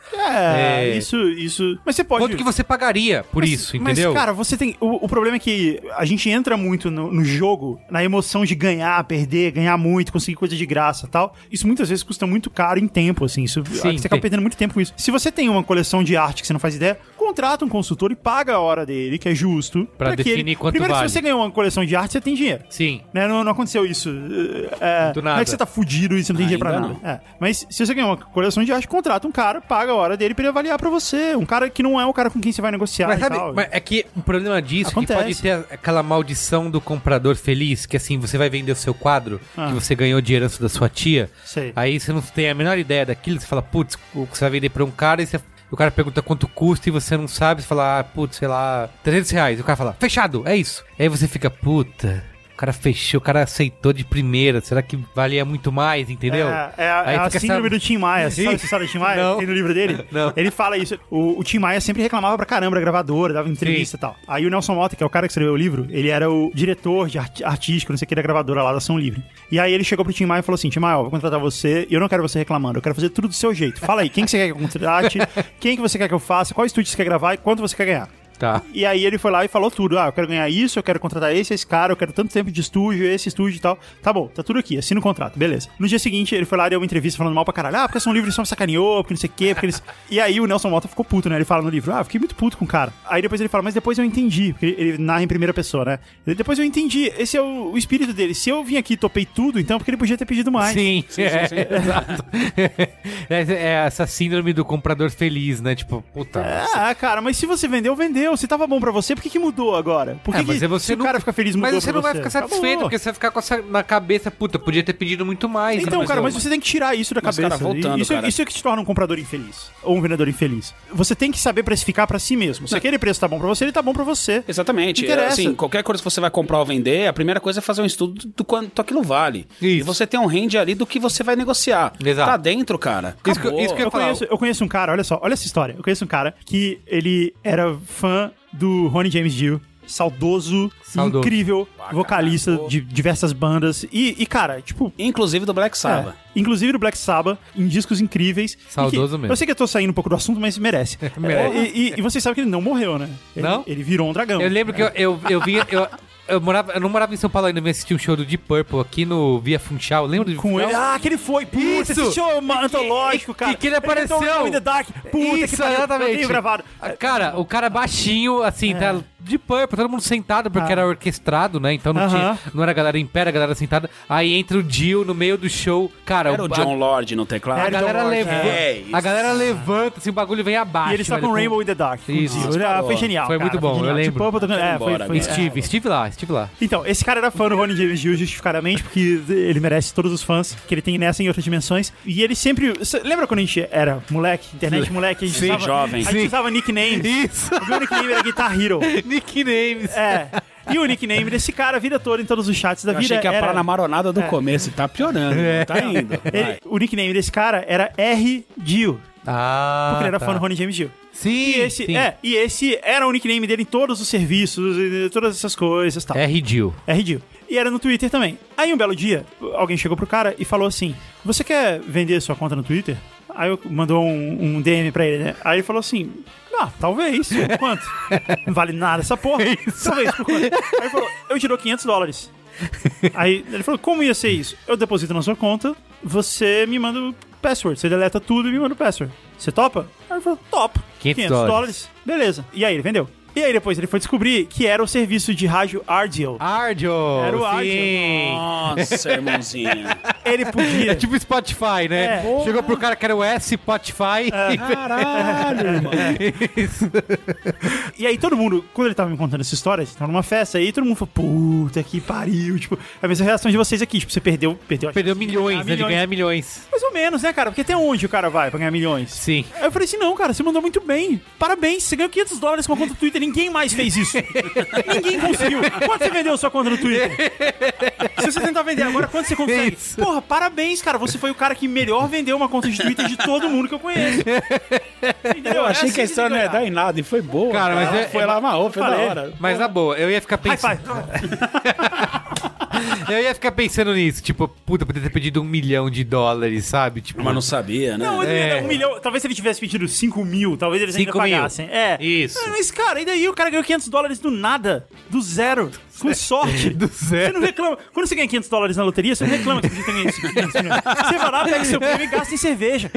[SPEAKER 3] É,
[SPEAKER 2] É.
[SPEAKER 3] isso, isso... Mas você pode...
[SPEAKER 2] Quanto que você pagaria por
[SPEAKER 3] Mas-
[SPEAKER 2] isso, entendeu?
[SPEAKER 3] Mas, cara, você tem... O, o problema é que a gente entra muito no, no jogo, na emoção de ganhar, perder, ganhar muito, conseguir coisa de graça e tal. Isso muitas vezes custa muito caro em tempo, assim. Isso,
[SPEAKER 2] Sim,
[SPEAKER 3] você acaba
[SPEAKER 2] tem.
[SPEAKER 3] perdendo muito tempo com isso. Se você tem uma coleção de arte que você não faz ideia, contrata um consultor e paga a hora dele, que é justo.
[SPEAKER 2] Pra
[SPEAKER 3] que
[SPEAKER 2] definir
[SPEAKER 3] ele...
[SPEAKER 2] quanto
[SPEAKER 3] Primeiro,
[SPEAKER 2] vale.
[SPEAKER 3] se você ganhou uma coleção de arte, você tem dinheiro.
[SPEAKER 2] Sim.
[SPEAKER 3] Né? Não, não aconteceu isso. É,
[SPEAKER 2] Do
[SPEAKER 3] não
[SPEAKER 2] nada.
[SPEAKER 3] é que você tá fudido e você não tem dinheiro pra
[SPEAKER 4] Ainda
[SPEAKER 3] nada. É. Mas se você ganhou uma coleção de arte, contrata um cara, paga a hora dele pra ele avaliar pra você. Um cara que não é o cara com quem você vai negociar
[SPEAKER 2] Mas
[SPEAKER 3] e
[SPEAKER 2] sabe,
[SPEAKER 3] tal.
[SPEAKER 2] mas é que o problema disso é que
[SPEAKER 3] Acontece.
[SPEAKER 2] pode ter aquela maldição do comprador feliz, que assim, você vai vender o seu quadro,
[SPEAKER 3] Ah.
[SPEAKER 2] que você ganhou de herança da sua tia,
[SPEAKER 3] Sei.
[SPEAKER 2] aí você não tem a menor ideia daquilo, você fala, putz, você vai vender pra um cara e você... O cara pergunta quanto custa e você não sabe, você fala, ah, putz, sei lá, trezentos reais. O cara fala, fechado, é isso. Aí você fica, puta, o cara fechou, o cara aceitou de primeira, será que valia muito mais, entendeu?
[SPEAKER 3] É, é a,
[SPEAKER 2] Aí
[SPEAKER 3] é a
[SPEAKER 2] fica
[SPEAKER 3] síndrome
[SPEAKER 2] essa-
[SPEAKER 3] do Tim Maia. Você sabe essa história do Tim Maia?
[SPEAKER 2] Não.
[SPEAKER 3] Tem no livro dele?
[SPEAKER 2] Não.
[SPEAKER 3] Ele fala isso. O, o Tim Maia sempre reclamava pra caramba da gravadora, dava entrevista e tal. Aí o Nelson Mota, que é o cara que escreveu o livro, ele era o diretor de art- artístico, não sei o que, da gravadora lá da Ação Livre. E aí ele chegou pro Tim Maia e falou assim, Tim Maia, ó, vou contratar você e eu não quero você reclamando, eu quero fazer tudo do seu jeito. Fala aí, quem que você quer que eu contrate, quem que você quer que eu faça, qual estúdio você quer gravar e quanto você quer ganhar.
[SPEAKER 2] Tá.
[SPEAKER 3] E aí ele foi lá e falou tudo. Ah, eu quero ganhar isso, eu quero contratar esse, esse cara, eu quero tanto tempo de estúdio, esse estúdio e tal. Tá bom, tá tudo aqui, assina o contrato, beleza. No dia seguinte, ele foi lá e deu uma entrevista falando mal pra caralho. Ah, porque São Livre só me sacaneou, porque não sei o quê, porque eles... E aí o Nelson Mota ficou puto, né? Ele fala no livro, ah, fiquei muito puto com o cara. Aí depois ele fala, mas depois eu entendi, porque ele narra em primeira pessoa, né? Ele, depois eu entendi, esse é o, o espírito dele. Se eu vim aqui e topei tudo, então é porque ele podia ter pedido mais.
[SPEAKER 2] Sim,
[SPEAKER 4] sim,
[SPEAKER 2] é,
[SPEAKER 4] sim.
[SPEAKER 2] exato. é, é essa síndrome do comprador feliz, né? Tipo, puta.
[SPEAKER 3] Ah, cara, mas se você vendeu, vendeu. Se tava bom pra você, por que que mudou agora? Por que,
[SPEAKER 2] É, mas
[SPEAKER 3] que
[SPEAKER 2] é você
[SPEAKER 3] se o
[SPEAKER 2] não-
[SPEAKER 3] cara fica feliz, mudou
[SPEAKER 2] Mas você
[SPEAKER 3] pra
[SPEAKER 2] não vai ficar satisfeito,
[SPEAKER 3] Acabou.
[SPEAKER 2] porque você vai ficar com essa na cabeça, puta, podia ter pedido muito mais.
[SPEAKER 3] Então,
[SPEAKER 2] né?
[SPEAKER 3] cara,
[SPEAKER 2] eu-
[SPEAKER 3] mas você tem que tirar isso da
[SPEAKER 4] Mas,
[SPEAKER 3] cabeça.
[SPEAKER 4] cara, voltando,
[SPEAKER 3] E isso, é-
[SPEAKER 4] cara.
[SPEAKER 3] isso é que te torna um comprador infeliz. Ou um vendedor infeliz. Você tem que saber precificar pra si mesmo. Se aquele preço tá bom pra você, ele tá bom pra você.
[SPEAKER 4] Exatamente.
[SPEAKER 3] Não interessa.
[SPEAKER 4] Assim, qualquer coisa que você vai comprar ou vender, a primeira coisa é fazer um estudo do quanto aquilo vale.
[SPEAKER 2] Isso.
[SPEAKER 4] E você tem um range ali do que você vai negociar.
[SPEAKER 2] Exato.
[SPEAKER 4] Tá dentro, cara.
[SPEAKER 2] Isso que-
[SPEAKER 4] Acabou.
[SPEAKER 2] isso que eu
[SPEAKER 3] Eu
[SPEAKER 2] falar.
[SPEAKER 3] conheço, eu conheço um cara, olha só, olha essa história. Eu conheço um cara que ele era fã do Ronnie James Dio. Saudoso,
[SPEAKER 2] Saudoso.
[SPEAKER 3] incrível,
[SPEAKER 4] Ah,
[SPEAKER 3] vocalista
[SPEAKER 4] caralho.
[SPEAKER 3] de diversas bandas. E, e, cara, tipo,
[SPEAKER 4] Inclusive do Black Sabbath.
[SPEAKER 3] É, inclusive do Black Sabbath, em discos incríveis.
[SPEAKER 2] Saudoso
[SPEAKER 3] E que-
[SPEAKER 2] mesmo.
[SPEAKER 3] Eu sei que eu tô saindo um pouco do assunto, mas merece.
[SPEAKER 2] Merece.
[SPEAKER 3] É, e, e, e vocês sabem que ele não morreu, né? Ele,
[SPEAKER 2] Não?
[SPEAKER 3] Ele virou um dragão.
[SPEAKER 2] Eu lembro que eu, eu, eu vinha. Eu, eu, morava, eu não morava em São Paulo ainda, eu assisti um show do Deep Purple aqui no Via Funchal. Lembra do
[SPEAKER 3] Com
[SPEAKER 2] Funchal?
[SPEAKER 3] ele. Ah, que ele foi. Puta,
[SPEAKER 2] Isso!
[SPEAKER 3] esse show ma- antológico, cara.
[SPEAKER 2] Que, que ele apareceu.
[SPEAKER 3] cantou In the Dark. Puta,
[SPEAKER 2] Isso,
[SPEAKER 3] que pariu.
[SPEAKER 2] exatamente.
[SPEAKER 3] Eu tenho gravado.
[SPEAKER 2] Ah, Cara, o cara baixinho, assim, tá de Purple, todo mundo sentado, porque
[SPEAKER 3] Ah.
[SPEAKER 2] era orquestrado, né? Então não,
[SPEAKER 3] Aham.
[SPEAKER 2] tinha, não era a galera em pé, era a galera sentada. Aí entra o Dio no meio do show. Cara,
[SPEAKER 4] Era o
[SPEAKER 2] a-
[SPEAKER 4] John Lord no teclado.
[SPEAKER 2] A,
[SPEAKER 3] Era o
[SPEAKER 2] galera,
[SPEAKER 3] John Lord,
[SPEAKER 2] leva,
[SPEAKER 4] é. É, isso.
[SPEAKER 2] a galera levanta, assim, o bagulho vem abaixo.
[SPEAKER 3] E eles tocam
[SPEAKER 2] velho, com-
[SPEAKER 3] Rainbow in the Dark. com
[SPEAKER 2] Isso.
[SPEAKER 3] o Dio.
[SPEAKER 4] Nossa,
[SPEAKER 3] Ah, foi genial,
[SPEAKER 2] foi
[SPEAKER 3] cara,
[SPEAKER 2] muito bom,
[SPEAKER 3] genial.
[SPEAKER 2] eu lembro.
[SPEAKER 3] Deep Purple tocando- é, foi,
[SPEAKER 4] embora,
[SPEAKER 3] foi,
[SPEAKER 4] né?
[SPEAKER 3] é.
[SPEAKER 2] Steve, estive lá, estive lá.
[SPEAKER 3] Então, esse cara era fã do Ronnie James Dio justificadamente, porque ele merece todos os fãs que ele tem nessa e em outras dimensões. E ele sempre... Cê lembra quando a gente era moleque, internet moleque? A gente
[SPEAKER 4] Sim,
[SPEAKER 3] usava,
[SPEAKER 4] jovem.
[SPEAKER 3] A gente
[SPEAKER 2] Sim.
[SPEAKER 3] usava nicknames.
[SPEAKER 2] Isso!
[SPEAKER 3] O meu nickname era Guitar Hero.
[SPEAKER 2] Nicknames.
[SPEAKER 3] É. E o nickname desse cara a vida toda em todos os chats da
[SPEAKER 4] Eu
[SPEAKER 3] vida
[SPEAKER 4] achei que ia
[SPEAKER 3] era...
[SPEAKER 4] parar na maronada do
[SPEAKER 3] É.
[SPEAKER 4] começo. Tá piorando. Tá indo.
[SPEAKER 3] ele-
[SPEAKER 4] Vai.
[SPEAKER 3] o nickname desse cara era R. Dio.
[SPEAKER 2] Ah,
[SPEAKER 3] Porque ele era
[SPEAKER 2] tá.
[SPEAKER 3] fã do Ronnie James Dio.
[SPEAKER 2] Sim,
[SPEAKER 3] E esse,
[SPEAKER 2] sim.
[SPEAKER 3] é, e esse era o nickname dele em todos os serviços, e todas essas coisas e tal.
[SPEAKER 2] R. Dio.
[SPEAKER 3] R. Dio. E era no Twitter também. Aí um belo dia, alguém chegou pro cara e falou assim: você quer vender sua conta no Twitter? Aí eu mandou um, um D M pra ele, né? Aí ele falou assim: ah, talvez. Por quanto? Não vale nada essa porra. Talvez, por quanto? Aí ele falou: eu te dou quinhentos dólares. Aí ele falou: como ia ser isso? Eu deposito na sua conta, você me manda o password. Você deleta tudo e me manda o password. Você topa? Aí ele falou: topo.
[SPEAKER 2] quinhentos dólares.
[SPEAKER 3] Beleza. E aí ele vendeu. E aí depois ele foi descobrir que era o serviço de rádio Ardio.
[SPEAKER 2] Ardio.
[SPEAKER 3] Era o Ardio.
[SPEAKER 2] Sim.
[SPEAKER 4] Nossa, irmãozinho.
[SPEAKER 3] Ele podia...
[SPEAKER 2] É tipo Spotify, né?
[SPEAKER 3] É.
[SPEAKER 2] Chegou pro cara que era o S-Spotify.
[SPEAKER 4] Caralho, irmão.
[SPEAKER 2] Isso.
[SPEAKER 3] E aí todo mundo, quando ele tava me contando essa história, tava numa festa aí, todo mundo falou, puta que pariu, tipo, a mesma reação de vocês aqui, tipo, você perdeu, perdeu,
[SPEAKER 2] Perdeu milhões,
[SPEAKER 3] Ah,
[SPEAKER 2] né? De ganhar milhões.
[SPEAKER 3] mais ou menos, né, cara? Porque até onde o cara vai pra ganhar milhões?
[SPEAKER 2] Sim.
[SPEAKER 3] Aí eu falei assim, não, cara, você mandou muito bem, parabéns, você ganhou quinhentos dólares com uma conta do Twitter, ninguém mais fez isso. Ninguém conseguiu. Quanto você vendeu sua conta no Twitter? Se você tentar vender agora, quanto você consegue?
[SPEAKER 2] Isso.
[SPEAKER 3] Porra, parabéns, cara, você foi o cara que melhor vendeu uma conta de Twitter de todo mundo que eu conheço. Entendeu?
[SPEAKER 4] Eu
[SPEAKER 3] É
[SPEAKER 4] achei
[SPEAKER 3] assim
[SPEAKER 4] que a história não ia
[SPEAKER 3] tem
[SPEAKER 4] dar em nada e foi boa.
[SPEAKER 2] Cara, mas
[SPEAKER 4] Ela
[SPEAKER 2] é-
[SPEAKER 4] foi lá, amarrou, foi da
[SPEAKER 3] Falei.
[SPEAKER 4] hora.
[SPEAKER 2] Mas na boa, eu ia ficar
[SPEAKER 3] High
[SPEAKER 2] pensando.
[SPEAKER 3] five.
[SPEAKER 2] Eu ia ficar pensando nisso, tipo, puta, podia ter pedido um milhão de dólares, sabe? Tipo,
[SPEAKER 4] Mas não sabia, né?
[SPEAKER 3] Não, ele ia
[SPEAKER 2] É.
[SPEAKER 3] dar um milhão. Talvez se ele tivesse pedido cinco mil, talvez eles ainda
[SPEAKER 2] cinco mil.
[SPEAKER 3] pagassem. É.
[SPEAKER 2] Isso.
[SPEAKER 3] Ah, Mas, cara, e daí o cara ganhou quinhentos dólares do nada, do zero, com sorte.
[SPEAKER 2] Do zero.
[SPEAKER 3] Você não reclama. Quando você ganha quinhentos dólares na loteria, você não reclama que você tem ganho quinhentos milhões. Você vai lá, pega seu prêmio e gasta em cerveja.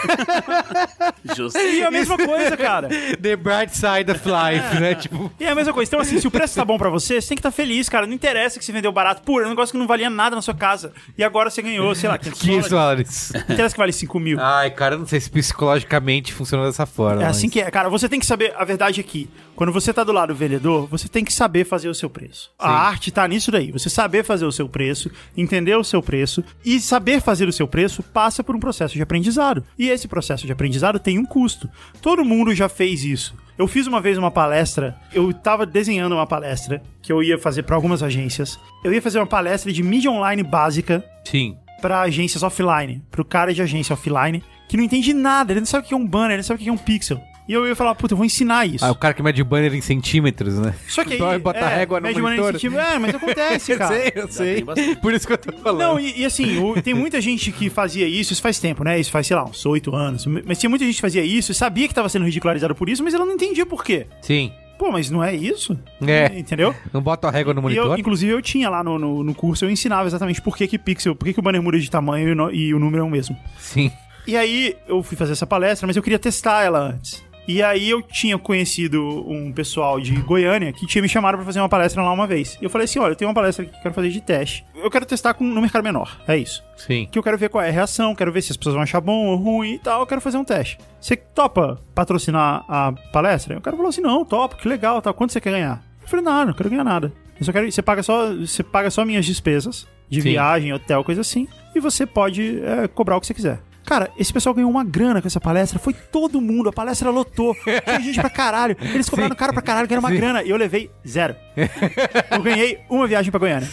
[SPEAKER 4] Justo.
[SPEAKER 3] E é a mesma coisa, cara.
[SPEAKER 2] The bright side of life, né? Tipo,
[SPEAKER 3] E é a mesma coisa. Então, assim, se o preço tá bom pra você, você tem que estar feliz, cara. Não interessa que você vendeu barato. Pô, é um negócio que não valia nada na sua casa. E agora você ganhou, sei lá, quinhentos
[SPEAKER 2] quinhentos
[SPEAKER 3] dólares.
[SPEAKER 2] dólares.
[SPEAKER 3] Não interessa que vale cinco mil.
[SPEAKER 2] Ai, cara, eu não sei se psicologicamente funciona dessa forma.
[SPEAKER 3] É assim
[SPEAKER 2] mas-
[SPEAKER 3] que é, cara. Você tem que saber, a verdade é que, quando você tá do lado do vendedor, você tem que saber fazer o seu preço. A arte tá nisso daí. Você saber fazer o seu preço, entender o seu preço, e saber fazer o seu preço passa por um processo de aprendizado. E esse processo de aprendizado tem um custo. Todo mundo já fez isso. Eu fiz uma vez uma palestra, eu tava desenhando uma palestra que eu ia fazer pra algumas agências. Eu ia fazer uma palestra de mídia online básica
[SPEAKER 2] Sim.
[SPEAKER 3] pra agências offline, pro cara de agência offline, que não entende nada, ele não sabe o que é um banner, ele não sabe o que é um pixel. E eu ia falar, puta, eu vou ensinar isso.
[SPEAKER 2] Ah, o cara que mede banner em centímetros, né?
[SPEAKER 3] Só que aí...
[SPEAKER 2] Dói botar régua no
[SPEAKER 3] mede maneira
[SPEAKER 2] monitor.
[SPEAKER 3] instintiva. É, mas acontece, cara.
[SPEAKER 2] Eu sei, eu sei.
[SPEAKER 4] tem bastante.
[SPEAKER 2] Por isso que eu tô falando.
[SPEAKER 3] Não, e, e assim, o- tem muita gente que fazia isso, isso faz tempo, né? Isso faz, sei lá, uns oito anos. Mas tinha muita gente que fazia isso e sabia que tava sendo ridicularizado por isso, mas ela não entendia por quê.
[SPEAKER 2] Sim.
[SPEAKER 3] Pô, mas não é isso?
[SPEAKER 2] É.
[SPEAKER 3] Entendeu?
[SPEAKER 2] Não bota a régua no
[SPEAKER 3] E eu,
[SPEAKER 2] monitor?
[SPEAKER 3] inclusive, eu tinha lá no, no, no curso, eu ensinava exatamente por que que pixel, por que que o banner muda de tamanho e o, no- e o número é o mesmo.
[SPEAKER 2] Sim.
[SPEAKER 3] E aí, eu fui fazer essa palestra, mas eu queria testar ela antes. E aí, eu tinha conhecido um pessoal de Goiânia que tinha me chamado pra fazer uma palestra lá uma vez. E eu falei assim, olha, eu tenho uma palestra aqui que eu quero fazer de teste. Eu quero testar com, no mercado menor, é isso.
[SPEAKER 2] Sim.
[SPEAKER 3] Que eu quero ver qual é a reação, quero ver se as pessoas vão achar bom ou ruim e tal, eu quero fazer um teste. Você topa patrocinar a palestra? O cara falou assim, não, topo, que legal, tal, quanto você quer ganhar? Eu falei, não, não quero ganhar nada. Eu só quero, você paga só, você paga só minhas despesas de
[SPEAKER 2] Sim.
[SPEAKER 3] viagem, hotel, coisa assim, e você pode é, cobrar o que você quiser. Cara, esse pessoal ganhou uma grana com essa palestra. Foi todo mundo. A palestra lotou. Tinha gente pra caralho. Eles cobraram caro pra caralho, ganharam uma
[SPEAKER 2] Sim.
[SPEAKER 3] grana. E eu levei zero. Eu ganhei uma viagem pra Goiânia.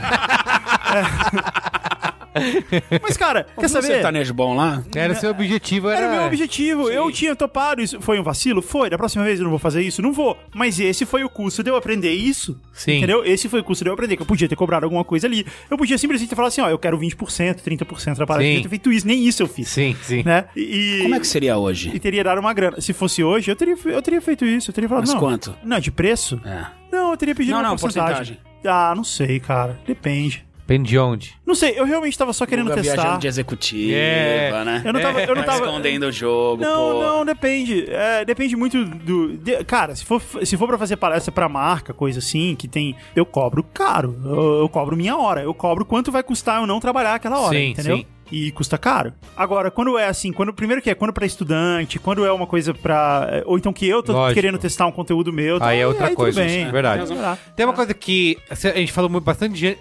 [SPEAKER 3] É. Mas, cara, quer
[SPEAKER 4] Quer
[SPEAKER 3] saber?
[SPEAKER 4] sertanejo bom lá?
[SPEAKER 2] Era o seu objetivo, era...
[SPEAKER 3] Era o meu objetivo. Eu tinha topado isso. Foi um vacilo? Foi. Da próxima vez eu não vou fazer isso? Não vou. Mas esse foi o custo de eu aprender isso.
[SPEAKER 2] Sim.
[SPEAKER 3] Entendeu? Esse foi o custo de eu aprender. Que eu podia ter cobrado alguma coisa ali. Eu podia simplesmente ter falado assim, ó, eu quero vinte por cento, trinta por cento da palestra. Eu
[SPEAKER 2] Sim.
[SPEAKER 3] podia ter feito isso. Nem isso eu fiz.
[SPEAKER 2] Sim, sim.
[SPEAKER 3] Né? E,
[SPEAKER 4] Como é que seria hoje?
[SPEAKER 3] e teria dado uma grana. Se fosse hoje, eu teria, eu teria feito isso. Eu teria falado,
[SPEAKER 4] Mas
[SPEAKER 3] não.
[SPEAKER 4] quanto?
[SPEAKER 3] Não, de preço?
[SPEAKER 4] É.
[SPEAKER 3] Não, eu teria pedido
[SPEAKER 4] Não,
[SPEAKER 3] uma
[SPEAKER 4] não,
[SPEAKER 3] porcentagem. Ah, não sei, cara. Depende.
[SPEAKER 2] Depende de onde.
[SPEAKER 3] Não sei, eu realmente tava só querendo
[SPEAKER 4] Guga
[SPEAKER 3] testar.
[SPEAKER 4] viajando de executiva,
[SPEAKER 2] É.
[SPEAKER 4] né?
[SPEAKER 3] Eu não tava... Eu não
[SPEAKER 4] Tá
[SPEAKER 3] tava...
[SPEAKER 4] escondendo o jogo,
[SPEAKER 3] Não,
[SPEAKER 4] pô.
[SPEAKER 3] não, depende. É, depende muito do... de- cara, se for, se for pra fazer palestra pra marca, coisa assim, que tem... Eu cobro caro. Eu, eu cobro minha hora. Eu cobro quanto vai custar eu não trabalhar aquela hora,
[SPEAKER 2] Sim,
[SPEAKER 3] entendeu?
[SPEAKER 2] sim.
[SPEAKER 3] E custa caro. Agora, quando é assim, quando primeiro que é quando pra estudante, quando é uma coisa pra... Ou então que eu tô
[SPEAKER 2] Lógico.
[SPEAKER 3] querendo testar um conteúdo meu...
[SPEAKER 2] Aí é outra
[SPEAKER 3] tudo
[SPEAKER 2] coisa,
[SPEAKER 3] bem.
[SPEAKER 2] é verdade.
[SPEAKER 3] Tem razão.
[SPEAKER 2] Tem uma coisa que a gente falou muito- bastante de,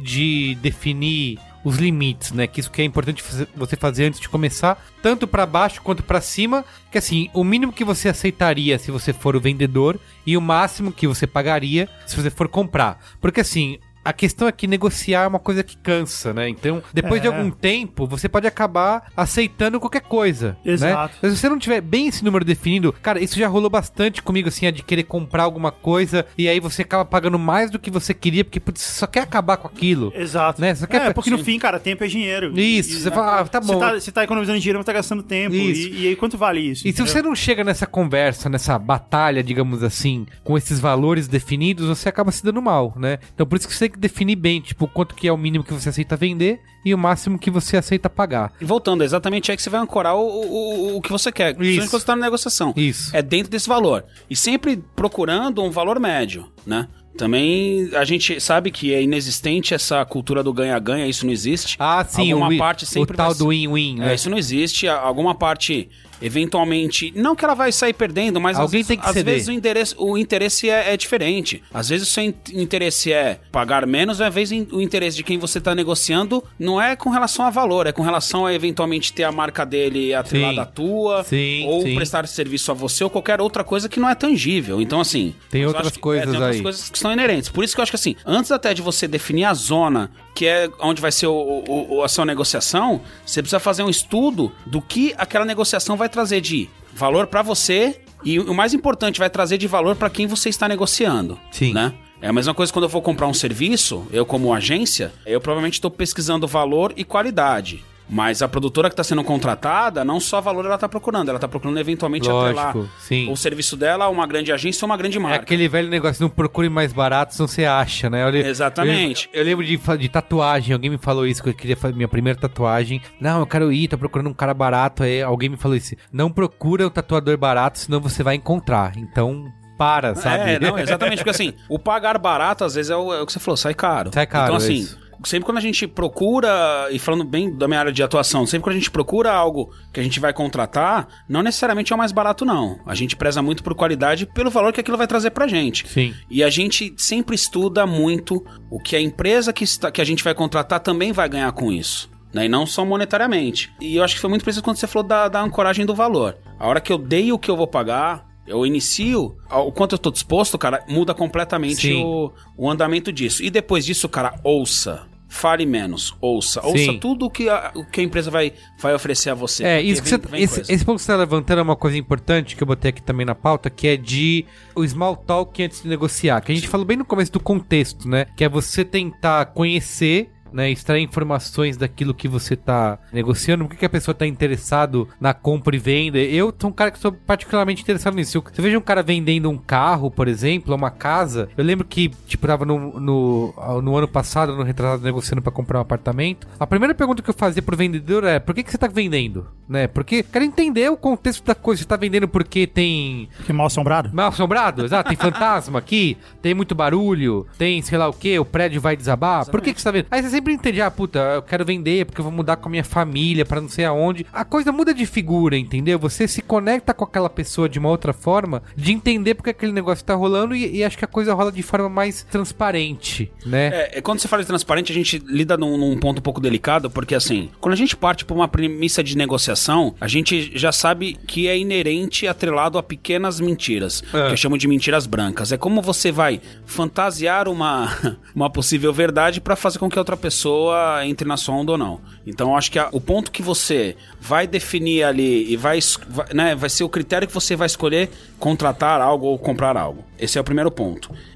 [SPEAKER 2] de definir os limites, né? Que isso que é importante fazer- você fazer antes de começar, tanto pra baixo quanto pra cima, que assim, o mínimo que você aceitaria se você for o vendedor e o máximo que você pagaria se você for comprar. Porque assim, a questão é que negociar é uma coisa que cansa, né? Então, depois
[SPEAKER 3] É.
[SPEAKER 2] de algum tempo, você pode acabar aceitando qualquer coisa,
[SPEAKER 3] Exato.
[SPEAKER 2] né? Se você não tiver bem esse número definido, cara, isso já rolou bastante comigo, assim, a de querer comprar alguma coisa e aí você acaba pagando mais do que você queria, porque putz, você só quer acabar com aquilo.
[SPEAKER 3] Exato.
[SPEAKER 2] Né? Só quer
[SPEAKER 3] É, porque no fim, cara, tempo é dinheiro.
[SPEAKER 2] Isso,
[SPEAKER 3] E-
[SPEAKER 2] você fala, ah, tá bom.
[SPEAKER 3] Você tá, você tá economizando dinheiro, mas tá gastando tempo.
[SPEAKER 2] Isso.
[SPEAKER 3] E, e aí, quanto vale isso?
[SPEAKER 2] E se
[SPEAKER 3] entendeu?
[SPEAKER 2] você não chega nessa conversa, nessa batalha, digamos assim, com esses valores definidos, você acaba se dando mal, né? Então por isso que você tem que definir bem, tipo, quanto que é o mínimo que você aceita vender e o máximo que você aceita pagar.
[SPEAKER 4] E voltando, exatamente é que você vai ancorar o, o, o que você quer. Principalmente quando você tá na negociação.
[SPEAKER 2] Isso.
[SPEAKER 4] É dentro desse valor. E sempre procurando um valor médio, né? Também a gente sabe que é inexistente essa cultura do ganha-ganha, isso não existe.
[SPEAKER 2] Ah, sim,
[SPEAKER 4] Alguma
[SPEAKER 2] o, wi-
[SPEAKER 4] parte sempre
[SPEAKER 2] o tal
[SPEAKER 4] vai
[SPEAKER 2] do
[SPEAKER 4] ser-
[SPEAKER 2] win-win, né?
[SPEAKER 4] É, isso não existe. A- Alguma parte, eventualmente, não que ela vai sair perdendo, mas
[SPEAKER 2] Alguém
[SPEAKER 4] às,
[SPEAKER 2] tem que
[SPEAKER 4] às
[SPEAKER 2] ceder.
[SPEAKER 4] vezes o interesse, o interesse é, é diferente. Às vezes o seu in- interesse é pagar menos, às vezes o interesse de quem você está negociando não é com relação a valor, é com relação a eventualmente ter a marca dele atrelada
[SPEAKER 2] Sim.
[SPEAKER 4] à tua,
[SPEAKER 2] Sim,
[SPEAKER 4] ou
[SPEAKER 2] sim.
[SPEAKER 4] prestar serviço a você, ou qualquer outra coisa que não é tangível. Então, assim...
[SPEAKER 2] Tem
[SPEAKER 4] eu
[SPEAKER 2] outras
[SPEAKER 4] acho que-
[SPEAKER 2] coisas
[SPEAKER 4] é, tem outras
[SPEAKER 2] aí.
[SPEAKER 4] coisas que são inerentes. Por isso que eu acho que, assim, antes até de você definir a zona, que é onde vai ser o, o- o- a sua negociação, você precisa fazer um estudo do que aquela negociação vai trazer de valor pra você e, o mais importante, vai trazer de valor pra quem você está negociando.
[SPEAKER 2] Sim.
[SPEAKER 4] Né? É a mesma coisa quando eu vou comprar um serviço, eu como agência, eu provavelmente estou pesquisando valor e qualidade. Mas a produtora que está sendo contratada, não só valor ela está procurando, ela está procurando eventualmente
[SPEAKER 2] Lógico,
[SPEAKER 4] atrelar
[SPEAKER 2] sim.
[SPEAKER 4] o serviço dela a uma grande agência ou uma grande
[SPEAKER 2] É
[SPEAKER 4] marca.
[SPEAKER 2] aquele velho negócio, não procure mais barato, senão você acha, né? Eu le-
[SPEAKER 4] Exatamente.
[SPEAKER 2] Eu, eu lembro de, fa- de tatuagem, alguém me falou isso, que eu queria fazer minha primeira tatuagem. Não, eu quero ir, tô procurando um cara barato. Aí alguém me falou isso, não procura o tatuador barato, senão você vai encontrar. Então... Para, sabe?
[SPEAKER 4] É, não, exatamente, porque assim, o pagar barato, às vezes, é o, é o que você falou, sai caro.
[SPEAKER 2] Sai caro,
[SPEAKER 4] Então,
[SPEAKER 2] é
[SPEAKER 4] assim,
[SPEAKER 2] isso.
[SPEAKER 4] sempre quando a gente procura, e falando bem da minha área de atuação, sempre quando a gente procura algo que a gente vai contratar, não necessariamente é o mais barato, não. A gente preza muito por qualidade e pelo valor que aquilo vai trazer pra gente.
[SPEAKER 2] Sim.
[SPEAKER 4] E a gente sempre estuda muito o que a empresa que, está, que a gente vai contratar também vai ganhar com isso. Né? E não só monetariamente. E eu acho que foi muito preciso quando você falou da, da ancoragem do valor. A hora que eu dei o que eu vou pagar, eu inicio, o quanto eu tô disposto, cara, muda completamente o, o andamento disso. E depois disso, cara, ouça. Fale menos, ouça.
[SPEAKER 2] Sim.
[SPEAKER 4] Ouça tudo o que a, o que a empresa vai, vai oferecer a você.
[SPEAKER 2] É,
[SPEAKER 4] porque
[SPEAKER 2] isso que
[SPEAKER 4] vem-
[SPEAKER 2] você,
[SPEAKER 4] vem
[SPEAKER 2] esse,
[SPEAKER 4] coisa.
[SPEAKER 2] esse ponto que você tá levantando é uma coisa importante que eu botei aqui também na pauta, que é de o small talk antes de negociar, que a gente falou bem no começo do contexto, né? Que é você tentar conhecer, né, extrair informações daquilo que você tá negociando, por que que a pessoa tá interessado na compra e venda. Eu sou um cara que sou particularmente interessado nisso. Se eu, se eu vejo um cara vendendo um carro, por exemplo, uma casa, eu lembro que, tipo, tava no, no, no ano passado, no retrasado, negociando pra comprar um apartamento. A primeira pergunta que eu fazia pro vendedor é, por que que você tá vendendo? Né? Porque quero entender o contexto da coisa. Você tá vendendo porque tem
[SPEAKER 3] Que mal assombrado?
[SPEAKER 2] mal assombrado? Exato, tem fantasma aqui, tem muito barulho, tem sei lá o que, o prédio vai desabar. Por que que você tá vendo? Aí você sempre entende, ah, puta, eu quero vender porque eu vou mudar com a minha família pra não sei aonde. A coisa muda de figura, entendeu? Você se conecta com aquela pessoa de uma outra forma, de entender porque aquele negócio tá rolando e, e acho que a coisa rola de forma mais transparente, né?
[SPEAKER 4] É, é, quando você fala de transparente, a gente lida num, num ponto um pouco delicado, porque assim, quando a gente parte por uma premissa de negociação, a gente já sabe que é inerente atrelado a pequenas mentiras,
[SPEAKER 2] É.
[SPEAKER 4] que eu chamo de mentiras brancas. É como você vai fantasiar uma, uma possível verdade pra fazer com que a outra pessoa entre na sua onda ou não. Então, eu acho que a- o ponto que você vai definir ali e vai, es- vai, né, vai ser o critério que você vai escolher contratar algo ou comprar algo. Esse é o primeiro ponto.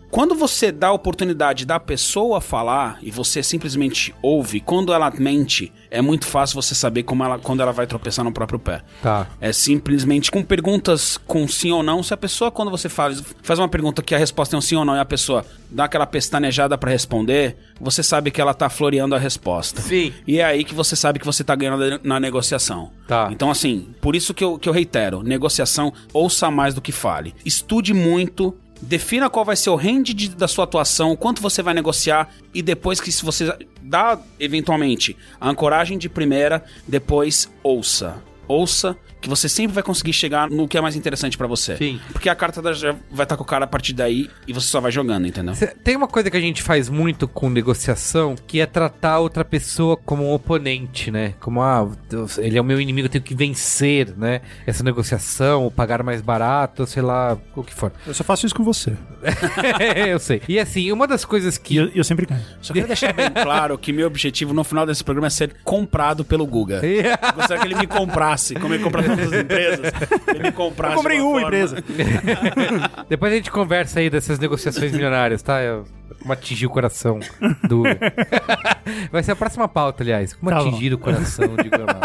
[SPEAKER 4] Quando você dá a oportunidade da pessoa falar e você simplesmente ouve, quando ela mente, é muito fácil você saber como ela, quando ela vai tropeçar no próprio pé.
[SPEAKER 2] Tá.
[SPEAKER 4] É simplesmente com perguntas com sim ou não. Se a pessoa, quando você faz, faz uma pergunta que a resposta é um sim ou não e a pessoa dá aquela pestanejada pra responder, você sabe que ela tá floreando a resposta.
[SPEAKER 2] Sim.
[SPEAKER 4] E é aí que você sabe que você tá ganhando na negociação.
[SPEAKER 2] Tá.
[SPEAKER 4] Então, assim, por isso que eu, que eu reitero, negociação, ouça mais do que fale. Estude muito. Defina qual vai ser o range de, da sua atuação, quanto você vai negociar e depois que se você dá, eventualmente, a ancoragem de primeira, depois ouça. Ouça, que você sempre vai conseguir chegar no que é mais interessante pra você.
[SPEAKER 2] Sim.
[SPEAKER 4] Porque a carta da, já vai estar com o cara a partir daí e você só vai jogando, entendeu?
[SPEAKER 2] Cê, tem uma coisa que a gente faz muito com negociação, que é tratar outra pessoa como um oponente, né? Como, ah, ele é o meu inimigo, eu tenho que vencer, né? Essa negociação, ou pagar mais barato, ou sei lá, o que for.
[SPEAKER 3] Eu só faço isso com você.
[SPEAKER 2] Eu sei. E assim, uma das coisas que...
[SPEAKER 3] E eu, eu sempre ganho.
[SPEAKER 4] Só queria deixar bem claro que meu objetivo no final desse programa é ser comprado pelo Guga. Eu gostaria que ele me comprasse, como ele compra todas as empresas. Ele me comprasse.
[SPEAKER 3] Eu comprei uma
[SPEAKER 4] forma.
[SPEAKER 3] empresa.
[SPEAKER 2] Depois a gente conversa aí dessas negociações milionárias, tá? Eu... Como atingir o coração do... Vai ser a próxima pauta, aliás. Como
[SPEAKER 3] Tá
[SPEAKER 2] atingir
[SPEAKER 3] bom.
[SPEAKER 2] o coração de Guilherme.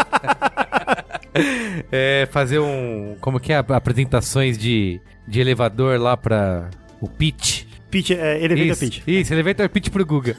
[SPEAKER 2] É, fazer um... Como que é? Apresentações de, de elevador lá pra... O pitch.
[SPEAKER 3] Pitch, é, elevator
[SPEAKER 2] Isso,
[SPEAKER 3] pitch.
[SPEAKER 2] isso, elevator pitch pro Guga.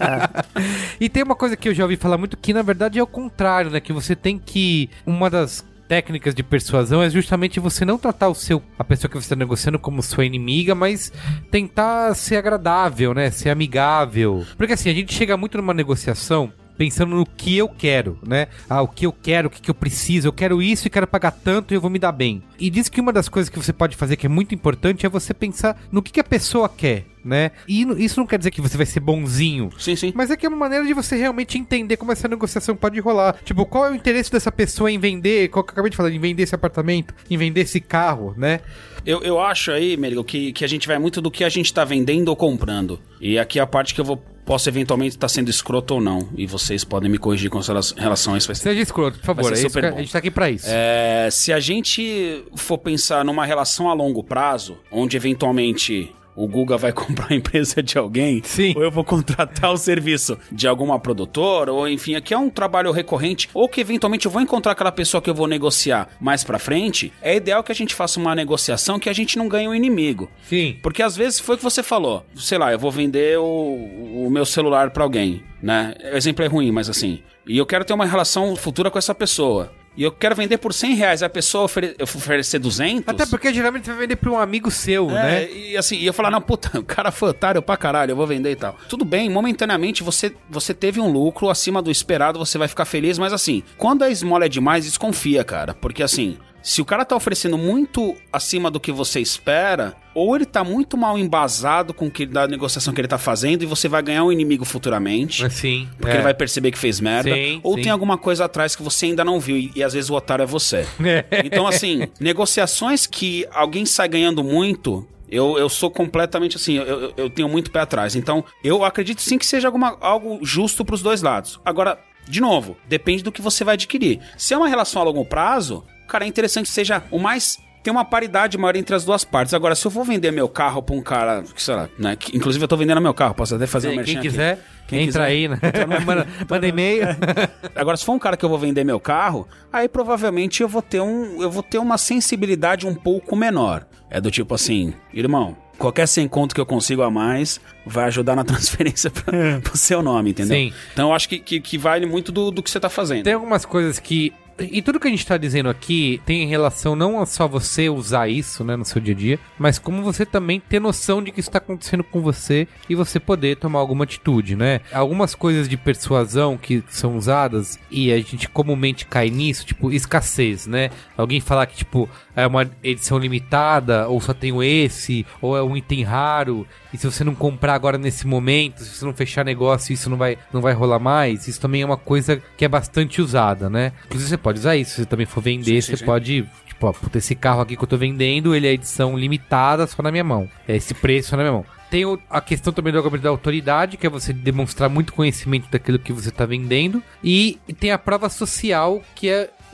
[SPEAKER 2] E tem uma coisa que eu já ouvi falar muito que, na verdade, é o contrário, né? Que você tem que... Uma das técnicas de persuasão é justamente você não tratar o seu, a pessoa que você está negociando como sua inimiga, mas tentar ser agradável, né? Ser amigável. Porque assim, a gente chega muito numa negociação pensando no que eu quero, né? Ah, o que eu quero, o que, que eu preciso, eu quero isso e quero pagar tanto e eu vou me dar bem. E diz que uma das coisas que você pode fazer que é muito importante é você pensar no que, que a pessoa quer, né? E isso não quer dizer que você vai ser bonzinho.
[SPEAKER 4] Sim, sim.
[SPEAKER 2] Mas é que é uma maneira de você realmente entender como essa negociação pode rolar. Tipo, qual é o interesse dessa pessoa em vender, qual que eu acabei de falar, em vender esse apartamento, em vender esse carro, né?
[SPEAKER 4] Eu, eu acho aí, Merigo, que, que a gente vai muito do que a gente tá vendendo ou comprando. E aqui é a parte que eu vou, posso eventualmente estar sendo escroto ou não. E vocês podem me corrigir com relação a isso. Vai ser,
[SPEAKER 2] Seja escroto, por favor.
[SPEAKER 4] vai ser
[SPEAKER 2] É isso
[SPEAKER 4] super
[SPEAKER 2] que a
[SPEAKER 4] bom.
[SPEAKER 2] a gente tá aqui pra isso.
[SPEAKER 4] É, se a gente for pensar numa relação a longo prazo, onde eventualmente o Guga vai comprar a empresa de alguém,
[SPEAKER 2] Sim.
[SPEAKER 4] ou eu vou contratar o serviço de alguma produtora, ou enfim, aqui é um trabalho recorrente, ou que eventualmente eu vou encontrar aquela pessoa que eu vou negociar mais pra frente, é ideal que a gente faça uma negociação que a gente não ganhe um inimigo.
[SPEAKER 2] Sim.
[SPEAKER 4] Porque às vezes foi o que você falou, sei lá, eu vou vender o, o meu celular pra alguém, né? O exemplo é ruim, mas assim, e eu quero ter uma relação futura com essa pessoa. E eu quero vender por cem reais, a pessoa ofere- oferecer duzentos...
[SPEAKER 2] Até porque geralmente você vai vender pra um amigo seu,
[SPEAKER 4] É,
[SPEAKER 2] né?
[SPEAKER 4] e assim, e eu falar, não, puta, o cara foi otário pra caralho, eu vou vender e tal. Tudo bem, momentaneamente você, você teve um lucro acima do esperado, você vai ficar feliz, mas assim, quando a esmola é demais, desconfia, cara. Porque assim, se o cara tá oferecendo muito acima do que você espera, ou ele tá muito mal embasado com o que, da negociação que ele tá fazendo e você vai ganhar um inimigo futuramente.
[SPEAKER 2] Sim.
[SPEAKER 4] Porque
[SPEAKER 2] é.
[SPEAKER 4] ele vai perceber que fez merda.
[SPEAKER 2] Sim,
[SPEAKER 4] ou
[SPEAKER 2] sim.
[SPEAKER 4] tem alguma coisa atrás que você ainda não viu e, e às vezes o otário é você.
[SPEAKER 2] É.
[SPEAKER 4] Então, assim, negociações que alguém sai ganhando muito, eu, eu sou completamente assim, eu, eu, eu tenho muito pé atrás. Então, eu acredito sim que seja alguma, algo justo pros dois lados. Agora, de novo, depende do que você vai adquirir. Se é uma relação a longo prazo, cara, é interessante que seja o mais... Tem uma paridade maior entre as duas partes. Agora, se eu vou vender meu carro pra um cara, que sei lá, né? Que, inclusive eu tô vendendo meu carro, posso até fazer um merchan
[SPEAKER 2] Quem
[SPEAKER 4] aqui.
[SPEAKER 2] quiser,
[SPEAKER 4] Quem
[SPEAKER 2] entra
[SPEAKER 4] quiser.
[SPEAKER 2] aí, né? manda, manda e-mail.
[SPEAKER 4] Agora, se for um cara que eu vou vender meu carro, aí provavelmente eu vou ter um, eu vou ter uma sensibilidade um pouco menor. É do tipo assim, irmão, qualquer cem conto que eu consigo a mais vai ajudar na transferência pra, pro seu nome, entendeu?
[SPEAKER 2] Sim.
[SPEAKER 4] Então eu acho que, que, que vale muito do, do que você tá fazendo.
[SPEAKER 2] Tem algumas coisas que... E tudo que a gente tá dizendo aqui tem em relação não a só você usar isso, né, no seu dia a dia, mas como você também ter noção de que isso tá acontecendo com você e você poder tomar alguma atitude, né? Algumas coisas de persuasão que são usadas e a gente comumente cai nisso, tipo escassez, né? Alguém falar que, tipo, é uma edição limitada, ou só tenho esse, ou é um item raro, e se você não comprar agora nesse momento, se você não fechar negócio, isso não vai, não vai rolar mais. Isso também é uma coisa que é bastante usada, né? Inclusive você pode usar isso, se você também for vender,
[SPEAKER 4] Sim, sim,
[SPEAKER 2] você
[SPEAKER 4] sim.
[SPEAKER 2] pode, tipo, ó, puta, esse carro aqui que eu tô vendendo, ele é edição limitada, só na minha mão. É esse preço só na minha mão. Tem o- a questão também do argumento da autoridade, que é você demonstrar muito conhecimento daquilo que você tá vendendo. E, e tem a prova social, que é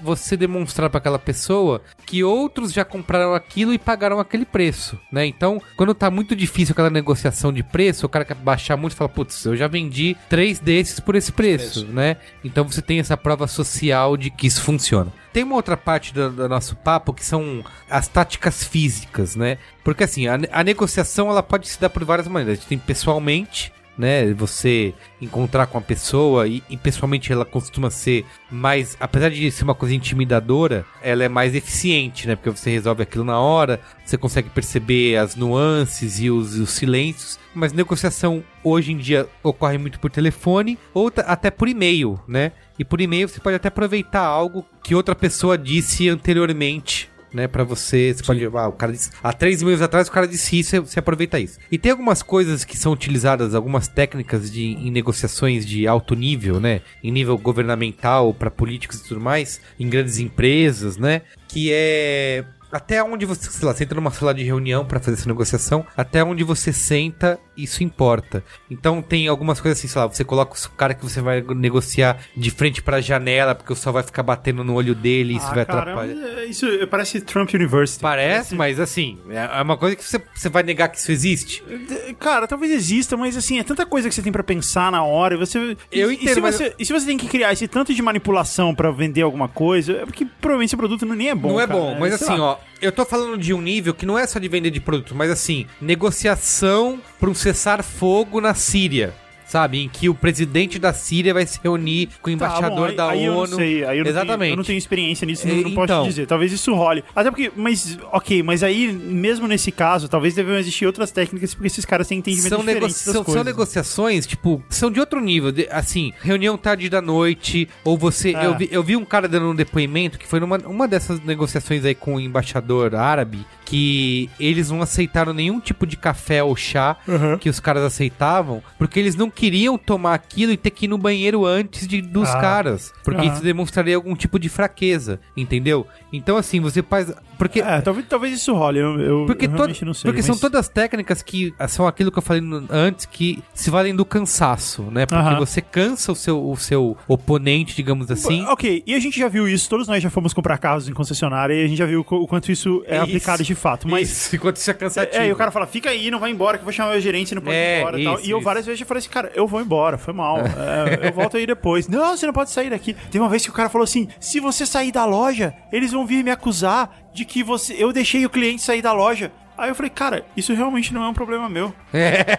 [SPEAKER 2] você demonstrar para aquela pessoa que outros já compraram aquilo e pagaram aquele preço, né? Então, quando tá muito difícil aquela negociação de preço, o cara quer baixar muito e fala, putz, eu já vendi três desses por esse preço, né? Então você tem essa prova social de que isso funciona. Tem uma outra parte do, do nosso papo que são as táticas físicas, né? Porque assim, a, a negociação ela pode se dar por várias maneiras. A gente tem pessoalmente, né? Você encontrar com a pessoa e, e pessoalmente ela costuma ser mais, apesar de ser uma coisa intimidadora, ela é mais eficiente, né? Porque você resolve aquilo na hora, você consegue perceber as nuances e os, os silêncios. Mas negociação hoje em dia ocorre muito por telefone ou t- até por e-mail, né? E por e-mail você pode até aproveitar algo que outra pessoa disse anteriormente, né, pra você, você pode, ah, o cara disse, há três meses atrás o cara disse isso, você aproveita isso. E tem algumas coisas que são utilizadas, algumas técnicas de, em negociações de alto nível, né, em nível governamental, pra políticos e tudo mais, em grandes empresas, né, que é... Até onde você, sei lá, você entra numa sala de reunião pra fazer essa negociação, até onde você senta, isso importa. Então tem algumas coisas assim, sei lá, você coloca o cara que você vai negociar de frente pra janela, porque o sol vai ficar batendo no olho dele e isso
[SPEAKER 3] ah,
[SPEAKER 2] vai
[SPEAKER 3] cara,
[SPEAKER 2] atrapalhar.
[SPEAKER 3] Isso parece Trump University.
[SPEAKER 2] Parece,
[SPEAKER 3] parece,
[SPEAKER 2] mas assim, é uma coisa que você, você vai negar que isso existe.
[SPEAKER 3] Cara, talvez exista, mas assim, é tanta coisa que você tem pra pensar na hora, e você...
[SPEAKER 2] Eu
[SPEAKER 3] e,
[SPEAKER 2] entendo,
[SPEAKER 3] e se
[SPEAKER 2] mas
[SPEAKER 3] você,
[SPEAKER 2] eu...
[SPEAKER 3] e se você tem que criar esse tanto de manipulação pra vender alguma coisa, é porque provavelmente esse produto não nem é bom,
[SPEAKER 2] Não é
[SPEAKER 3] cara.
[SPEAKER 2] bom, mas
[SPEAKER 3] Sei
[SPEAKER 2] assim,
[SPEAKER 3] lá.
[SPEAKER 2] ó, eu tô falando de um nível que não é só de vender de produto, mas assim, negociação pra um cessar-fogo na Síria. Sabe, em que o presidente da Síria vai se reunir com o embaixador
[SPEAKER 3] tá, bom, aí,
[SPEAKER 2] da
[SPEAKER 3] aí
[SPEAKER 2] ONU.
[SPEAKER 3] Eu não sei, aí eu não
[SPEAKER 2] Exatamente.
[SPEAKER 3] Tenho, eu não tenho experiência nisso, não,
[SPEAKER 2] É,
[SPEAKER 3] não posso
[SPEAKER 2] então.
[SPEAKER 3] te dizer. Talvez isso role. Até porque, mas, ok, mas aí, mesmo nesse caso, talvez devem existir outras técnicas, porque esses caras têm entendimento
[SPEAKER 2] São, nego
[SPEAKER 3] diferente das
[SPEAKER 2] são,
[SPEAKER 3] coisas.
[SPEAKER 2] são negociações, tipo, são de outro nível. De, assim, reunião tarde da noite, ou você...
[SPEAKER 3] É.
[SPEAKER 2] Eu, vi, eu vi um cara dando um depoimento que foi numa uma dessas negociações aí com o embaixador árabe, que eles não aceitaram nenhum tipo de café ou chá
[SPEAKER 3] Uhum.
[SPEAKER 2] que os caras aceitavam, porque eles não queriam tomar aquilo e ter que ir no banheiro antes de, dos
[SPEAKER 3] Ah.
[SPEAKER 2] caras, porque
[SPEAKER 3] Uhum.
[SPEAKER 2] isso demonstraria algum tipo de fraqueza, entendeu? Então assim, você faz... Porque...
[SPEAKER 3] É, talvez, talvez isso role, eu, eu,
[SPEAKER 2] Porque,
[SPEAKER 3] eu
[SPEAKER 2] to-
[SPEAKER 3] realmente não sei.
[SPEAKER 2] porque
[SPEAKER 3] mas...
[SPEAKER 2] são todas técnicas que são aquilo que eu falei no- antes, que se valem do cansaço, né? Porque
[SPEAKER 3] Aham.
[SPEAKER 2] você cansa o seu, o seu oponente, digamos assim.
[SPEAKER 3] Ok, e a gente já viu isso, todos nós já fomos comprar carros em concessionária e a gente já viu o quanto isso é
[SPEAKER 2] Isso.
[SPEAKER 3] aplicado de fato. Mas
[SPEAKER 2] Isso, enquanto isso é cansativo.
[SPEAKER 3] É, e o cara fala, fica aí, não vai embora, que eu vou chamar o gerente, você não pode
[SPEAKER 2] É,
[SPEAKER 3] ir embora e tal.
[SPEAKER 2] isso,
[SPEAKER 3] E eu
[SPEAKER 2] isso.
[SPEAKER 3] várias vezes já falei assim, cara, eu vou embora, foi mal. É, eu volto aí depois. Não, você não pode sair daqui. Teve uma vez que o cara falou assim, se você sair da loja, eles vão vir me acusar de que você, eu deixei o cliente sair da loja. Aí eu falei, cara, isso realmente não é um problema meu.
[SPEAKER 2] É.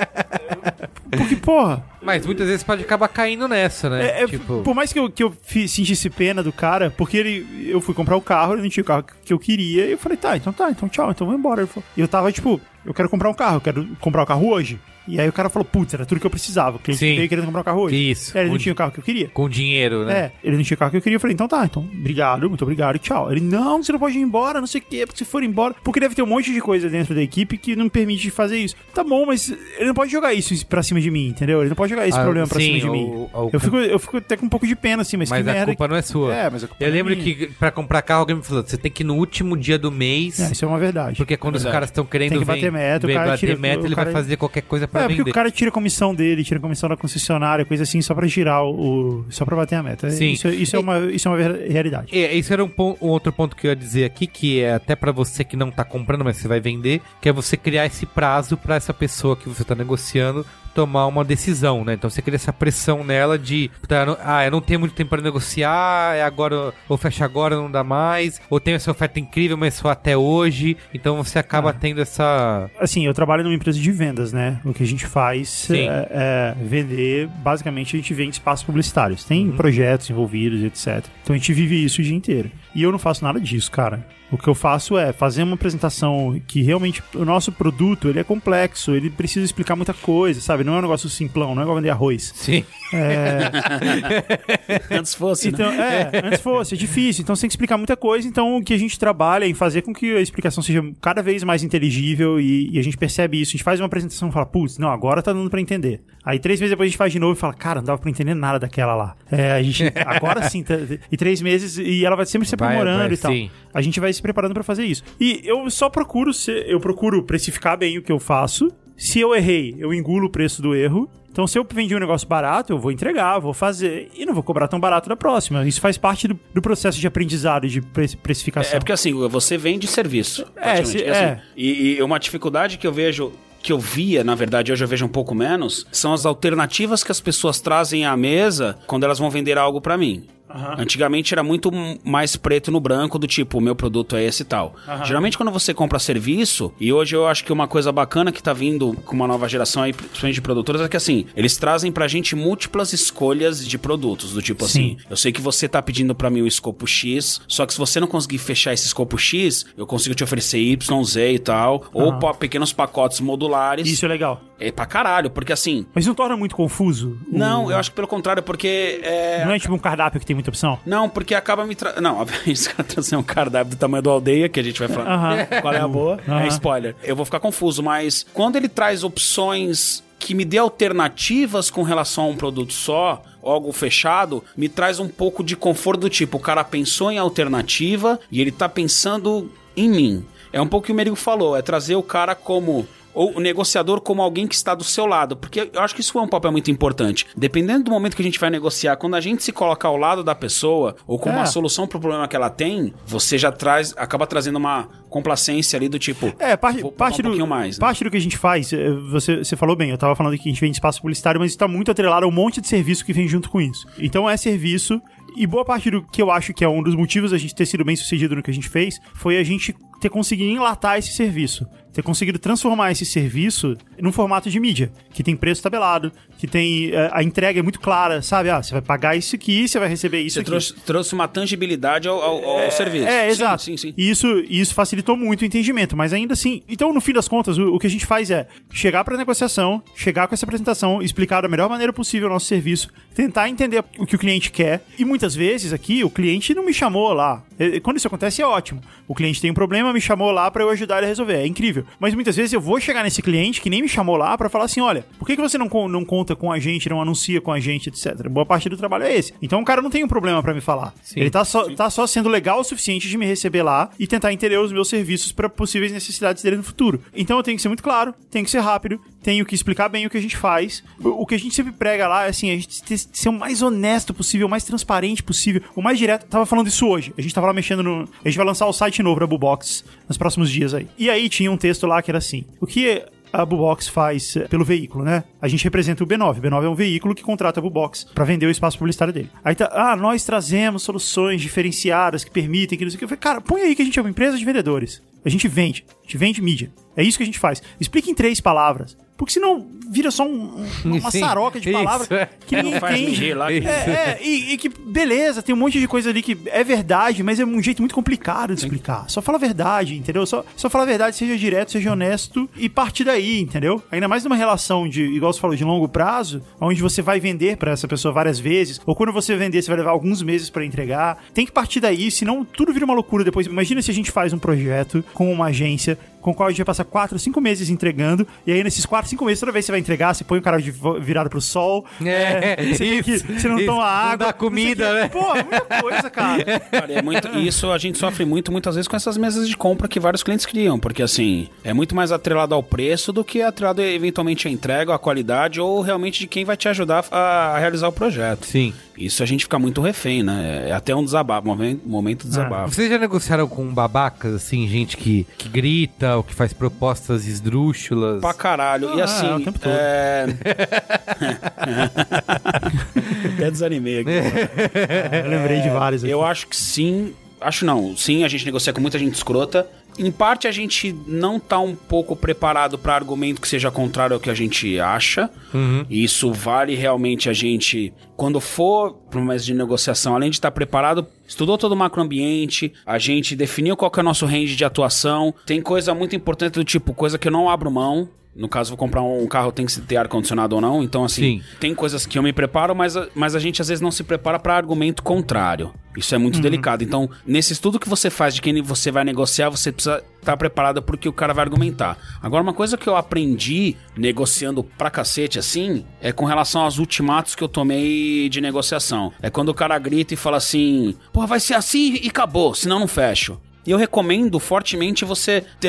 [SPEAKER 3] Porque, porra...
[SPEAKER 2] Mas muitas vezes pode acabar caindo nessa, né?
[SPEAKER 3] É, é,
[SPEAKER 2] tipo...
[SPEAKER 3] Por mais que eu, que eu fi- sentisse pena do cara, porque ele, eu fui comprar o carro, ele não tinha o carro que eu queria, e eu falei, tá, então tá, então tchau, então vou embora. Ele falou- E eu tava tipo, eu quero comprar um carro, eu quero comprar o carro hoje. E aí o cara falou, putz, era tudo que eu precisava. O cliente
[SPEAKER 2] Sim.
[SPEAKER 3] veio querendo comprar o carro hoje.
[SPEAKER 2] Isso.
[SPEAKER 3] É, ele não
[SPEAKER 2] Com
[SPEAKER 3] tinha o carro que eu queria.
[SPEAKER 2] Com dinheiro, né?
[SPEAKER 3] É, ele não tinha o carro que eu queria. Eu falei, então tá, então obrigado, muito obrigado, tchau. Ele, não, você não pode ir embora, não sei o quê, porque se for embora. Porque deve ter um monte de coisa dentro da equipe que não permite fazer isso. Tá bom, mas ele não pode jogar isso pra cima de mim, entendeu? Ele não pode jogar esse
[SPEAKER 2] Ah,
[SPEAKER 3] problema pra
[SPEAKER 2] sim,
[SPEAKER 3] cima de
[SPEAKER 2] o-
[SPEAKER 3] mim.
[SPEAKER 2] o-
[SPEAKER 3] eu, fico, eu fico até com um pouco de pena, assim, mas,
[SPEAKER 2] Mas
[SPEAKER 3] que
[SPEAKER 2] a
[SPEAKER 3] merda.
[SPEAKER 2] culpa não é sua.
[SPEAKER 3] É, mas a culpa
[SPEAKER 2] Eu
[SPEAKER 3] não é
[SPEAKER 2] lembro
[SPEAKER 3] minha.
[SPEAKER 2] que pra comprar carro alguém me falou, você tem que ir no último dia do mês,
[SPEAKER 3] É, isso é uma verdade.
[SPEAKER 2] porque quando os
[SPEAKER 4] Verdade.
[SPEAKER 2] caras estão querendo
[SPEAKER 3] Tem que bater
[SPEAKER 2] ven-
[SPEAKER 3] meta, o
[SPEAKER 2] ven-
[SPEAKER 3] cara
[SPEAKER 2] bater
[SPEAKER 3] tira-
[SPEAKER 2] meta,
[SPEAKER 3] o
[SPEAKER 2] ele
[SPEAKER 3] cara-
[SPEAKER 2] vai fazer qualquer coisa pra
[SPEAKER 3] É, porque
[SPEAKER 2] vender.
[SPEAKER 3] o cara tira a comissão dele, tira a comissão da concessionária, coisa assim, só pra girar o... o- só pra bater a meta.
[SPEAKER 2] Sim.
[SPEAKER 3] Isso, isso, é, uma, isso é uma ver- realidade.
[SPEAKER 2] É, isso era um, pon- um outro ponto que eu ia dizer aqui, que é até pra você que não tá comprando, mas você vai vender, que é você criar esse prazo pra essa pessoa que você tá negociando tomar uma decisão, né? Então você cria essa pressão nela de, tá, eu não- ah, eu não tenho muito tempo pra negociar, é agora, ou fecha agora, não dá mais, ou tenho essa oferta incrível, mas só até hoje, então você acaba
[SPEAKER 3] Ah.
[SPEAKER 2] tendo essa...
[SPEAKER 3] Assim, eu trabalho numa empresa de vendas, né? O que a gente faz
[SPEAKER 2] Sim.
[SPEAKER 3] é, é vender, basicamente a gente vende espaços publicitários. Tem
[SPEAKER 2] Uhum.
[SPEAKER 3] projetos envolvidos, etcétera. Então a gente vive isso o dia inteiro. E eu não faço nada disso, cara. O que eu faço é fazer uma apresentação que realmente o nosso produto, ele é complexo, ele precisa explicar muita coisa, sabe? Não é um negócio simplão, não é igual vender arroz.
[SPEAKER 2] Sim.
[SPEAKER 4] Antes fosse,
[SPEAKER 3] Então,
[SPEAKER 4] né?
[SPEAKER 3] é, antes fosse, é difícil, então você tem que explicar muita coisa, então o que a gente trabalha é em fazer com que a explicação seja cada vez mais inteligível e, e a gente percebe isso, a gente faz uma apresentação e fala, putz, não, agora tá dando pra entender. Aí três meses depois a gente faz de novo e fala, cara, não dava pra entender nada daquela lá. É, a gente, agora sim, tá, e três meses, e ela vai sempre se
[SPEAKER 2] Vai,
[SPEAKER 3] aprimorando
[SPEAKER 2] vai,
[SPEAKER 3] e tal.
[SPEAKER 2] sim.
[SPEAKER 3] A gente vai se preparando pra fazer isso. E eu só procuro ser, eu procuro precificar bem o que eu faço, Se eu errei, eu engulo o preço do erro. Então, se eu vendi um negócio barato, eu vou entregar, vou fazer e não vou cobrar tão barato da próxima. Isso faz parte do, do processo de aprendizado e de pre- precificação.
[SPEAKER 4] É porque assim, você vende serviço.
[SPEAKER 3] É, se,
[SPEAKER 4] e, assim,
[SPEAKER 3] é.
[SPEAKER 4] E, e uma dificuldade que eu vejo... que eu via, na verdade, hoje eu vejo um pouco menos, são as alternativas que as pessoas trazem à mesa quando elas vão vender algo pra mim. Uhum. Antigamente era muito mais preto no branco, do tipo, o meu produto é esse e tal. Uhum. Geralmente quando você compra serviço, e hoje eu acho que uma coisa bacana que tá vindo com uma nova geração aí, principalmente de produtoras, é que assim, eles trazem pra gente múltiplas escolhas de produtos, do tipo Sim. assim, eu sei que você tá pedindo pra mim o escopo X, só que se você não conseguir fechar esse escopo X, eu consigo te oferecer Y, Z e tal, uhum. ou pa- pequenos pacotes modulares.
[SPEAKER 3] Isso é legal.
[SPEAKER 4] É pra caralho, porque assim...
[SPEAKER 3] Mas não torna muito confuso?
[SPEAKER 4] Não,
[SPEAKER 3] o...
[SPEAKER 4] eu acho que pelo contrário, porque... É...
[SPEAKER 3] Não é tipo um cardápio que tem muita opção?
[SPEAKER 4] Não, porque acaba me... Tra... Não, obviamente, se ela trazer um cardápio do tamanho do Aldeia, que a gente vai falar uh-huh. qual é a boa, uh-huh. é spoiler. Eu vou ficar confuso, mas quando ele traz opções que me dê alternativas com relação a um produto só, algo fechado, me traz um pouco de conforto do tipo, o cara pensou em alternativa e ele tá pensando em mim. É um pouco o que o Merigo falou, é trazer o cara como... ou o negociador como alguém que está do seu lado, porque eu acho que isso é um papel muito importante. Dependendo do momento que a gente vai negociar, quando a gente se coloca ao lado da pessoa, ou com é. uma solução para o problema que ela tem, você já traz, acaba trazendo uma complacência ali do tipo,
[SPEAKER 3] é, parte,
[SPEAKER 4] vou
[SPEAKER 3] parte
[SPEAKER 4] um pouquinho
[SPEAKER 3] do,
[SPEAKER 4] mais. Né?
[SPEAKER 3] Parte do que a gente faz, você, você falou bem, eu tava falando que a gente vende espaço publicitário, mas isso tá muito atrelado a um monte de serviço que vem junto com isso. Então é serviço, e boa parte do que eu acho que é um dos motivos da gente ter sido bem sucedido no que a gente fez, foi a gente ter conseguido enlatar esse serviço. Ter conseguido transformar esse serviço num formato de mídia, que tem preço tabelado, que tem... A entrega é muito clara, sabe? Ah, você vai pagar isso aqui, você vai receber isso
[SPEAKER 4] você
[SPEAKER 3] aqui.
[SPEAKER 4] Trouxe, trouxe uma tangibilidade ao, ao, ao
[SPEAKER 3] é,
[SPEAKER 4] serviço.
[SPEAKER 3] É,
[SPEAKER 4] sim,
[SPEAKER 3] exato.
[SPEAKER 4] Sim, sim.
[SPEAKER 3] E isso, isso facilitou muito o entendimento, mas ainda assim... Então, no fim das contas, o, o que a gente faz é chegar para a negociação, chegar com essa apresentação, explicar da melhor maneira possível o nosso serviço, tentar entender o que o cliente quer. E muitas vezes aqui, o cliente não me chamou lá. Quando isso acontece, é ótimo. O cliente tem um problema, me chamou lá para eu ajudar ele a resolver. É incrível. Mas muitas vezes eu vou chegar nesse cliente que nem me chamou lá pra falar assim, olha, por que, que você não, não conta com a gente, não anuncia com a gente, etcétera. Boa parte do trabalho é esse. Então o cara não tem um problema pra me falar. Sim, ele tá só, tá só sendo legal o suficiente de me receber lá e tentar entender os meus serviços pra possíveis necessidades dele no futuro. Então eu tenho que ser muito claro, tenho que ser rápido, tenho que explicar bem o que a gente faz. O que a gente sempre prega lá é assim, a gente tem que ser o mais honesto possível, o mais transparente possível, o mais direto. Tava falando isso hoje. A gente tava lá mexendo no... A gente vai lançar o site novo da Bubox nos próximos dias aí. E aí tinha um texto lá que era assim, o que a Bubox faz pelo veículo, né? A gente representa o B nove. O B nove é um veículo que contrata a Bubox pra vender o espaço publicitário dele. Aí tá, ah, nós trazemos soluções diferenciadas que permitem que não sei o que. Eu falei, cara, põe aí que a gente é uma empresa de vendedores. A gente vende. A gente vende mídia. É isso que a gente faz. Explica em três palavras. Porque senão vira só um, um, uma Sim, saroca de palavras
[SPEAKER 2] isso, é.
[SPEAKER 3] que ninguém entende.
[SPEAKER 4] Lá,
[SPEAKER 3] é, é, e, e que, beleza, tem um monte de coisa ali que é verdade, mas é um jeito muito complicado de explicar. Só fala a verdade, entendeu? Só, só fala a verdade, seja direto, seja honesto e parte daí, entendeu? Ainda mais numa relação de, igual você falou, de longo prazo, onde você vai vender pra essa pessoa várias vezes, ou quando você vender, você vai levar alguns meses pra entregar. Tem que partir daí, senão tudo vira uma loucura depois. Imagina se a gente faz um projeto com uma agência com o qual a gente vai passar quatro, cinco meses entregando, e aí nesses quatro, cinco meses, toda vez que você vai entregar, você põe o cara de virado pro sol,
[SPEAKER 2] é,
[SPEAKER 3] é, você,
[SPEAKER 2] isso,
[SPEAKER 3] que, você não
[SPEAKER 2] isso,
[SPEAKER 3] toma água,
[SPEAKER 2] não dá comida, né?
[SPEAKER 3] Pô, muita coisa, cara.
[SPEAKER 4] Cara, é muito, isso a gente sofre muito, muitas vezes, com essas mesas de compra que vários clientes criam, porque assim, é muito mais atrelado ao preço do que atrelado eventualmente à entrega, à qualidade, ou realmente de quem vai te ajudar a, a realizar o projeto.
[SPEAKER 2] Sim.
[SPEAKER 4] Isso a gente fica muito refém, né? É até um desabafo, momento, momento de desabafo.
[SPEAKER 2] Ah, vocês já negociaram com babacas, assim, gente que, que grita ou que faz propostas esdrúxulas?
[SPEAKER 4] Pra caralho. Ah, e assim,
[SPEAKER 3] é, o tempo todo.
[SPEAKER 4] É... Até desanimei aqui.
[SPEAKER 3] É, eu lembrei de vários aqui.
[SPEAKER 4] Eu acho que sim. Acho não. Sim, a gente negocia com muita gente escrota. Em parte, a gente não tá um pouco preparado para argumento que seja contrário ao que a gente acha. Uhum. E isso vale realmente a gente, quando for para uma mesa de negociação, além de estar preparado, estudou todo o macroambiente, a gente definiu qual que é o nosso range de atuação. Tem coisa muito importante do tipo, coisa que eu não abro mão. No caso, vou comprar um carro, tem que ter ar-condicionado ou não. Então, assim, Sim. tem coisas que eu me preparo, mas, mas a gente às vezes não se prepara para argumento contrário. Isso é muito uhum. delicado. Então, nesse estudo que você faz de quem você vai negociar, você precisa estar preparado porque o cara vai argumentar. Agora, uma coisa que eu aprendi negociando pra cacete, assim, é com relação aos ultimatos que eu tomei de negociação. É quando o cara grita e fala assim, porra, vai ser assim e acabou, senão não fecho. E eu recomendo fortemente você ter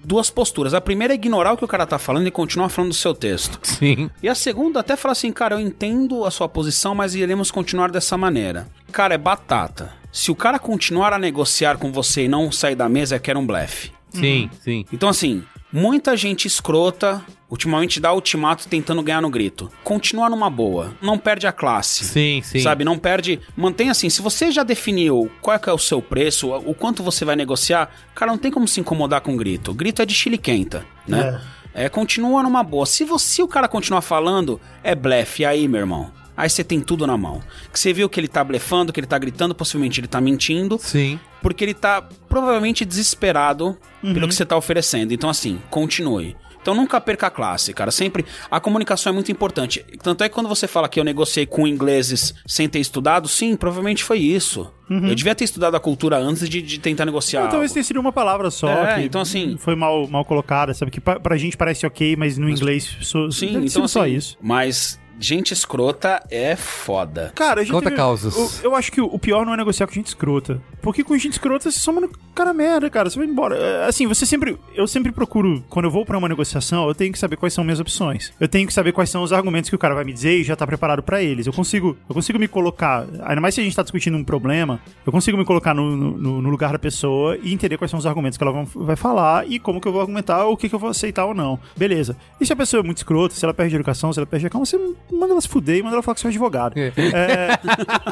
[SPEAKER 4] duas posturas. A primeira é ignorar o que o cara tá falando e continuar falando do seu texto.
[SPEAKER 2] Sim.
[SPEAKER 4] E a segunda até falar assim, cara, eu entendo a sua posição, mas iremos continuar dessa maneira. Cara, é batata. Se o cara continuar a negociar com você e não sair da mesa, é que era um blefe.
[SPEAKER 2] Sim,
[SPEAKER 3] Uhum.
[SPEAKER 2] sim.
[SPEAKER 4] Então assim, muita gente escrota ultimamente dá ultimato tentando ganhar no grito. Continua numa boa. Não perde a classe.
[SPEAKER 2] Sim, sim.
[SPEAKER 4] Sabe, não perde... Mantém assim, se você já definiu qual é, que é o seu preço, o quanto você vai negociar, cara, não tem como se incomodar com grito. Grito é de chiliquenta, né? É. é, continua numa boa. Se você, se o cara continuar falando, é blefe. E aí, meu irmão? Aí você tem tudo na mão. Que você viu que ele tá blefando, que ele tá gritando, possivelmente ele tá mentindo.
[SPEAKER 2] Sim.
[SPEAKER 4] Porque ele tá provavelmente desesperado
[SPEAKER 3] Uhum.
[SPEAKER 4] pelo que você tá oferecendo. Então assim, continue. Então nunca perca a classe, cara. Sempre a comunicação é muito importante. Tanto é que quando você fala que eu negociei com ingleses sem ter estudado, sim, provavelmente foi isso. Uhum. Eu devia ter estudado a cultura antes de, de tentar negociar.
[SPEAKER 3] Ou talvez
[SPEAKER 4] algo.
[SPEAKER 3] tenha sido uma palavra só.
[SPEAKER 4] É,
[SPEAKER 3] que
[SPEAKER 4] então, assim-
[SPEAKER 3] Foi mal, mal colocada, sabe? Que pra, pra gente parece ok, mas no inglês so,
[SPEAKER 4] Sim,
[SPEAKER 3] deve
[SPEAKER 4] então
[SPEAKER 3] ser só
[SPEAKER 4] assim,
[SPEAKER 3] isso.
[SPEAKER 4] Mas gente escrota é foda.
[SPEAKER 3] Cara, a gente
[SPEAKER 2] Conta
[SPEAKER 3] teve-
[SPEAKER 2] causas.
[SPEAKER 3] Eu, eu acho que o, o pior não é negociar com gente escrota. Porque com gente escrota você soma no cara merda, cara. Você vai embora. É, Assim, você sempre... Eu sempre procuro... Quando eu vou pra uma negociação, eu tenho que saber quais são minhas opções. Eu tenho que saber quais são os argumentos que o cara vai me dizer e já tá preparado pra eles. Eu consigo... Eu consigo me colocar... Ainda mais se a gente tá discutindo um problema, eu consigo me colocar no, no, no lugar da pessoa e entender quais são os argumentos que ela vão- vai falar e como que eu vou argumentar ou o que que eu vou aceitar ou não. Beleza. E se a pessoa é muito escrota, se ela perde a educação, se ela perde a calma, você manda ela se fuder e manda ela falar que você é advogado. É,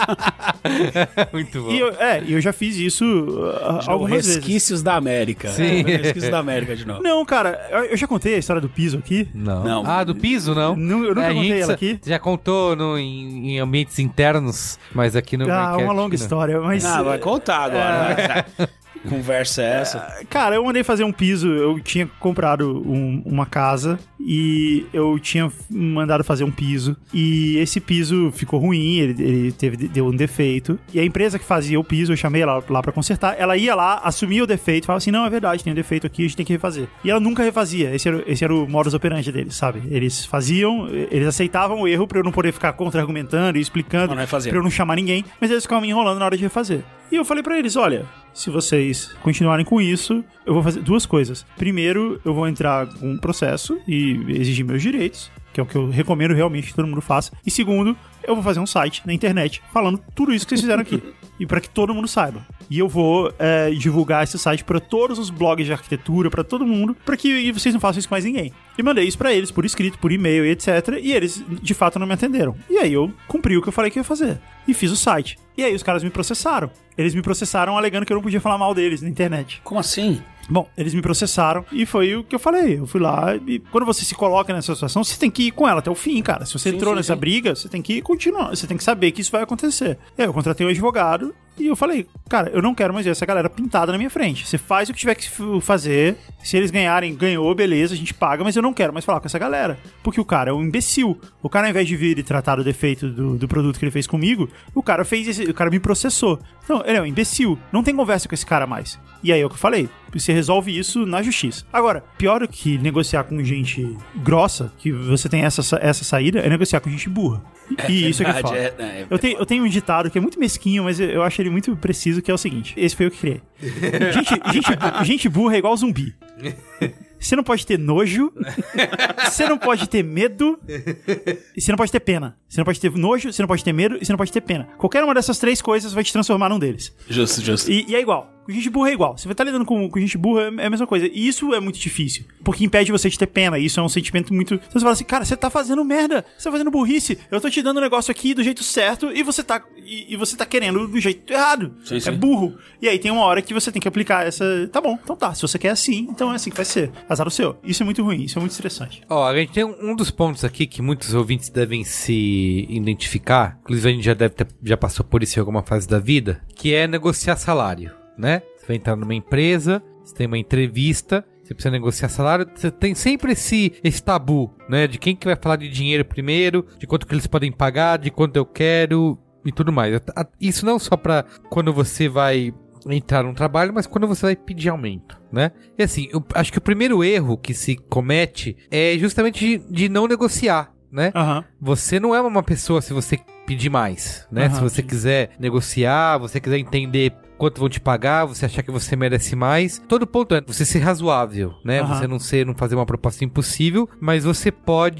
[SPEAKER 2] Muito bom.
[SPEAKER 3] e eu, é, e eu já fiz isso uh, algumas vezes.
[SPEAKER 4] Resquícios da América.
[SPEAKER 2] Sim.
[SPEAKER 4] É, resquícios da América de novo.
[SPEAKER 3] Não, cara, eu eu já contei a história do piso aqui.
[SPEAKER 2] Não.
[SPEAKER 4] Não.
[SPEAKER 2] Ah, do piso, não?
[SPEAKER 3] Não, eu nunca
[SPEAKER 2] É, a
[SPEAKER 3] contei
[SPEAKER 2] gente
[SPEAKER 3] ela
[SPEAKER 2] sa-
[SPEAKER 3] aqui.
[SPEAKER 2] Já contou no, em, em ambientes internos, mas aqui no
[SPEAKER 3] Ah,
[SPEAKER 2] Braincast,
[SPEAKER 3] uma longa
[SPEAKER 2] não.
[SPEAKER 3] história, mas...
[SPEAKER 4] Ah, vai contar agora. né? Conversa é essa?
[SPEAKER 3] Cara, eu mandei fazer um piso, eu tinha comprado um- uma casa e eu tinha mandado fazer um piso e esse piso ficou ruim, ele, ele teve, deu um defeito e a empresa que fazia o piso, eu chamei ela lá pra consertar, ela ia lá, assumia o defeito, falava assim, não, é verdade, tem um defeito aqui, a gente tem que refazer. E ela nunca refazia, esse era, esse era o modus operandi deles, sabe? Eles faziam, eles aceitavam o erro pra eu não poder ficar contra-argumentando e explicando,
[SPEAKER 4] Mas não refazer.
[SPEAKER 3] pra eu não chamar ninguém, mas eles ficavam me enrolando na hora de refazer. E eu falei pra eles, olha, se vocês continuarem com isso, eu vou fazer duas coisas. Primeiro, eu vou entrar com um processo e exigir meus direitos, que é o que eu recomendo realmente que todo mundo faça. E segundo, eu vou fazer um site na internet falando tudo isso que vocês fizeram aqui. E para que todo mundo saiba. E eu vou é, divulgar esse site para todos os blogs de arquitetura, para todo mundo, para que vocês não façam isso com mais ninguém. E mandei isso para eles por escrito, por e-mail e etcétera. E eles, de fato, não me atenderam. E aí eu cumpri o que eu falei que ia fazer. E fiz o site. E aí os caras me processaram. Eles me processaram alegando que eu não podia falar mal deles na internet.
[SPEAKER 4] Como assim?
[SPEAKER 3] Bom, eles me processaram e foi o que eu falei. Eu fui lá e quando você se coloca nessa situação, você tem que ir com ela até o fim, cara. Se você
[SPEAKER 4] Sim,
[SPEAKER 3] entrou
[SPEAKER 4] sim,
[SPEAKER 3] nessa
[SPEAKER 4] sim.
[SPEAKER 3] briga, você tem que continuar. Você tem que saber que isso vai acontecer. E aí eu contratei um advogado e eu falei, cara, eu não quero mais ver essa galera pintada na minha frente. Você faz o que tiver que f- fazer. Se eles ganharem, ganhou, beleza, a gente paga, mas eu não quero mais falar com essa galera. Porque o cara é um imbecil. O cara, ao invés de vir e tratar o defeito do, do produto que ele fez comigo, o cara fez esse, o cara me processou. Então, ele é um imbecil. Não tem conversa com esse cara mais. E aí é o que eu falei. Você resolve isso na justiça. Agora, pior do que negociar com gente grossa, que você tem essa, essa saída, é negociar com gente burra. E isso é que é
[SPEAKER 4] verdade,
[SPEAKER 3] foda.
[SPEAKER 4] é- é-
[SPEAKER 3] eu, tenho, eu tenho um ditado que é muito mesquinho, mas eu, eu acho ele muito preciso, que é o seguinte. Esse foi eu que criei. Gente, gente, bu- gente burra é igual zumbi. Você não pode ter nojo, você não pode ter medo, e você não pode ter pena. Você não pode ter nojo, você não pode ter medo, e você não pode ter pena. Qualquer uma dessas três coisas vai te transformar num deles.
[SPEAKER 4] Justo, justo.
[SPEAKER 3] E, e é igual. Com gente burra é igual. Você vai estar lidando com, com gente burra, é a mesma coisa. E isso é muito difícil. Porque impede você de ter pena. Isso é um sentimento muito... Então você fala assim, cara, você tá fazendo merda. Você tá fazendo burrice. Eu tô te dando um negócio aqui do jeito certo e você tá, e, e você tá querendo do jeito errado.
[SPEAKER 4] Sim, sim.
[SPEAKER 3] É burro. E aí tem uma hora que você tem que aplicar essa... Tá bom, então tá. Se você quer assim, então é assim que vai ser. Azar o seu. Isso é muito ruim. Isso é muito estressante.
[SPEAKER 2] Ó, a gente tem um, um dos pontos aqui que muitos ouvintes devem se identificar, inclusive a gente já deve ter, já passou por isso em alguma fase da vida, que é negociar salário, né? Você vai entrar numa empresa, você tem uma entrevista, você precisa negociar salário, você tem sempre esse, esse tabu, né? De quem que vai falar de dinheiro primeiro, de quanto que eles podem pagar, de quanto eu quero e tudo mais. Isso não só pra quando você vai entrar num trabalho, mas quando você vai pedir aumento, né? E assim, eu acho que o primeiro erro que se comete é justamente de, de não negociar, né?
[SPEAKER 3] Aham.
[SPEAKER 2] Você não é uma pessoa se você pedir mais, né?
[SPEAKER 3] Aham,
[SPEAKER 2] se você
[SPEAKER 3] sim.
[SPEAKER 2] quiser negociar, você quiser entender quanto vão te pagar, você achar que você merece mais. Todo ponto é você ser razoável, né?
[SPEAKER 3] Uhum.
[SPEAKER 2] Você não ser, não fazer uma proposta impossível, mas você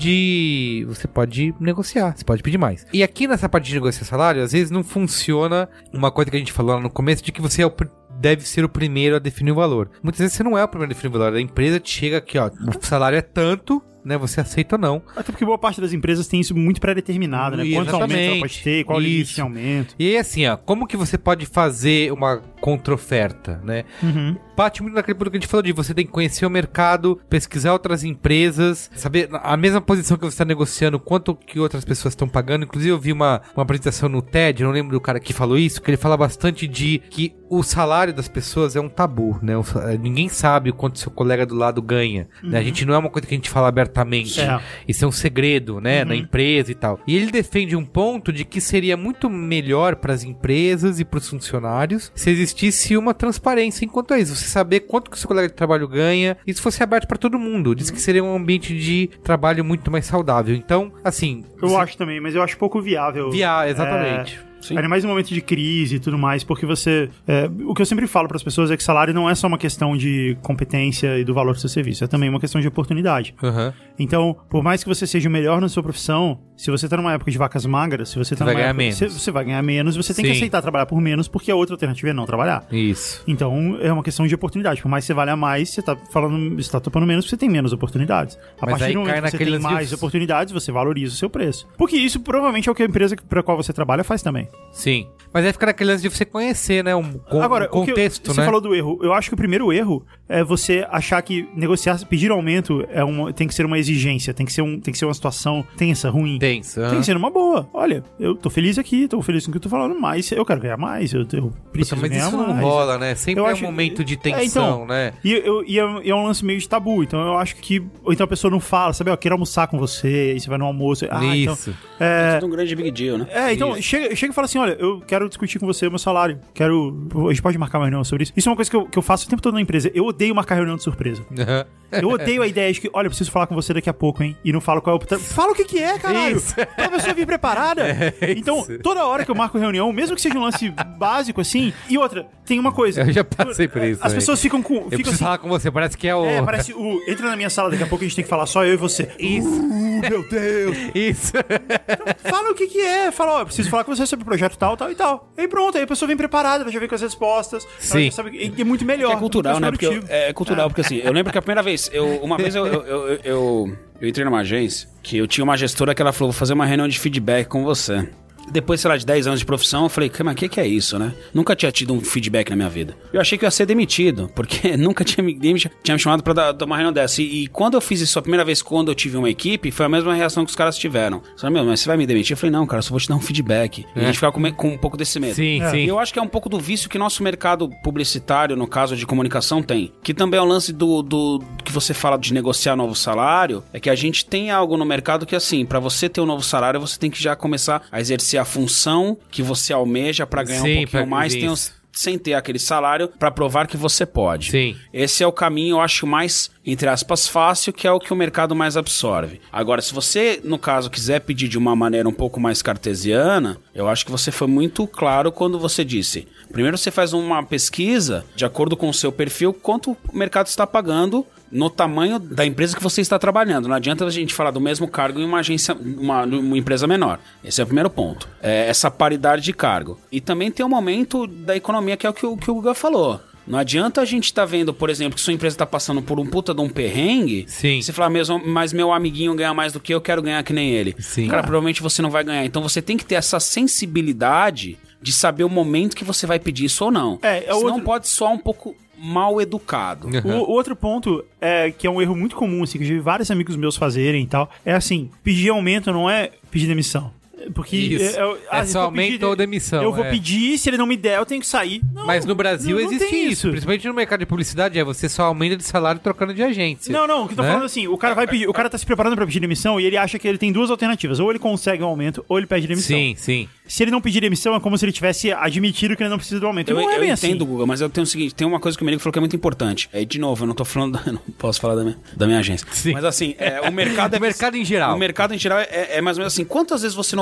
[SPEAKER 2] pode, você pode negociar, você pode pedir mais. E aqui nessa parte de negociar salário, às vezes não funciona uma coisa que a gente falou lá no começo, de que você é o pr- deve ser o primeiro a definir o valor. Muitas vezes você não é o primeiro a definir o valor, a empresa te chega aqui, ó, o salário é tanto, né, você aceita ou não.
[SPEAKER 3] Até porque boa parte das empresas tem isso muito pré-determinado, né? Quanto aumento ela pode ter, qual o limite de aumento.
[SPEAKER 2] E aí, assim, ó, como que você pode fazer uma contra-oferta, né?
[SPEAKER 3] Uhum.
[SPEAKER 2] Parte muito naquele ponto que a gente falou de você tem que conhecer o mercado, pesquisar outras empresas, saber a mesma posição que você está negociando, quanto que outras pessoas estão pagando. Inclusive eu vi uma, uma apresentação no TED, eu não lembro do cara que falou isso, que ele fala bastante de que o salário das pessoas é um tabu, né? O, ninguém sabe o quanto seu colega do lado ganha, uhum. né? A gente não é uma coisa que a gente fala abertamente. É. Isso é um segredo, né? Uhum. Na empresa e tal. E ele defende um ponto de que seria muito melhor para as empresas e para os funcionários se existisse uma transparência enquanto é isso. Você saber quanto que o seu colega de trabalho ganha, isso fosse aberto para todo mundo. Diz que seria um ambiente de trabalho muito mais saudável. Então, assim...
[SPEAKER 3] Eu
[SPEAKER 2] você...
[SPEAKER 3] acho também, mas eu acho pouco viável.
[SPEAKER 2] Viável, exatamente.
[SPEAKER 3] É... Ainda mais em momento de crise e tudo mais, porque você... É, o que eu sempre falo para as pessoas é que salário não é só uma questão de competência e do valor do seu serviço, é também uma questão de oportunidade.
[SPEAKER 2] Uhum.
[SPEAKER 3] Então, por mais que você seja o melhor na sua profissão, se você tá numa época de vacas magras, se você tá
[SPEAKER 2] você
[SPEAKER 3] numa
[SPEAKER 2] vai ganhar
[SPEAKER 3] época,
[SPEAKER 2] menos.
[SPEAKER 3] Você, você vai ganhar menos, você tem
[SPEAKER 2] Sim.
[SPEAKER 3] que aceitar trabalhar por menos, porque a outra alternativa é não trabalhar.
[SPEAKER 2] Isso.
[SPEAKER 3] Então, é uma questão de oportunidade. Por mais que você valha mais, você tá falando, você tá topando menos, você tem menos oportunidades. A
[SPEAKER 2] Mas
[SPEAKER 3] partir do momento que você tem mais de... oportunidades, você valoriza o seu preço. Porque isso provavelmente é o que a empresa para qual você trabalha faz também.
[SPEAKER 2] Sim. Mas aí fica naquele lance de você conhecer, né? Um, com,
[SPEAKER 3] Agora,
[SPEAKER 2] um contexto,
[SPEAKER 3] o que eu, você
[SPEAKER 2] né?
[SPEAKER 3] falou do erro. Eu acho que o primeiro erro é você achar que negociar, pedir aumento é uma, tem que ser uma exigência, tem que ser, um, tem que ser uma situação tensa, ruim.
[SPEAKER 2] Tensa.
[SPEAKER 3] Tem
[SPEAKER 2] Uhum.
[SPEAKER 3] que ser uma boa. Olha, eu tô feliz aqui, tô feliz com o que eu tô falando, mas eu quero ganhar mais, eu, eu preciso
[SPEAKER 2] Puta, mas
[SPEAKER 3] ganhar
[SPEAKER 2] isso
[SPEAKER 3] mais.
[SPEAKER 2] não rola, né? Sempre
[SPEAKER 3] Eu
[SPEAKER 2] é
[SPEAKER 3] acho-
[SPEAKER 2] um momento de
[SPEAKER 3] É,
[SPEAKER 2] tensão,
[SPEAKER 3] então,
[SPEAKER 2] né?
[SPEAKER 3] E, eu, e, é, e é um lance meio de tabu, então eu acho que... Ou então a pessoa não fala, sabe? Eu quero almoçar com você, aí você vai no almoço. Ah, então,
[SPEAKER 2] Isso.
[SPEAKER 3] é,
[SPEAKER 4] Tudo um grande big deal, né?
[SPEAKER 3] é, então, chega, chega e fala assim, olha, eu quero discutir com você o meu salário, quero... A gente pode marcar uma reunião sobre isso. Isso é uma coisa que eu, que eu faço o tempo todo na empresa. Eu odeio marcar reunião de surpresa.
[SPEAKER 2] Uhum.
[SPEAKER 3] Eu odeio a ideia de que, olha, eu preciso falar com você daqui a pouco, hein? E não falo qual é o... tra- Fala o que que é, caralho!
[SPEAKER 2] Isso.
[SPEAKER 3] Pra pessoa vir preparada.
[SPEAKER 2] É
[SPEAKER 3] Então,
[SPEAKER 2] isso.
[SPEAKER 3] toda hora que eu marco reunião, mesmo que seja um lance básico, assim... E outra, tem uma coisa.
[SPEAKER 2] Eu já passei por isso
[SPEAKER 3] As
[SPEAKER 2] também.
[SPEAKER 3] pessoas ficam com...
[SPEAKER 2] Eu
[SPEAKER 3] Ficam
[SPEAKER 2] preciso
[SPEAKER 3] assim,
[SPEAKER 2] falar com você, parece que é o...
[SPEAKER 3] é, parece o... Entra na minha sala, daqui a pouco a gente tem que falar só eu e você.
[SPEAKER 2] Isso.
[SPEAKER 3] Uh, meu Deus!
[SPEAKER 2] Isso.
[SPEAKER 3] Fala o que que é. Fala, ó, eu preciso falar com você sobre o projeto tal, tal e tal. E pronto, aí a pessoa vem preparada, ela já vem com as respostas.
[SPEAKER 2] Sim.
[SPEAKER 3] Ela já sabe, e é muito melhor.
[SPEAKER 4] É cultural,
[SPEAKER 3] muito
[SPEAKER 4] né?
[SPEAKER 3] mais
[SPEAKER 4] Porque eu-
[SPEAKER 3] produtivo.
[SPEAKER 4] é cultural, porque assim, eu lembro que a primeira vez, eu, uma vez eu, eu, eu, eu, eu entrei numa agência que eu tinha uma gestora que ela falou, vou fazer uma reunião de feedback com você. Depois, sei lá, de dez anos de profissão, eu falei, mas o que, que é isso, né? Nunca tinha tido um feedback na minha vida. Eu achei que eu ia ser demitido, porque nunca tinha me, ninguém me tinha me chamado pra dar, dar uma reunião dessa. E, e quando eu fiz isso a primeira vez, quando eu tive uma equipe, foi a mesma reação que os caras tiveram. Falaram, meu, mas você vai me demitir? Eu falei, não, cara, eu só vou te dar um feedback. E a gente ficava com, me- com um pouco desse medo.
[SPEAKER 2] Sim,
[SPEAKER 3] É.
[SPEAKER 2] sim.
[SPEAKER 4] E eu acho que é um pouco do vício que nosso mercado publicitário, no caso de comunicação, tem. Que também é o lance do, do que você fala de negociar novo salário, é que a gente tem algo no mercado que, assim, pra você ter um novo salário, você tem que já começar a exercer a função que você almeja pra ganhar
[SPEAKER 2] Sim,
[SPEAKER 4] um pouquinho
[SPEAKER 2] pra-
[SPEAKER 4] mais, tem os-
[SPEAKER 2] isso.
[SPEAKER 4] sem ter aquele salário pra provar que você pode.
[SPEAKER 2] Sim.
[SPEAKER 4] Esse é o caminho, eu acho, mais, entre aspas, fácil, que é o que o mercado mais absorve. Agora, se você, no caso, quiser pedir de uma maneira um pouco mais cartesiana, eu acho que você foi muito claro quando você disse. Primeiro você faz uma pesquisa, de acordo com o seu perfil, quanto o mercado está pagando no tamanho da empresa que você está trabalhando. Não adianta a gente falar do mesmo cargo em uma agência, uma, uma empresa menor. Esse é o primeiro ponto. É essa paridade de cargo. E também tem o momento da economia, que é o que o, que o Guga falou. Não adianta a gente estar tá vendo, por exemplo, que sua empresa está passando por um puta de um perrengue.
[SPEAKER 2] Sim.
[SPEAKER 4] Você falar, mesmo, mas meu amiguinho ganha mais do que eu, quero ganhar que nem ele.
[SPEAKER 2] Sim.
[SPEAKER 4] Cara, provavelmente você não vai ganhar. Então você tem que ter essa sensibilidade de saber o momento que você vai pedir isso ou não.
[SPEAKER 3] É, é
[SPEAKER 4] Senão
[SPEAKER 3] outro-
[SPEAKER 4] pode soar um pouco mal educado.
[SPEAKER 2] Uhum.
[SPEAKER 3] O, o outro ponto, é, que é um erro muito comum, assim, que eu já vi vários amigos meus fazerem e tal, é assim, pedir aumento não é pedir demissão. Porque
[SPEAKER 2] Isso.
[SPEAKER 3] é, é,
[SPEAKER 2] É
[SPEAKER 3] ah, se
[SPEAKER 2] só
[SPEAKER 3] eu
[SPEAKER 2] aumento
[SPEAKER 3] pedir-
[SPEAKER 2] ou demissão,
[SPEAKER 3] Eu vou
[SPEAKER 2] é.
[SPEAKER 3] pedir, se ele não me der, eu tenho que sair. Não,
[SPEAKER 2] Mas no Brasil
[SPEAKER 3] não- não
[SPEAKER 2] existe
[SPEAKER 3] tem
[SPEAKER 2] isso. Principalmente no mercado de publicidade, é você só aumenta de salário trocando de agência.
[SPEAKER 3] Não, não, o que eu tô
[SPEAKER 2] Né?
[SPEAKER 3] falando assim, o cara vai pedir, o cara tá se preparando pra pedir demissão e ele acha que ele tem duas alternativas, ou ele consegue um aumento, ou ele pede demissão.
[SPEAKER 2] Sim, sim.
[SPEAKER 3] Se ele não pedir demissão, é como se ele tivesse admitido que ele não precisa do aumento. E
[SPEAKER 4] Eu,
[SPEAKER 3] não é
[SPEAKER 4] eu
[SPEAKER 3] bem
[SPEAKER 4] entendo,
[SPEAKER 3] assim.
[SPEAKER 4] Guga, mas eu tenho o seguinte, tem uma coisa que o Merigo falou que é muito importante. É, de novo, eu não tô falando, da, eu não posso falar da minha, da minha agência.
[SPEAKER 2] Sim.
[SPEAKER 4] Mas assim, é, o mercado é...
[SPEAKER 2] O mercado em geral.
[SPEAKER 4] O mercado em geral é, é mais ou menos assim, quantas vezes você não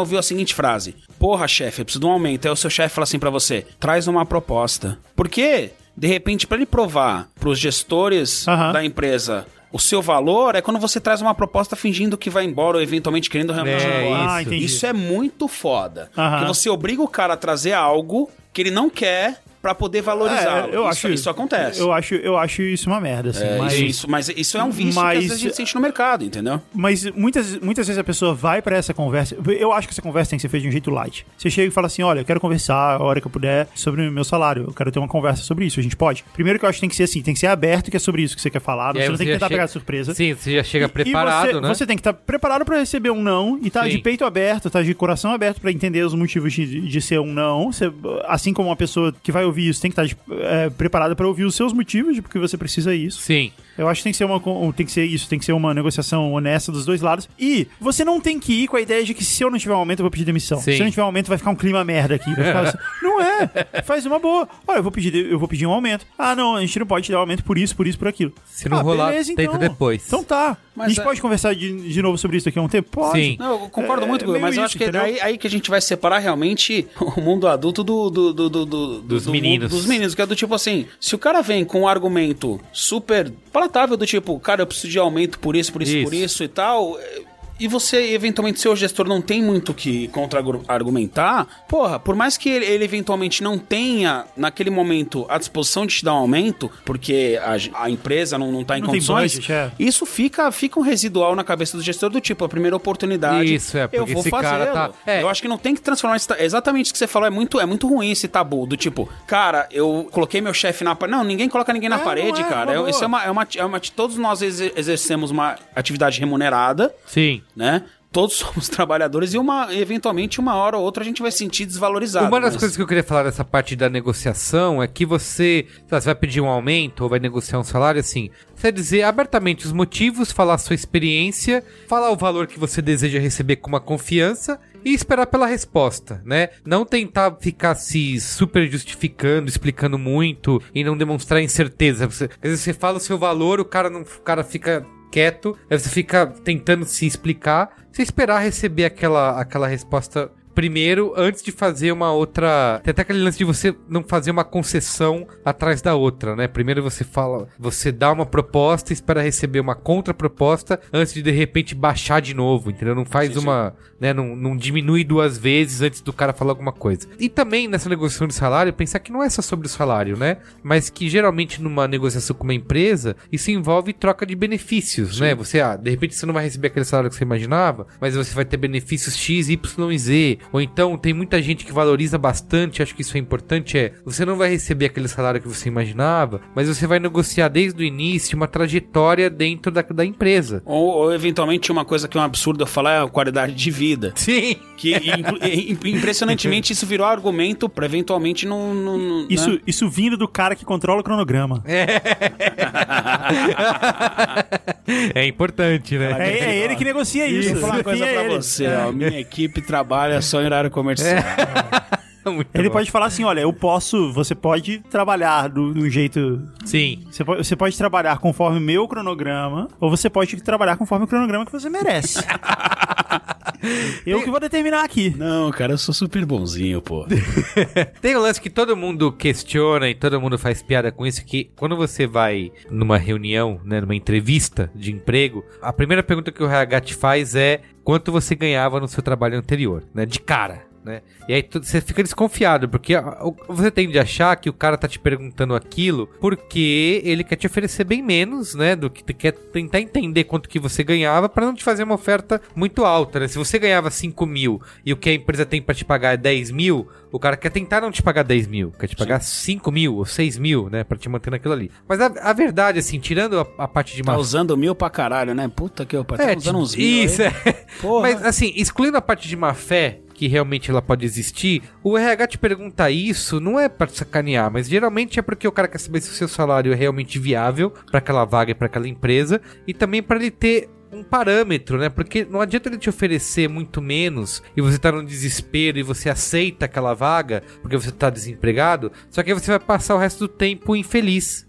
[SPEAKER 4] ouviu a seguinte frase: porra, chefe, eu preciso de um aumento. Aí o seu chefe fala assim pra você: traz uma proposta. Por quê? De repente, pra ele provar pros gestores
[SPEAKER 3] Aham.
[SPEAKER 4] da empresa o seu valor, é quando você traz uma proposta fingindo que vai embora ou eventualmente querendo realmente ir
[SPEAKER 2] É,
[SPEAKER 4] embora.
[SPEAKER 3] Ah,
[SPEAKER 2] isso.
[SPEAKER 3] entendi.
[SPEAKER 4] Isso é muito foda.
[SPEAKER 3] Aham.
[SPEAKER 4] Porque você obriga o cara a trazer algo que ele não quer pra poder valorizar.
[SPEAKER 3] É, eu
[SPEAKER 4] isso,
[SPEAKER 3] acho,
[SPEAKER 4] isso acontece.
[SPEAKER 3] Eu acho, eu acho isso uma merda, assim.
[SPEAKER 4] É,
[SPEAKER 3] mas,
[SPEAKER 4] isso, isso- mas isso é um vício
[SPEAKER 3] Mas-
[SPEAKER 4] que às vezes a gente sente no mercado, entendeu?
[SPEAKER 3] mas muitas, muitas vezes a pessoa vai pra essa conversa. Eu acho que essa conversa tem que ser feita de um jeito light. Você chega e fala assim: olha, eu quero conversar a hora que eu puder sobre o meu salário. Eu quero ter uma conversa sobre isso. A gente pode? Primeiro que eu acho que tem que ser assim: tem que ser aberto, que é sobre isso que você quer falar.
[SPEAKER 2] E aí
[SPEAKER 3] Você não tem que
[SPEAKER 2] já
[SPEAKER 3] tentar
[SPEAKER 2] chega-
[SPEAKER 3] pegar de surpresa.
[SPEAKER 2] Sim, você já chega
[SPEAKER 3] E-
[SPEAKER 2] preparado,
[SPEAKER 3] e você,
[SPEAKER 2] né?
[SPEAKER 3] Você tem que estar preparado pra receber um não e tá
[SPEAKER 2] Sim.
[SPEAKER 3] de peito aberto, tá de coração aberto pra entender os motivos de, de ser um não. Você, assim como uma pessoa que vai ouvir isso tem que estar de, é, preparada pra ouvir os seus motivos de porque você precisa isso.
[SPEAKER 2] Sim.
[SPEAKER 3] Eu acho que tem que ser uma con- tem que ser isso, tem que ser uma negociação honesta dos dois lados. E você não tem que ir com a ideia de que se eu não tiver um aumento eu vou pedir demissão.
[SPEAKER 2] Sim.
[SPEAKER 3] Se eu não tiver um aumento vai ficar um clima merda aqui. Vai ficar assim, não é. Faz uma boa. Olha, eu vou pedir eu vou pedir um aumento. Ah, não, a gente não pode te dar um aumento por isso, por isso, por aquilo.
[SPEAKER 2] Se não
[SPEAKER 3] ah,
[SPEAKER 2] rolar,
[SPEAKER 3] beleza,
[SPEAKER 2] tenta depois.
[SPEAKER 3] Então tá.
[SPEAKER 4] Mas
[SPEAKER 3] a gente
[SPEAKER 4] é-
[SPEAKER 3] pode conversar de, de novo sobre isso daqui a um tempo? Pode.
[SPEAKER 2] Sim.
[SPEAKER 4] Não, eu concordo
[SPEAKER 3] É,
[SPEAKER 4] muito,
[SPEAKER 3] é
[SPEAKER 4] Guilherme, mas
[SPEAKER 3] meio
[SPEAKER 4] eu
[SPEAKER 3] isso,
[SPEAKER 4] acho que é
[SPEAKER 3] entendeu?
[SPEAKER 4] aí, aí que a gente vai separar realmente o mundo adulto do, do, do, do, do-
[SPEAKER 2] Dos
[SPEAKER 4] do
[SPEAKER 2] meninos.
[SPEAKER 4] mundo dos meninos, que é do tipo assim, se o cara vem com um argumento super palatável do tipo, cara, eu preciso de aumento por isso, por isso,
[SPEAKER 2] Isso.
[SPEAKER 4] por isso e tal, e você, eventualmente, seu gestor não tem muito o que contra-argumentar, porra, por mais que ele, ele eventualmente não tenha, naquele momento, a disposição de te dar um aumento, porque a, a empresa não, não tá em
[SPEAKER 3] Não tem
[SPEAKER 4] condições,
[SPEAKER 3] budget, é.
[SPEAKER 4] isso fica, fica um residual na cabeça do gestor do tipo, a primeira oportunidade,
[SPEAKER 2] Isso, é,
[SPEAKER 4] eu
[SPEAKER 2] porque
[SPEAKER 4] vou
[SPEAKER 2] esse cara
[SPEAKER 4] fazê-lo.
[SPEAKER 2] tá- é.
[SPEAKER 4] Eu acho que não tem que transformar esse ta- exatamente o que você falou, é muito, é muito ruim esse tabu do tipo, cara, eu coloquei meu chefe na parede. Não, ninguém coloca ninguém na
[SPEAKER 3] É,
[SPEAKER 4] parede,
[SPEAKER 3] não é,
[SPEAKER 4] cara.
[SPEAKER 3] uma
[SPEAKER 4] É- isso é
[SPEAKER 3] boa.
[SPEAKER 4] uma, é uma, é uma- todos nós exer- exercemos uma atividade remunerada,
[SPEAKER 2] Sim.
[SPEAKER 4] né? Todos somos trabalhadores e uma, eventualmente, uma hora ou outra a gente vai se sentir desvalorizado.
[SPEAKER 2] Uma das
[SPEAKER 4] mas-
[SPEAKER 2] coisas que eu queria falar dessa parte da negociação é que você, sei lá, você vai pedir um aumento ou vai negociar um salário, assim, você dizer abertamente os motivos, falar a sua experiência, falar o valor que você deseja receber com uma confiança e esperar pela resposta, né? Não tentar ficar se super justificando, explicando muito e não demonstrar incerteza. Você, às vezes você fala o seu valor, o cara, não, o cara fica quieto, aí você fica tentando se explicar, você esperar receber aquela, aquela resposta primeiro, antes de fazer uma outra... Tem até aquele lance de você não fazer uma concessão atrás da outra, né? Primeiro você fala, você dá uma proposta, espera receber uma contraproposta, antes de de repente baixar de novo, entendeu? Não faz
[SPEAKER 4] Sim,
[SPEAKER 2] uma... Né? Não, não diminui duas vezes antes do cara falar alguma coisa. E também nessa negociação de salário, pensar que não é só sobre o salário, né? Mas que geralmente numa negociação com uma empresa, isso envolve troca de benefícios, né? Você, ah, de repente você não vai receber aquele salário que você imaginava, mas você vai ter benefícios X, Y e Z. Ou então tem muita gente que valoriza bastante, acho que isso é importante, é, você não vai receber aquele salário que você imaginava, mas você vai negociar desde o início uma trajetória dentro da, da empresa.
[SPEAKER 4] Ou, ou, eventualmente, uma coisa que é um absurdo eu falar é a qualidade de vida.
[SPEAKER 2] Sim.
[SPEAKER 4] Que inclu- im- impressionantemente isso virou argumento pra eventualmente não... não- não-
[SPEAKER 3] Isso,
[SPEAKER 4] né?
[SPEAKER 3] isso vindo do cara que controla o cronograma.
[SPEAKER 2] É importante, né?
[SPEAKER 3] É, é ele que negocia isso.
[SPEAKER 4] Vou falar uma coisa
[SPEAKER 3] Enfim, é
[SPEAKER 4] pra
[SPEAKER 3] ele.
[SPEAKER 4] você, ó, minha equipe trabalha só em horário comercial.
[SPEAKER 2] Muito
[SPEAKER 3] Ele
[SPEAKER 2] bom.
[SPEAKER 3] pode falar assim, olha, eu posso, você pode trabalhar do, do jeito...
[SPEAKER 2] Sim.
[SPEAKER 3] Você pode, você pode trabalhar conforme o meu cronograma, ou você pode trabalhar conforme o cronograma que você merece. Eu que vou determinar aqui.
[SPEAKER 4] Não, cara, eu sou super bonzinho, pô.
[SPEAKER 2] Tem um lance que todo mundo questiona e todo mundo faz piada com isso, que quando você vai numa reunião, né, numa entrevista de emprego, a primeira pergunta que o R H te faz é quanto você ganhava no seu trabalho anterior, né, de cara. Né? E aí tu, você fica desconfiado, porque a, o, você tende a achar que o cara tá te perguntando aquilo porque ele quer te oferecer bem menos, né? Do que quer tentar entender quanto que você ganhava pra não te fazer uma oferta muito alta, né? Se você ganhava cinco mil e o que a empresa tem pra te pagar é dez mil, o cara quer tentar não te pagar dez mil, quer te pagar cinco mil ou seis mil, né? Pra te manter naquilo ali. Mas a, a verdade, assim, tirando a, a parte de
[SPEAKER 4] Tá
[SPEAKER 2] má
[SPEAKER 4] usando mil pra caralho, né? Puta que eu... Tá
[SPEAKER 2] é,
[SPEAKER 4] usando uns mil
[SPEAKER 2] isso,
[SPEAKER 4] aí.
[SPEAKER 2] é.
[SPEAKER 4] Porra.
[SPEAKER 2] Mas assim, excluindo a parte de má fé, que realmente ela pode existir, o R H te pergunta isso, não é pra sacanear, mas geralmente é porque o cara quer saber se o seu salário é realmente viável pra aquela vaga e pra aquela empresa, e também pra ele ter um parâmetro, né? Porque não adianta ele te oferecer muito menos e você tá no desespero e você aceita aquela vaga porque você tá desempregado, só que aí você vai passar o resto do tempo infeliz.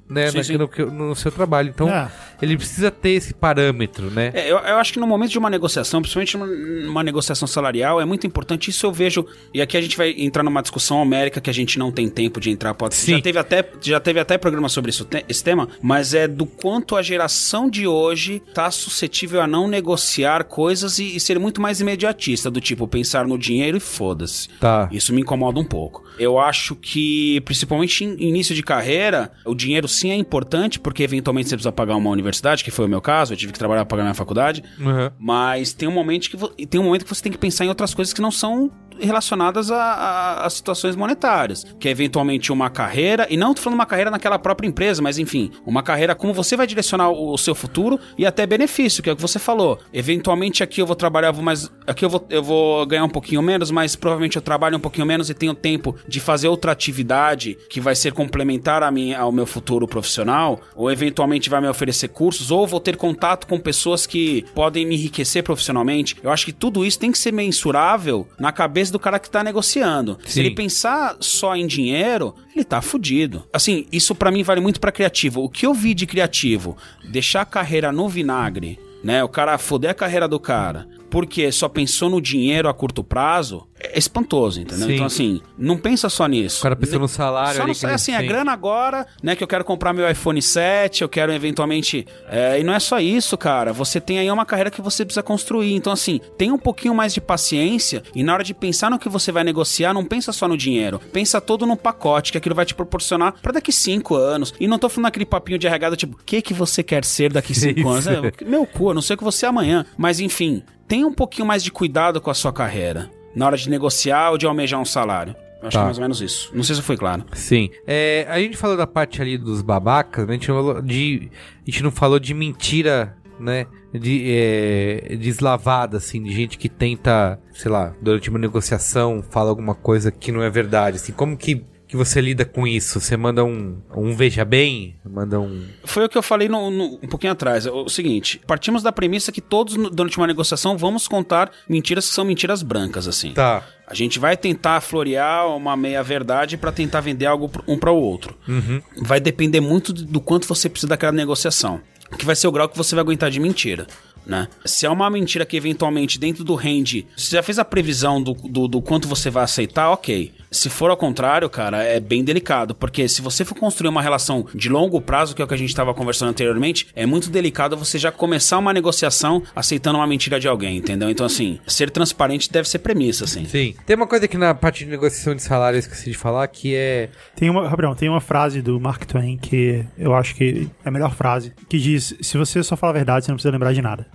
[SPEAKER 2] né,
[SPEAKER 4] Sim,
[SPEAKER 2] naquilo que- no seu trabalho. Então,
[SPEAKER 3] É.
[SPEAKER 2] ele precisa ter esse parâmetro, né?
[SPEAKER 4] É, eu, eu acho que no momento de uma negociação, principalmente numa, numa negociação salarial, é muito importante. Isso eu vejo. E aqui a gente vai entrar numa discussão homérica que a gente não tem tempo de entrar. Pode
[SPEAKER 2] Sim.
[SPEAKER 4] já teve até Já teve até programa sobre isso, te- esse tema, mas é do quanto a geração de hoje tá suscetível a não negociar coisas e, e ser muito mais imediatista, do tipo pensar no dinheiro e foda-se.
[SPEAKER 2] Tá.
[SPEAKER 4] Isso me incomoda um pouco. Eu acho que, principalmente em início de carreira, o dinheiro sim é importante, porque eventualmente você precisa pagar uma universidade, que foi o meu caso, eu tive que trabalhar para pagar minha faculdade,
[SPEAKER 2] Uhum.
[SPEAKER 4] mas tem um momento que vo- tem um momento que você tem que pensar em outras coisas que não são relacionadas a, a, a situações monetárias, que é eventualmente uma carreira, e não tô falando uma carreira naquela própria empresa, mas enfim, uma carreira como você vai direcionar o, o seu futuro e até benefício, que é o que você falou. Eventualmente aqui eu vou trabalhar, eu vou mais, aqui eu vou, eu vou ganhar um pouquinho menos, mas provavelmente eu trabalho um pouquinho menos e tenho tempo de fazer outra atividade que vai ser complementar a mim, ao meu futuro profissional, ou eventualmente vai me oferecer cursos, ou vou ter contato com pessoas que podem me enriquecer profissionalmente. Eu acho que tudo isso tem que ser mensurável na cabeça do cara que tá negociando. Se
[SPEAKER 2] Sim.
[SPEAKER 4] ele pensar só em dinheiro, ele tá fudido. Assim, isso pra mim vale muito pra criativo. O que eu vi de criativo, deixar a carreira no vinagre, né? O cara foder a carreira do cara porque só pensou no dinheiro a curto prazo, é espantoso, entendeu?
[SPEAKER 2] Sim.
[SPEAKER 4] Então, assim, não pensa só nisso.
[SPEAKER 2] O cara pensou no salário
[SPEAKER 4] Só
[SPEAKER 2] ali
[SPEAKER 4] no,
[SPEAKER 2] que ele
[SPEAKER 4] assim, a
[SPEAKER 2] tem.
[SPEAKER 4] grana agora, né, que eu quero comprar meu iPhone sete, eu quero eventualmente... É, e não é só isso, cara. Você tem aí uma carreira que você precisa construir. Então, assim, tenha um pouquinho mais de paciência e na hora de pensar no que você vai negociar, não pensa só no dinheiro. Pensa todo no pacote que aquilo vai te proporcionar pra daqui cinco anos. E não tô falando aquele papinho de regada, tipo, o que que você quer ser daqui cinco
[SPEAKER 2] Isso.
[SPEAKER 4] anos? É, meu cu, eu não sei o que você é amanhã. Mas, enfim, tenha um pouquinho mais de cuidado com a sua carreira na hora de negociar ou de almejar um salário. Eu acho
[SPEAKER 2] Tá.
[SPEAKER 4] que é mais ou menos isso. Não sei se foi claro.
[SPEAKER 2] Sim. É, a gente falou da parte ali dos babacas, né? A gente não falou de, a gente não falou de mentira, né? De é, deslavada, assim, de gente que tenta, sei lá, durante uma negociação, fala alguma coisa que não é verdade, assim. Como que, que você lida com isso? Você manda um, um veja bem? Manda um...
[SPEAKER 4] Foi o que eu falei no, no- um pouquinho atrás. É o seguinte, partimos da premissa que todos, no- durante uma negociação, vamos contar mentiras que são mentiras brancas, assim.
[SPEAKER 2] Tá.
[SPEAKER 4] A gente vai tentar florear uma meia-verdade pra tentar vender algo pro- um para o outro.
[SPEAKER 2] Uhum.
[SPEAKER 4] Vai depender muito do do quanto você precisa daquela negociação. Que vai ser o grau que você vai aguentar de mentira, né? Se é uma mentira que eventualmente dentro do range, você já fez a previsão do, do, do quanto você vai aceitar, ok. Se for ao contrário, cara, é bem delicado, porque se você for construir uma relação de longo prazo, que é o que a gente estava conversando anteriormente, é muito delicado você já começar uma negociação aceitando uma mentira de alguém, entendeu? Então, assim, ser transparente deve ser premissa, assim.
[SPEAKER 2] Sim. Tem uma coisa aqui na parte de negociação de salário, eu esqueci de falar, que é...
[SPEAKER 3] Tem uma, Gabriel, tem uma frase do Mark Twain que eu acho que é a melhor frase, que diz: se você só fala a verdade, você não precisa lembrar de nada.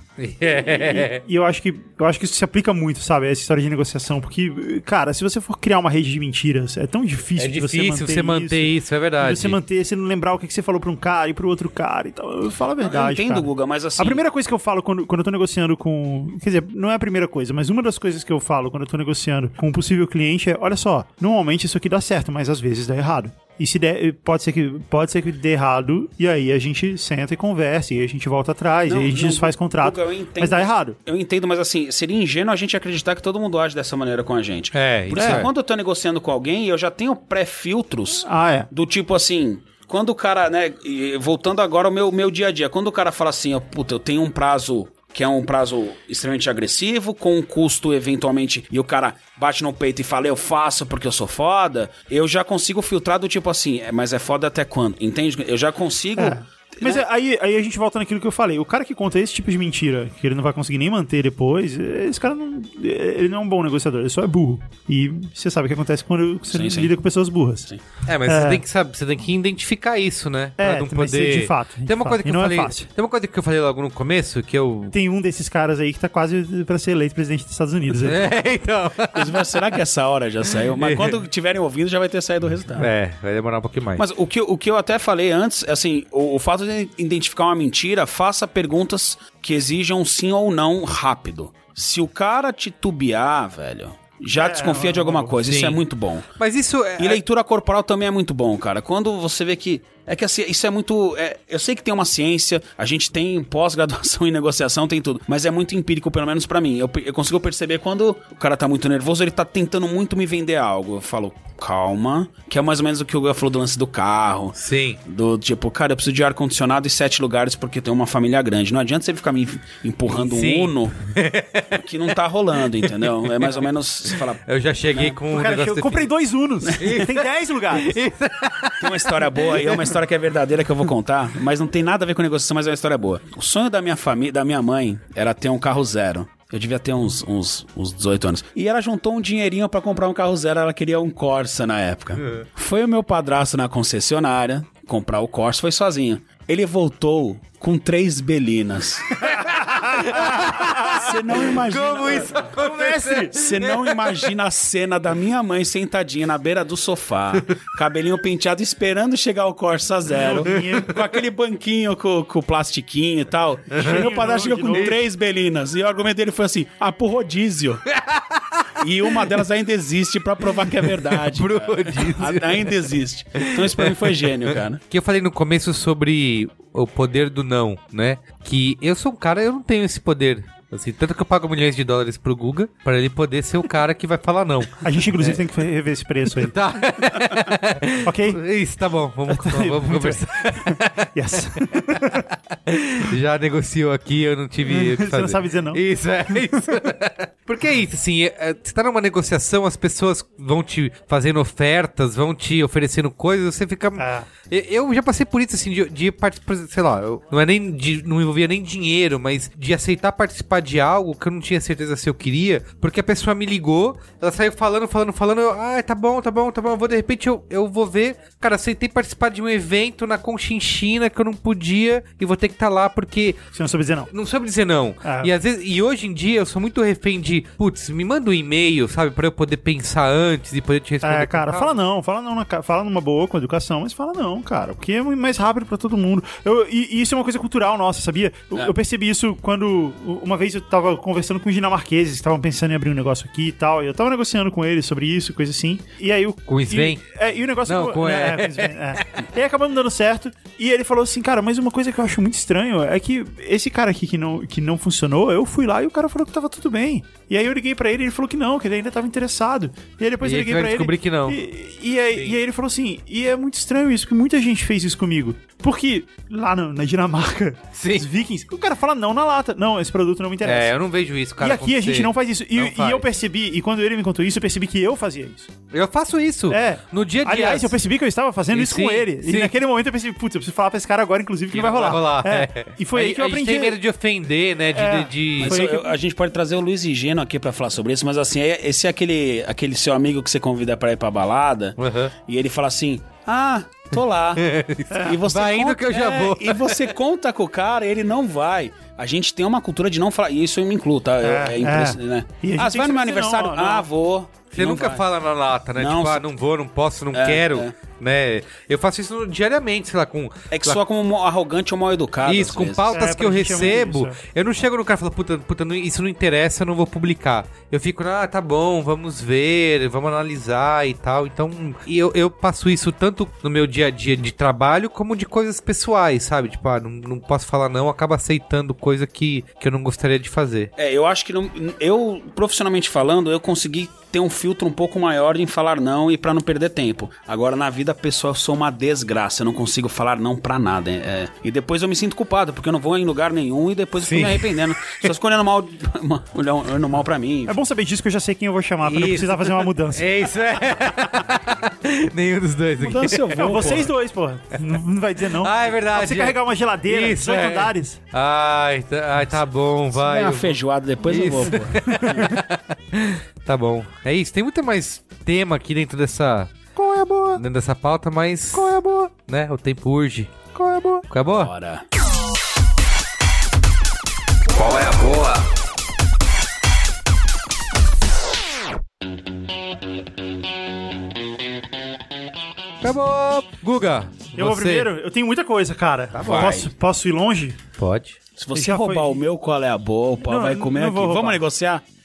[SPEAKER 3] E eu acho que eu acho que isso se aplica muito, sabe, a essa história de negociação, porque, cara, se você for criar uma rede de mentiras, é tão difícil,
[SPEAKER 2] É
[SPEAKER 3] de
[SPEAKER 2] difícil
[SPEAKER 3] você manter,
[SPEAKER 2] você manter
[SPEAKER 3] isso,
[SPEAKER 2] isso, é verdade.
[SPEAKER 3] de você manter, você não lembrar o que que você falou pra um cara e pro outro cara e tal. Eu falo a verdade,
[SPEAKER 4] Eu entendo,
[SPEAKER 3] cara.
[SPEAKER 4] Guga, mas assim...
[SPEAKER 3] A primeira coisa que eu falo quando, quando eu tô negociando com... Quer dizer, não é a primeira coisa, mas uma das coisas que eu falo quando eu tô negociando com um possível cliente é: olha só, normalmente isso aqui dá certo, mas às vezes dá errado. E se der, pode ser que pode ser que dê errado, e aí a gente senta e conversa, e aí a gente volta atrás,
[SPEAKER 4] Não,
[SPEAKER 3] e aí a gente
[SPEAKER 4] não,
[SPEAKER 3] desfaz contrato.
[SPEAKER 4] Guga, eu entendo.
[SPEAKER 3] Mas dá errado.
[SPEAKER 4] Eu entendo, mas assim, seria ingênuo a gente acreditar que todo mundo age dessa maneira com a gente.
[SPEAKER 2] É,
[SPEAKER 4] Por
[SPEAKER 2] isso
[SPEAKER 4] isso,
[SPEAKER 2] é.
[SPEAKER 4] quando eu tô negociando com alguém, eu já tenho pré-filtros
[SPEAKER 3] Ah, é.
[SPEAKER 4] do tipo assim... Quando o cara, né, e voltando agora ao meu, meu dia a dia, quando o cara fala assim, ó, puta, eu tenho um prazo que é um prazo extremamente agressivo, com um custo eventualmente, e o cara bate no peito e fala, eu faço porque eu sou foda, eu já consigo filtrar do tipo assim, é, mas é foda até quando? Entende? Eu já consigo...
[SPEAKER 3] É. Mas
[SPEAKER 4] né?
[SPEAKER 3] é, aí, aí a gente volta naquilo que eu falei. O cara que conta esse tipo de mentira, que ele não vai conseguir nem manter depois, esse cara não, ele não é um bom negociador, ele só é burro. E você sabe o que acontece quando você
[SPEAKER 4] Sim, sim.
[SPEAKER 3] lida com pessoas burras.
[SPEAKER 4] Sim.
[SPEAKER 2] É, mas
[SPEAKER 3] É.
[SPEAKER 2] você tem que saber, você tem que identificar isso, né?
[SPEAKER 3] É,
[SPEAKER 2] Pra não
[SPEAKER 3] mas
[SPEAKER 2] poder...
[SPEAKER 3] de fato, de
[SPEAKER 2] Tem uma
[SPEAKER 3] fato.
[SPEAKER 2] coisa que
[SPEAKER 3] E
[SPEAKER 2] eu
[SPEAKER 3] não é
[SPEAKER 2] falei.
[SPEAKER 3] fácil.
[SPEAKER 2] Tem uma coisa que eu falei logo no começo que eu.
[SPEAKER 3] Tem um desses caras aí que tá quase pra ser eleito presidente dos Estados Unidos. né?
[SPEAKER 2] É, então.
[SPEAKER 4] Inclusive, será que essa hora já saiu? Mas quando tiverem ouvindo, já vai ter saído o resultado.
[SPEAKER 2] É, vai demorar um pouquinho mais.
[SPEAKER 4] Mas o que, o que eu até falei antes, assim, o, o fato de identificar uma mentira, faça perguntas que exijam sim ou não rápido. Se o cara titubear, velho, já
[SPEAKER 3] É,
[SPEAKER 4] desconfia de alguma coisa.
[SPEAKER 2] sim.
[SPEAKER 4] Isso é muito bom.
[SPEAKER 2] Mas isso é.
[SPEAKER 4] E leitura corporal também é muito bom, cara. Quando você vê que É que assim, isso é muito... É, eu sei que tem uma ciência, a gente tem pós-graduação em negociação, tem tudo, mas é muito empírico, pelo menos pra mim. Eu, eu consigo perceber quando o cara tá muito nervoso, ele tá tentando muito me vender algo. Eu falo, calma, que é mais ou menos o que o Guga falou do lance do carro.
[SPEAKER 2] Sim.
[SPEAKER 4] Do tipo, cara, eu preciso de ar-condicionado e sete lugares porque tem uma família grande. Não adianta você ficar me empurrando
[SPEAKER 2] Sim.
[SPEAKER 4] um Uno que não tá rolando, entendeu? É mais ou menos, você fala...
[SPEAKER 2] Eu já cheguei
[SPEAKER 4] Né?
[SPEAKER 2] com
[SPEAKER 3] O
[SPEAKER 2] um
[SPEAKER 3] cara,
[SPEAKER 2] negócio
[SPEAKER 3] eu comprei dois Unos. Tem dez lugares.
[SPEAKER 4] Tem uma história boa e é uma história que é verdadeira que eu vou contar, mas não tem nada a ver com negociação, mas é uma história boa. O sonho da minha família, da minha mãe, era ter um carro zero. Eu devia ter uns, uns, uns dezoito anos. E ela juntou um dinheirinho pra comprar um carro zero. Ela queria um Corsa na época. Uhum. Foi o meu padrasto na concessionária comprar o Corsa, foi sozinho. Ele voltou com três Belinas. Você não imagina...
[SPEAKER 2] Como isso acontece?
[SPEAKER 4] Você não imagina a cena da minha mãe sentadinha na beira do sofá, cabelinho penteado, esperando chegar o Corsa zero, com aquele banquinho com, com o plastiquinho e tal. E meu padrasto chegou com três Belinas. E o argumento dele foi assim, ah, pro rodízio. E uma delas ainda existe pra provar que é verdade.
[SPEAKER 2] Pro rodízio.
[SPEAKER 4] Ainda existe. Então isso pra mim foi gênio, cara.
[SPEAKER 2] Que eu falei no começo sobre o poder do não, né? Que eu sou um cara, eu não tenho esse poder. Assim, tanto que eu pago milhões de dólares pro Guga pra ele poder ser o cara que vai falar não.
[SPEAKER 3] A gente, inclusive, é. tem que rever esse preço aí.
[SPEAKER 2] Tá.
[SPEAKER 3] Ok?
[SPEAKER 2] Isso, tá bom. Vamos, vamos conversar.
[SPEAKER 3] Yes.
[SPEAKER 2] Já negociou aqui, eu não tive o que fazer.
[SPEAKER 3] Você não sabe dizer não.
[SPEAKER 2] Isso, é isso. Porque é isso, assim, é, você tá numa negociação, as pessoas vão te fazendo ofertas, vão te oferecendo coisas, você fica...
[SPEAKER 3] Ah.
[SPEAKER 2] Eu, eu já passei por isso, assim, de, de participar, sei lá, eu, não é nem de, não envolvia nem dinheiro, mas de aceitar participar de algo que eu não tinha certeza se eu queria, porque a pessoa me ligou, ela saiu falando, falando, falando, eu, ah, tá bom, tá bom, tá bom, eu vou, de repente eu, eu vou ver, cara, aceitei participar de um evento na Conchinchina que eu não podia e vou ter que estar tá lá porque...
[SPEAKER 3] Você não soube dizer não.
[SPEAKER 2] Não soube dizer não.
[SPEAKER 3] Ah.
[SPEAKER 2] E às vezes, e hoje em dia eu sou muito refém de, putz, me manda um e-mail, sabe, pra eu poder pensar antes e poder te responder.
[SPEAKER 3] É, cara, fala não, fala não, na, fala numa boa com educação, mas fala não, cara, porque é mais rápido pra todo mundo. Eu, e, e isso é uma coisa cultural nossa, sabia? Eu, é. eu percebi isso quando, uma vez eu tava conversando com os dinamarqueses que estavam pensando em abrir um negócio aqui e tal, e eu tava negociando com eles sobre isso, coisa assim, e aí o...
[SPEAKER 2] Com o Sven?
[SPEAKER 3] E, é, e o negócio...
[SPEAKER 2] Não, com,
[SPEAKER 3] é, é, com o Sven, é. E aí acabou não dando certo, e ele falou assim, cara, mas uma coisa que eu acho muito estranho é que esse cara aqui que não, que não funcionou, eu fui lá e o cara falou que tava tudo bem. E aí eu liguei pra ele e ele falou que não, que ele ainda tava interessado. E aí depois
[SPEAKER 2] e
[SPEAKER 3] eu liguei
[SPEAKER 2] vai
[SPEAKER 3] pra
[SPEAKER 2] descobrir
[SPEAKER 3] ele...
[SPEAKER 2] que não.
[SPEAKER 3] E, e, aí, e aí ele falou assim, e é muito estranho isso, porque muita gente fez isso comigo. Porque lá no, na Dinamarca,
[SPEAKER 2] Sim.
[SPEAKER 3] os vikings, o cara fala não na lata. Não, esse produto não me interessa.
[SPEAKER 2] É, eu não vejo isso, cara.
[SPEAKER 3] E aqui a gente não faz isso. E,
[SPEAKER 2] Não
[SPEAKER 3] e
[SPEAKER 2] faz.
[SPEAKER 3] eu percebi, e quando ele me contou isso, eu percebi que eu fazia isso.
[SPEAKER 2] Eu faço isso.
[SPEAKER 3] É.
[SPEAKER 2] No dia a dia.
[SPEAKER 3] Aliás, eu percebi que eu estava fazendo
[SPEAKER 2] E
[SPEAKER 3] isso
[SPEAKER 2] sim,
[SPEAKER 3] com ele.
[SPEAKER 2] sim.
[SPEAKER 3] E naquele momento eu percebi, putz, eu preciso falar pra esse cara agora, inclusive, que, que não vai rolar.
[SPEAKER 2] Vai rolar.
[SPEAKER 3] É. E foi aí, aí que eu
[SPEAKER 2] a
[SPEAKER 3] aprendi.
[SPEAKER 2] gente tem medo de ofender, né? De,
[SPEAKER 3] É.
[SPEAKER 2] de, de...
[SPEAKER 4] Mas
[SPEAKER 3] Foi
[SPEAKER 4] eu- eu- a gente pode trazer o Luiz Higeno aqui pra falar sobre isso, mas assim, é- esse é aquele, aquele seu amigo que você convida pra ir pra balada,
[SPEAKER 2] Uhum.
[SPEAKER 4] e ele fala assim, ah, tô lá. E você
[SPEAKER 2] Vai indo
[SPEAKER 4] conta-
[SPEAKER 2] que eu já
[SPEAKER 4] é,
[SPEAKER 2] vou.
[SPEAKER 4] E você conta com o cara, ele não vai. A gente tem uma cultura de não falar, e isso eu me incluo, tá? É,
[SPEAKER 3] É,
[SPEAKER 4] é impressionante, né?
[SPEAKER 3] E a gente
[SPEAKER 4] Ah, você
[SPEAKER 3] tem
[SPEAKER 4] vai
[SPEAKER 3] que
[SPEAKER 4] no meu
[SPEAKER 3] dizer
[SPEAKER 4] aniversário?
[SPEAKER 3] não, não.
[SPEAKER 4] Ah, vou.
[SPEAKER 2] Você
[SPEAKER 4] E não
[SPEAKER 2] nunca
[SPEAKER 4] vai.
[SPEAKER 2] fala na lata, né?
[SPEAKER 4] Não,
[SPEAKER 2] tipo,
[SPEAKER 4] cê-
[SPEAKER 2] ah, não vou, não posso, não
[SPEAKER 4] É,
[SPEAKER 2] quero,
[SPEAKER 4] é.
[SPEAKER 2] né? Eu faço isso diariamente, sei lá, com...
[SPEAKER 4] É que
[SPEAKER 2] sei lá,
[SPEAKER 4] soa como mo- arrogante ou mal educado.
[SPEAKER 2] Isso,
[SPEAKER 4] às
[SPEAKER 2] com
[SPEAKER 4] vezes.
[SPEAKER 2] pautas
[SPEAKER 3] É,
[SPEAKER 2] que eu
[SPEAKER 3] pra gente é muito
[SPEAKER 2] recebo,
[SPEAKER 3] isso,
[SPEAKER 2] eu não chego no cara e falo, puta, puta não- isso não interessa, eu não vou publicar. Eu fico, ah, tá bom, vamos ver, vamos analisar e tal. Então, e eu, eu passo isso tanto no meu dia a dia de trabalho, como de coisas pessoais, sabe? Tipo, ah, não, não posso falar não, acaba aceitando coisa que, que eu não gostaria de fazer.
[SPEAKER 4] É, eu acho que não, eu, profissionalmente falando, eu consegui ter um filtro um pouco maior em falar não e pra não perder tempo. Agora, na vida pessoal, eu sou uma desgraça, eu não consigo falar não pra nada. É, e depois eu me sinto culpado, porque eu não vou em lugar nenhum e depois eu fico
[SPEAKER 2] Sim.
[SPEAKER 4] me arrependendo. As pessoas ficam olhando mal, olhando mal pra mim.
[SPEAKER 3] É bom saber disso, que eu já sei quem eu vou chamar, pra não
[SPEAKER 2] Isso.
[SPEAKER 3] precisar fazer uma mudança.
[SPEAKER 2] É isso, é. Nenhum dos dois aqui.
[SPEAKER 4] Mudança eu vou,
[SPEAKER 3] Não, vocês
[SPEAKER 4] porra.
[SPEAKER 3] dois, porra. Não, não vai dizer não.
[SPEAKER 2] Ah, é verdade.
[SPEAKER 3] Pra você carregar uma geladeira,
[SPEAKER 2] Isso,
[SPEAKER 3] dezoito
[SPEAKER 2] é.
[SPEAKER 3] andares.
[SPEAKER 2] Ai, tá, ai, tá bom,
[SPEAKER 4] Vai
[SPEAKER 2] vai.
[SPEAKER 4] uma
[SPEAKER 2] eu-
[SPEAKER 4] feijoada, depois eu vou,
[SPEAKER 2] Isso.
[SPEAKER 4] pô.
[SPEAKER 2] Tá bom. É isso, tem muito mais tema aqui dentro dessa...
[SPEAKER 3] Qual é a boa?
[SPEAKER 2] Dentro dessa pauta, mas...
[SPEAKER 3] Qual é a boa?
[SPEAKER 2] Né, o tempo urge.
[SPEAKER 3] Qual é a boa?
[SPEAKER 2] Qual é a boa?
[SPEAKER 4] Bora.
[SPEAKER 5] Qual é a boa?
[SPEAKER 2] Acabou! Guga,
[SPEAKER 3] Eu vou
[SPEAKER 2] você.
[SPEAKER 3] primeiro? Eu tenho muita coisa, cara.
[SPEAKER 4] vai.
[SPEAKER 3] Posso, posso ir longe?
[SPEAKER 2] Pode.
[SPEAKER 4] Se você
[SPEAKER 3] Já
[SPEAKER 4] roubar
[SPEAKER 3] foi.
[SPEAKER 4] o meu, qual é a boa? O pau
[SPEAKER 3] Não,
[SPEAKER 4] vai comer
[SPEAKER 3] não
[SPEAKER 4] aqui.
[SPEAKER 3] vou roubar.
[SPEAKER 4] Vamos negociar?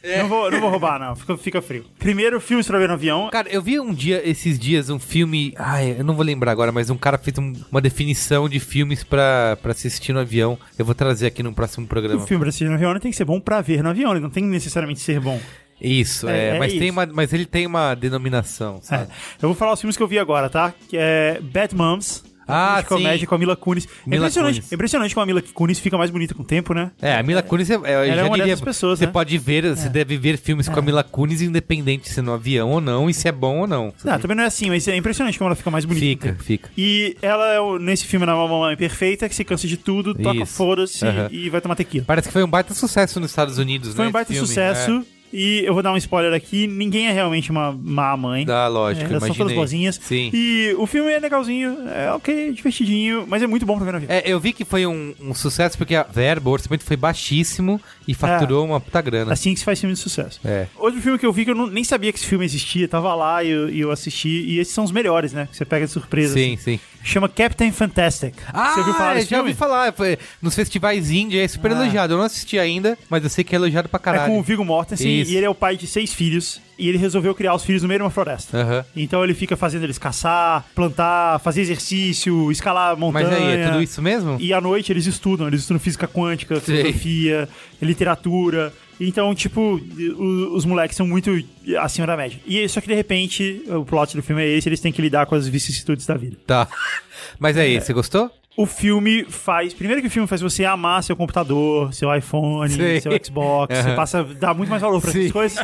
[SPEAKER 3] Não, vou, não vou roubar, não. Fica, fica frio. Primeiro, filmes pra ver no avião.
[SPEAKER 2] Cara, eu vi um dia, esses dias, um filme... Ai, eu não vou lembrar agora, mas um cara fez um, uma definição de filmes pra, pra assistir no avião. Eu vou trazer aqui no próximo programa.
[SPEAKER 3] O filme pra assistir no avião tem que ser bom pra ver no avião. Ele não tem que necessariamente ser bom.
[SPEAKER 2] Isso, é,
[SPEAKER 3] É, é
[SPEAKER 2] mas,
[SPEAKER 3] isso.
[SPEAKER 2] Tem uma, mas ele tem uma denominação,
[SPEAKER 3] É.
[SPEAKER 2] sabe?
[SPEAKER 3] Eu vou falar os filmes que eu vi agora, tá? Que é Bad Moms.
[SPEAKER 2] Ah,
[SPEAKER 3] de comédia
[SPEAKER 2] sim.
[SPEAKER 3] com a Mila Kunis. É
[SPEAKER 2] Mila
[SPEAKER 3] impressionante,
[SPEAKER 2] Kunis.
[SPEAKER 3] é impressionante como a Mila Kunis fica mais bonita com o tempo, né?
[SPEAKER 2] É, a Mila Kunis, é, eu
[SPEAKER 3] Ela
[SPEAKER 2] já
[SPEAKER 3] é uma
[SPEAKER 2] diria,
[SPEAKER 3] dessas pessoas,
[SPEAKER 2] você
[SPEAKER 3] né?
[SPEAKER 2] pode ver, você deve ver filmes com a Mila Kunis independente se é no avião ou não, e se é bom ou não.
[SPEAKER 3] Não, também não é assim, mas é impressionante como ela fica mais bonita.
[SPEAKER 2] Fica,
[SPEAKER 3] com o tempo.
[SPEAKER 2] fica.
[SPEAKER 3] E ela é o- nesse filme na Mamãe Perfeita, que se cansa de tudo, toca
[SPEAKER 2] Isso.
[SPEAKER 3] foda-se
[SPEAKER 2] Aham.
[SPEAKER 3] e vai tomar tequila.
[SPEAKER 2] Parece que foi um baita sucesso nos Estados Unidos,
[SPEAKER 3] Foi
[SPEAKER 2] né?
[SPEAKER 3] um baita
[SPEAKER 2] esse filme.
[SPEAKER 3] sucesso. E eu vou dar um spoiler aqui, ninguém é realmente uma má mãe.
[SPEAKER 2] É. Dá, lógico,
[SPEAKER 3] É, elas são
[SPEAKER 2] imaginei.
[SPEAKER 3] todas boazinhas.
[SPEAKER 2] Sim.
[SPEAKER 3] E o filme é legalzinho, é ok, divertidinho, mas é muito bom pra ver no avião.
[SPEAKER 2] É, eu vi que foi um, um sucesso porque a verba, o orçamento foi baixíssimo e faturou uma puta grana.
[SPEAKER 3] Assim que se faz filme de sucesso.
[SPEAKER 2] É.
[SPEAKER 3] Outro filme que eu vi que eu não- nem sabia que esse filme existia, tava lá e eu, e eu assisti, e esses são os melhores, né? Que você pega de surpresa.
[SPEAKER 2] Sim,
[SPEAKER 3] assim.
[SPEAKER 2] sim.
[SPEAKER 3] Chama Captain Fantastic.
[SPEAKER 2] Ah,
[SPEAKER 3] você ouviu falar desse
[SPEAKER 2] já
[SPEAKER 3] filme?
[SPEAKER 2] ouvi falar. Foi, nos festivais indie é super
[SPEAKER 3] Ah.
[SPEAKER 2] elogiado. Eu não assisti ainda, mas eu sei que é elogiado pra
[SPEAKER 3] É
[SPEAKER 2] caralho.
[SPEAKER 3] com o Viggo Mortensen,
[SPEAKER 2] Isso.
[SPEAKER 3] e ele é o pai de seis filhos, e ele resolveu criar os filhos no meio de uma floresta.
[SPEAKER 2] Aham.
[SPEAKER 3] Então ele fica fazendo eles caçar, plantar, fazer exercício, escalar montanha.
[SPEAKER 2] Mas aí, é tudo isso mesmo?
[SPEAKER 3] E à noite eles estudam, eles estudam física quântica,
[SPEAKER 2] Sei.
[SPEAKER 3] filosofia, literatura. Então, tipo, o- os moleques são muito acima da média. E só que de repente, o plot do filme é esse, eles têm que lidar com as vicissitudes da vida.
[SPEAKER 2] Tá. Mas aí, você gostou?
[SPEAKER 3] O filme faz... Primeiro que o filme faz você amar seu computador, seu iPhone,
[SPEAKER 2] Sei.
[SPEAKER 3] seu Xbox. Você
[SPEAKER 2] Aham.
[SPEAKER 3] passa a dar muito mais valor pra
[SPEAKER 2] Sim.
[SPEAKER 3] essas coisas.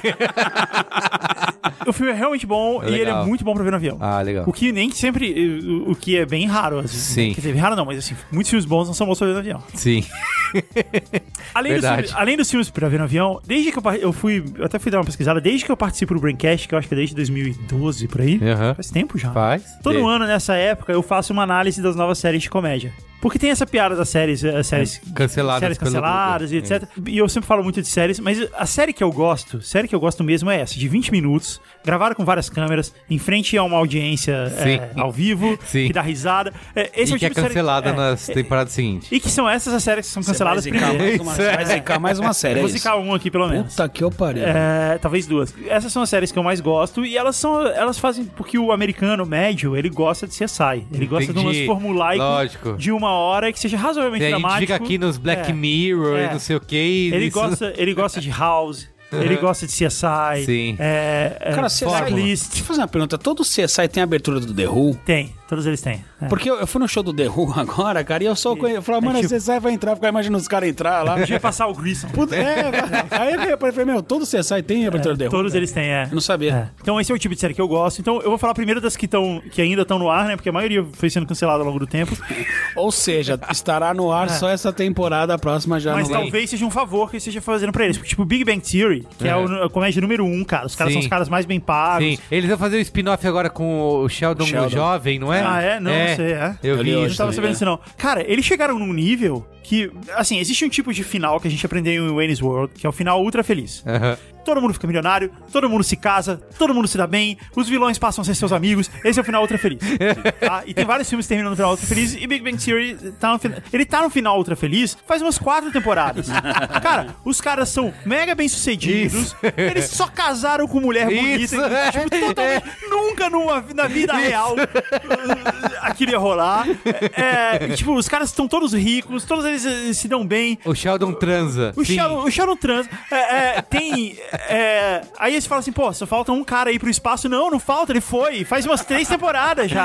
[SPEAKER 3] O filme é realmente bom
[SPEAKER 2] É
[SPEAKER 3] e ele é
[SPEAKER 2] legal.
[SPEAKER 3] muito bom pra ver no avião.
[SPEAKER 2] Ah, legal.
[SPEAKER 3] O que nem sempre... O, o que é bem raro. Assim,
[SPEAKER 2] Sim.
[SPEAKER 3] Quer dizer, bem raro não, mas assim, muitos filmes bons não são bons pra ver no avião.
[SPEAKER 2] Sim.
[SPEAKER 3] Além dos,
[SPEAKER 2] Verdade.
[SPEAKER 3] filmes, além dos filmes pra ver no avião, desde que eu, par- eu fui... Eu até fui dar uma pesquisada. Desde que eu participo do Braincast, que eu acho que é desde dois mil e doze, por aí.
[SPEAKER 2] Aham.
[SPEAKER 3] Faz tempo já.
[SPEAKER 2] Faz.
[SPEAKER 3] Todo
[SPEAKER 2] Tem.
[SPEAKER 3] ano, nessa época, eu faço uma análise das novas séries de comédia. Porque tem essa piada das séries, eh, séries
[SPEAKER 2] Canceladas
[SPEAKER 3] séries
[SPEAKER 2] pelo
[SPEAKER 3] canceladas e
[SPEAKER 2] Google.
[SPEAKER 3] etcétera. E eu sempre falo muito de séries, mas a série que eu gosto, série que eu gosto mesmo é essa, de vinte minutos, gravada com várias câmeras, em frente a uma audiência
[SPEAKER 2] Sim.
[SPEAKER 3] eh, ao vivo,
[SPEAKER 2] Sim.
[SPEAKER 3] que dá risada. Eh, Esse
[SPEAKER 2] E
[SPEAKER 3] é o
[SPEAKER 2] que é
[SPEAKER 3] tipo de série-
[SPEAKER 2] cancelada
[SPEAKER 3] é,
[SPEAKER 2] nas
[SPEAKER 3] é,
[SPEAKER 2] temporadas seguintes.
[SPEAKER 3] E que são essas as séries que são
[SPEAKER 4] Você vai
[SPEAKER 3] canceladas
[SPEAKER 4] zicar
[SPEAKER 3] primeiro.
[SPEAKER 4] mais uma, vai zicar mais uma série,
[SPEAKER 3] Eu
[SPEAKER 4] é
[SPEAKER 3] vou
[SPEAKER 4] isso?
[SPEAKER 3] zicar um aqui, pelo menos.
[SPEAKER 4] Puta que eu pariu.
[SPEAKER 3] É, talvez duas. Essas são as séries que eu mais gosto e elas são, elas fazem porque o americano médio, ele gosta de C S I. Ele gosta de um
[SPEAKER 2] Entendi.
[SPEAKER 3] lance formulaico
[SPEAKER 2] Lógico.
[SPEAKER 3] de uma hora que seja razoavelmente
[SPEAKER 2] A gente
[SPEAKER 3] dramático.
[SPEAKER 2] fica aqui nos Black
[SPEAKER 3] É.
[SPEAKER 2] Mirror
[SPEAKER 3] É.
[SPEAKER 2] e não sei o que.
[SPEAKER 3] Ele gosta, ele gosta de House, ele gosta de C S I.
[SPEAKER 2] Sim.
[SPEAKER 3] É, é,
[SPEAKER 4] Cara, C S I,
[SPEAKER 3] Blacklist.
[SPEAKER 4] deixa eu fazer uma pergunta. Todo C S I tem abertura do The Who?
[SPEAKER 3] Tem, todos eles têm. É.
[SPEAKER 4] Porque eu, eu fui no show do The Who agora, cara, e eu só conhe... eu falava, mano,
[SPEAKER 3] É tipo-
[SPEAKER 4] C S I vai entrar, ficar imaginando os caras entrar lá.
[SPEAKER 3] Podia passar o Grissom.
[SPEAKER 4] Puta, é, aí eu falei, meu, todo C S I tem abertura do The Who?
[SPEAKER 3] Todos
[SPEAKER 4] cara?
[SPEAKER 3] eles têm, é.
[SPEAKER 4] Eu não sabia.
[SPEAKER 3] É. Então esse é o tipo de série que eu gosto. Então eu vou falar primeiro das que, tão, que ainda estão no ar, né? Porque a maioria foi sendo cancelada ao longo do tempo.
[SPEAKER 4] Ou seja, estará no ar só essa temporada, a próxima já
[SPEAKER 3] É. Mas
[SPEAKER 4] não vai.
[SPEAKER 3] talvez seja um favor que esteja fazendo pra eles. Porque, tipo, Big Bang Theory, que é,
[SPEAKER 2] É.
[SPEAKER 3] o- a comédia número um, cara. Os caras
[SPEAKER 2] Sim.
[SPEAKER 3] são os caras mais bem pagos.
[SPEAKER 2] Sim, eles vão fazer o spin-off agora com o Sheldon,
[SPEAKER 4] Sheldon.
[SPEAKER 2] jovem, não é?
[SPEAKER 3] Ah, é? Não, não sei, é.
[SPEAKER 2] Eu
[SPEAKER 4] Eu
[SPEAKER 2] vi
[SPEAKER 4] li
[SPEAKER 3] Eu
[SPEAKER 4] hoje
[SPEAKER 3] não tava
[SPEAKER 4] também,
[SPEAKER 3] sabendo
[SPEAKER 4] é.
[SPEAKER 3] disso, não. Cara, eles chegaram num nível que, assim, existe um tipo de final que a gente aprendeu em Wayne's World, que é o final ultra feliz.
[SPEAKER 2] Aham.
[SPEAKER 3] Todo mundo fica milionário, todo mundo se casa, todo mundo se dá bem, os vilões passam a ser seus amigos. Esse é o final ultra feliz. Tá? E tem vários filmes que terminam no final ultra feliz, e Big Bang Theory tá no final. Ele tá no final ultra feliz faz umas quatro temporadas. Cara, os caras são mega bem sucedidos, eles só casaram com mulher bonita.
[SPEAKER 2] Isso,
[SPEAKER 3] e,
[SPEAKER 2] é.
[SPEAKER 3] tipo, totalmente, nunca numa, na vida real uh, aquilo ia rolar. É, e, tipo, os caras estão todos ricos, todos eles eh, se dão bem.
[SPEAKER 2] O Sheldon transa.
[SPEAKER 3] O
[SPEAKER 2] Sim.
[SPEAKER 3] Sheldon, o Sheldon trans. É, é, tem. é, aí eles falam assim, pô, só falta um cara aí pro espaço. Não, não falta, ele foi. Faz umas três temporadas já.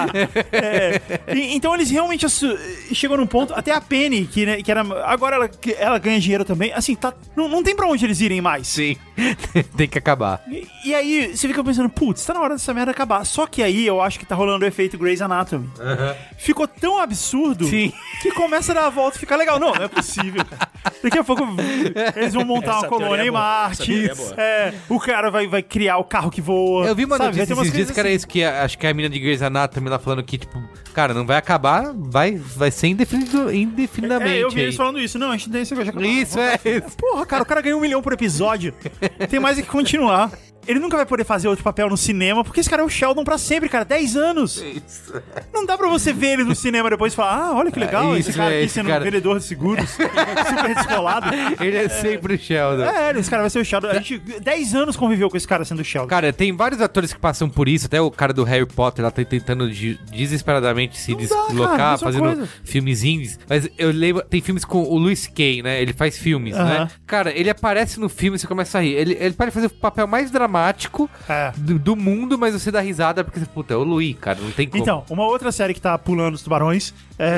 [SPEAKER 3] É, e- então eles realmente assu- chegou num ponto. Até a Penny, que, né, que era. Agora ela, que ela ganha dinheiro também. Assim, tá, não, não tem pra onde eles irem mais.
[SPEAKER 2] Sim. Tem que acabar.
[SPEAKER 3] E, e aí você fica pensando, putz, tá na hora dessa merda acabar. Só que aí eu acho que tá rolando o efeito Grey's Anatomy. Ficou tão absurdo
[SPEAKER 2] Sim.
[SPEAKER 3] que começa a dar a volta e ficar legal. Não, não é possível, cara. Daqui a pouco eles vão montar
[SPEAKER 4] Essa
[SPEAKER 3] uma colônia
[SPEAKER 4] teoria é
[SPEAKER 3] em
[SPEAKER 4] boa.
[SPEAKER 3] Marte.
[SPEAKER 4] Essa teoria é boa.
[SPEAKER 3] É, o cara vai, vai criar o carro que voa.
[SPEAKER 2] Eu vi uma
[SPEAKER 3] sabe? Vai
[SPEAKER 2] notícia
[SPEAKER 3] ter umas
[SPEAKER 2] esses dias
[SPEAKER 3] coisas
[SPEAKER 2] que era
[SPEAKER 3] assim.
[SPEAKER 2] isso, que a- acho que a mina de Grey's Anatomy lá falando que, tipo, cara, não vai acabar, vai, vai ser indefinido, indefinidamente.
[SPEAKER 3] É, eu vi
[SPEAKER 2] aí.
[SPEAKER 3] eles falando isso. Não, a gente tem esse negócio de acabar.
[SPEAKER 2] Isso, é isso.
[SPEAKER 3] Porra, cara, o cara ganhou um milhão por episódio. Tem mais é que continuar. ele nunca vai poder fazer outro papel no cinema, porque esse cara é o Sheldon pra sempre, cara. dez anos.
[SPEAKER 2] Isso.
[SPEAKER 3] Não dá pra você ver ele no cinema depois e falar, ah, olha que legal,
[SPEAKER 2] É,
[SPEAKER 3] esse
[SPEAKER 2] isso,
[SPEAKER 3] cara
[SPEAKER 2] é,
[SPEAKER 3] aqui
[SPEAKER 2] esse
[SPEAKER 3] sendo
[SPEAKER 2] cara-
[SPEAKER 3] um vendedor de seguros, super descolado.
[SPEAKER 2] Ele é sempre o Sheldon.
[SPEAKER 3] É, esse cara vai ser o Sheldon. A gente dez anos conviveu com esse cara sendo o Sheldon.
[SPEAKER 2] Cara, tem vários atores que passam por isso, até o cara do Harry Potter lá tá tentando de- desesperadamente se
[SPEAKER 3] Não dá, cara,
[SPEAKER 2] deslocar,
[SPEAKER 3] mesma
[SPEAKER 2] fazendo
[SPEAKER 3] coisa.
[SPEAKER 2] filmes indies. Mas eu lembro, tem filmes com o Louis Kay, né? Ele faz filmes,
[SPEAKER 3] Aham.
[SPEAKER 2] né? Cara, ele aparece no filme e você começa a rir. Ele, ele pode fazer o papel mais dramático
[SPEAKER 3] É.
[SPEAKER 2] do, do mundo, mas você dá risada porque você, puta, é o Louis, cara, não tem como.
[SPEAKER 3] Então, uma outra série que tá pulando os tubarões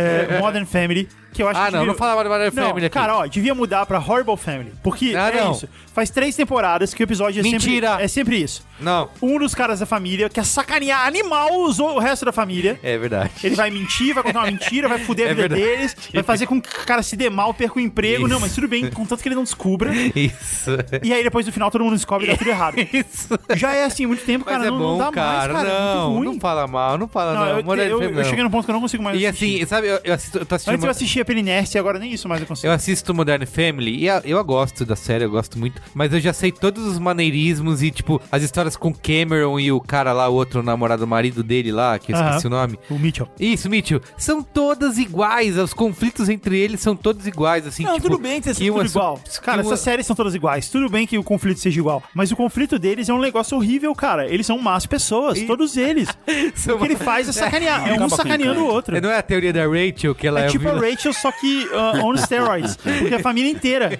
[SPEAKER 3] é Modern Family, que eu acho
[SPEAKER 2] Ah,
[SPEAKER 3] que
[SPEAKER 2] não,
[SPEAKER 3] devia...
[SPEAKER 2] não fala Modern
[SPEAKER 3] Não,
[SPEAKER 2] Family aqui.
[SPEAKER 3] cara, ó, devia mudar pra Horrible Family, porque
[SPEAKER 2] Ah,
[SPEAKER 3] é
[SPEAKER 2] não.
[SPEAKER 3] isso. Faz três temporadas que o episódio é
[SPEAKER 2] Mentira.
[SPEAKER 3] sempre... É sempre isso.
[SPEAKER 2] Não,
[SPEAKER 3] Um dos caras da família quer sacanear animal os- o resto da família.
[SPEAKER 2] é verdade.
[SPEAKER 3] Ele vai mentir, vai contar uma mentira, vai fuder a
[SPEAKER 2] É
[SPEAKER 3] vida
[SPEAKER 2] verdade.
[SPEAKER 3] deles, vai fazer com que o cara se dê mal, perca o emprego.
[SPEAKER 2] Isso.
[SPEAKER 3] Não, mas tudo bem, contanto que ele não descubra.
[SPEAKER 2] Isso.
[SPEAKER 3] E aí depois no final todo mundo descobre e dá tudo errado.
[SPEAKER 2] Isso.
[SPEAKER 3] Já é assim há muito tempo,
[SPEAKER 2] Mas
[SPEAKER 3] cara.
[SPEAKER 2] é
[SPEAKER 3] não,
[SPEAKER 2] bom,
[SPEAKER 3] não dá
[SPEAKER 2] cara.
[SPEAKER 3] mais, cara. é
[SPEAKER 2] Não,
[SPEAKER 3] muito ruim.
[SPEAKER 2] não fala mal, não fala
[SPEAKER 3] Não,
[SPEAKER 2] não.
[SPEAKER 3] eu,
[SPEAKER 2] Modern
[SPEAKER 3] eu,
[SPEAKER 2] Family,
[SPEAKER 3] eu
[SPEAKER 2] não.
[SPEAKER 3] cheguei num ponto que eu não consigo mais
[SPEAKER 2] E
[SPEAKER 3] assistir.
[SPEAKER 2] assim, sabe, eu, eu, assisto, eu tô assistindo...
[SPEAKER 3] Antes eu
[SPEAKER 2] uma-
[SPEAKER 3] assistia pela inércia e agora nem isso mais eu consigo.
[SPEAKER 2] Eu assisto Modern Family e a- eu gosto da série, eu gosto muito, mas eu já sei todos os maneirismos e, tipo, as histórias com Cameron e o cara lá, o outro namorado, o marido dele lá, que eu
[SPEAKER 3] Aham.
[SPEAKER 2] esqueci o nome.
[SPEAKER 3] O Mitchell.
[SPEAKER 2] Isso, Mitchell, são todas iguais, os conflitos entre eles são todos iguais, assim,
[SPEAKER 3] Não,
[SPEAKER 2] tipo...
[SPEAKER 3] tudo bem ter
[SPEAKER 2] que
[SPEAKER 3] sido
[SPEAKER 2] uma
[SPEAKER 3] tudo
[SPEAKER 2] so-
[SPEAKER 3] igual.
[SPEAKER 2] que
[SPEAKER 3] Cara,
[SPEAKER 2] uma-
[SPEAKER 3] essas séries são todas iguais. Tudo bem que o conflito seja igual. Mas o conflito deles é um negócio horrível, cara. Eles são más pessoas, todos eles.
[SPEAKER 2] São-
[SPEAKER 3] O que ele faz é sacanear. É um
[SPEAKER 4] Acaba com
[SPEAKER 3] sacaneando o
[SPEAKER 4] isso,
[SPEAKER 3] outro.
[SPEAKER 2] Não é a teoria da Rachel, que ela é,
[SPEAKER 3] É
[SPEAKER 2] o
[SPEAKER 3] tipo a
[SPEAKER 2] vilão?
[SPEAKER 3] Rachel, só que uh, on steroids. Porque a família inteira.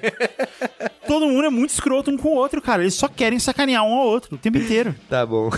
[SPEAKER 3] Todo mundo é muito escroto um com o outro, cara. Eles só querem sacanear um ao outro o tempo inteiro.
[SPEAKER 2] Tá bom.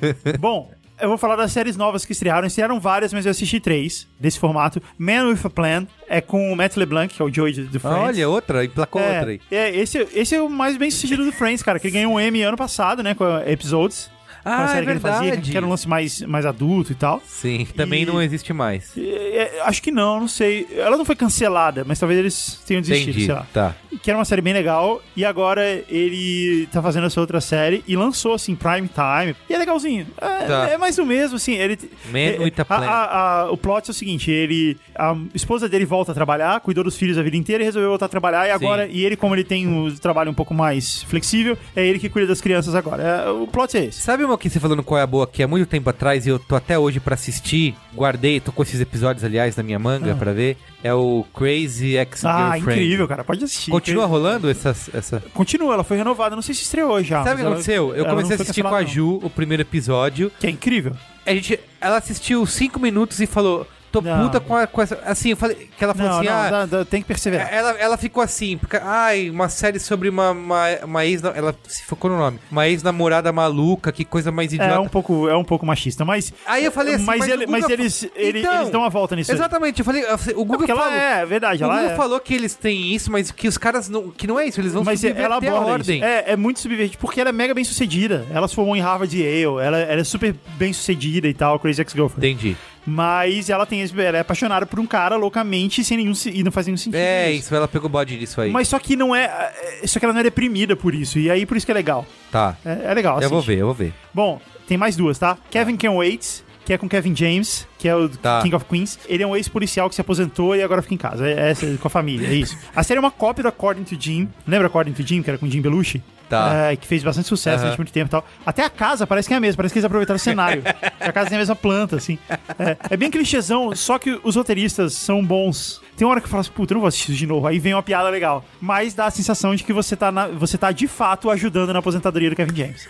[SPEAKER 3] Bom, eu vou falar das séries novas que estrearam. Estrearam várias, mas eu assisti três desse formato. Man with a Plan é com o Matt LeBlanc, que é o Joey do do Friends.
[SPEAKER 2] Olha, outra, emplacou
[SPEAKER 3] é,
[SPEAKER 2] outra aí.
[SPEAKER 3] É, esse, esse é o mais bem sucedido do Friends, cara. Que ele ganhou um Emmy ano passado, né? Com a Episodes. Com a
[SPEAKER 2] Ah,
[SPEAKER 3] série
[SPEAKER 2] é
[SPEAKER 3] que ele fazia,
[SPEAKER 2] verdade.
[SPEAKER 3] que era um lance mais, mais adulto e tal.
[SPEAKER 2] Sim, também
[SPEAKER 3] E-
[SPEAKER 2] não existe mais.
[SPEAKER 3] É, é, acho que não, não sei. Ela não foi cancelada, mas talvez eles tenham desistido,
[SPEAKER 2] Entendi,
[SPEAKER 3] sei lá.
[SPEAKER 2] tá.
[SPEAKER 3] Que era uma série bem legal. E agora ele tá fazendo essa outra série e lançou, assim, Prime Time. E é legalzinho. É,
[SPEAKER 2] Tá.
[SPEAKER 3] é mais o mesmo, assim. Ele,
[SPEAKER 2] Man
[SPEAKER 3] é,
[SPEAKER 2] with a Plan.
[SPEAKER 3] a- a- o plot é o seguinte: ele. A esposa dele volta a trabalhar, cuidou dos filhos a vida inteira e resolveu voltar a trabalhar. E agora,
[SPEAKER 2] Sim.
[SPEAKER 3] e ele, como ele tem um trabalho um pouco mais flexível, é ele que cuida das crianças agora. É, o plot é esse.
[SPEAKER 2] Sabe uma que você falou no Qual é a Boa, que há muito tempo atrás e eu tô até hoje pra assistir, guardei, tô com esses episódios, aliás, na minha manga pra ver, é o Crazy Ex-Girlfriend.
[SPEAKER 3] Ah, incrível, cara. Pode assistir.
[SPEAKER 2] Continua rolando essas, essa...
[SPEAKER 3] Continua, ela foi renovada. Não sei se estreou já.
[SPEAKER 2] Sabe o
[SPEAKER 3] mas
[SPEAKER 2] que
[SPEAKER 3] ela-
[SPEAKER 2] aconteceu? Eu
[SPEAKER 3] ela
[SPEAKER 2] comecei a
[SPEAKER 3] não foi
[SPEAKER 2] assistir com a
[SPEAKER 3] cancelada, não.
[SPEAKER 2] Ju o primeiro episódio,
[SPEAKER 3] Que é incrível.
[SPEAKER 2] a gente, ela assistiu cinco minutos e falou, tô
[SPEAKER 3] Não.
[SPEAKER 2] puta com, a, com essa... Assim, eu falei, que ela falou
[SPEAKER 3] Não,
[SPEAKER 2] assim,
[SPEAKER 3] não,
[SPEAKER 2] ah...
[SPEAKER 3] dá- dá- tem que perseverar.
[SPEAKER 2] Ela, ela ficou assim, porque, ai, uma série sobre uma, uma, uma ex... Ela se focou no nome. Uma ex-namorada maluca, que coisa mais idiota.
[SPEAKER 3] É um pouco, é um pouco machista, mas.
[SPEAKER 2] Aí eu falei assim,
[SPEAKER 3] mas,
[SPEAKER 2] mas
[SPEAKER 3] ele-
[SPEAKER 2] o
[SPEAKER 3] mas
[SPEAKER 2] Guga
[SPEAKER 3] eles,
[SPEAKER 2] fa-
[SPEAKER 3] ele-
[SPEAKER 2] Então,
[SPEAKER 3] eles dão uma volta nisso. aí.
[SPEAKER 2] Exatamente, eu falei, eu falei, o
[SPEAKER 3] É
[SPEAKER 2] Google
[SPEAKER 3] porque ela
[SPEAKER 2] falou,
[SPEAKER 3] é, é verdade,
[SPEAKER 2] o
[SPEAKER 3] ela
[SPEAKER 2] Google
[SPEAKER 3] é.
[SPEAKER 2] falou que eles têm isso, mas que os caras não, que não é isso, eles vão
[SPEAKER 3] Mas
[SPEAKER 2] subverter
[SPEAKER 3] ela
[SPEAKER 2] a
[SPEAKER 3] aborda
[SPEAKER 2] ordem.
[SPEAKER 3] isso. É, é muito subvertido, porque ela é mega bem sucedida. Ela se formou em Harvard e Yale, ela, ela é super bem sucedida e tal, Crazy Ex-Girlfriend.
[SPEAKER 2] Entendi.
[SPEAKER 3] Mas ela tem esse- ela é apaixonada por um cara loucamente sem nenhum se- e não faz nenhum sentido.
[SPEAKER 2] É,
[SPEAKER 3] isso.
[SPEAKER 2] isso, ela pegou o bode disso aí.
[SPEAKER 3] Mas só que não é. é, Só que ela não é deprimida por isso. E aí por isso que é legal.
[SPEAKER 2] Tá,
[SPEAKER 3] É, é legal.
[SPEAKER 2] eu vou
[SPEAKER 3] assiste.
[SPEAKER 2] ver, eu vou ver.
[SPEAKER 3] Bom, tem mais duas, tá? Kevin Can Wait, que é com Kevin James, que é o
[SPEAKER 2] Tá.
[SPEAKER 3] King of Queens. Ele é um ex-policial que se aposentou e agora fica em casa. É, é com a família, é isso. A série é uma cópia do According to Jim. Lembra According to Jim, que era com Jim Belushi?
[SPEAKER 2] Tá.
[SPEAKER 3] É, que fez bastante sucesso
[SPEAKER 2] Aham.
[SPEAKER 3] durante muito tempo e tal. Até a casa parece que é a mesma, parece que eles aproveitaram o cenário. A casa tem a mesma planta, assim. É, é bem clichêzão, só que os roteiristas são bons. Tem uma hora que eu falo assim, puta, eu não vou assistir isso de novo. Aí vem uma piada legal. Mas dá a sensação de que você tá, na- você tá de fato ajudando na aposentadoria do Kevin James.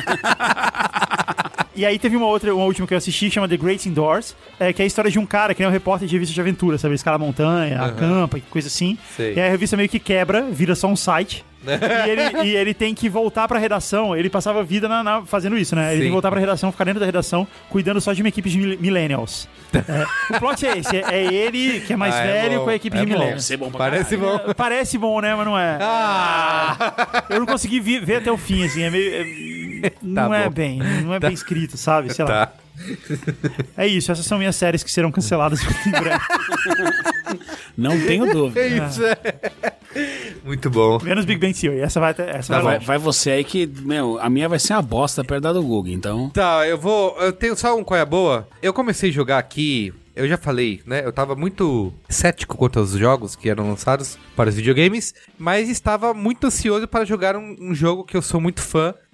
[SPEAKER 3] E aí teve uma outra, uma última que eu assisti, que chama The Great Indoors, é, que é a história de um cara que é um repórter de revista de aventura, sabe? Escala a montanha, acampa, coisa assim.
[SPEAKER 2] Sei.
[SPEAKER 3] E aí a revista meio que quebra, vira só um site. e, ele, e ele tem que voltar pra redação. Ele passava a vida na, na- fazendo isso, né? Ele
[SPEAKER 2] Sim.
[SPEAKER 3] tem que voltar pra redação, ficar dentro da redação, cuidando só de uma equipe de mil- millennials. É, o plot é esse: é, é ele, que é mais
[SPEAKER 2] Ah, é
[SPEAKER 3] velho,
[SPEAKER 2] bom,
[SPEAKER 3] com a equipe
[SPEAKER 2] é
[SPEAKER 3] de
[SPEAKER 2] bom.
[SPEAKER 3] millennials.
[SPEAKER 4] Deve ser bom pra
[SPEAKER 2] Parece
[SPEAKER 4] caralho.
[SPEAKER 2] bom.
[SPEAKER 3] Parece bom, né? Mas não é.
[SPEAKER 2] Ah!
[SPEAKER 3] Eu não consegui vi- ver até o fim, assim. É meio. é- não é
[SPEAKER 2] bom.
[SPEAKER 3] bem, não é bem escrito, sabe? Sei lá.
[SPEAKER 2] Tá.
[SPEAKER 3] É isso, essas são minhas séries que serão canceladas em breve.
[SPEAKER 4] Não tenho dúvida.
[SPEAKER 2] É isso, é. Muito bom.
[SPEAKER 3] Menos Big Bang Theory. Essa vai até. Essa
[SPEAKER 4] Tá,
[SPEAKER 3] vai
[SPEAKER 4] vai,
[SPEAKER 3] longe.
[SPEAKER 4] vai você aí que, meu, a minha vai ser uma bosta perto da do Google, então...
[SPEAKER 2] Tá, eu vou. Eu tenho só um qual é a boa. Eu comecei a jogar aqui. Eu já falei, né? Eu tava muito cético quanto aos jogos que eram lançados para os videogames, mas estava muito ansioso para jogar um, um jogo que eu sou muito fã,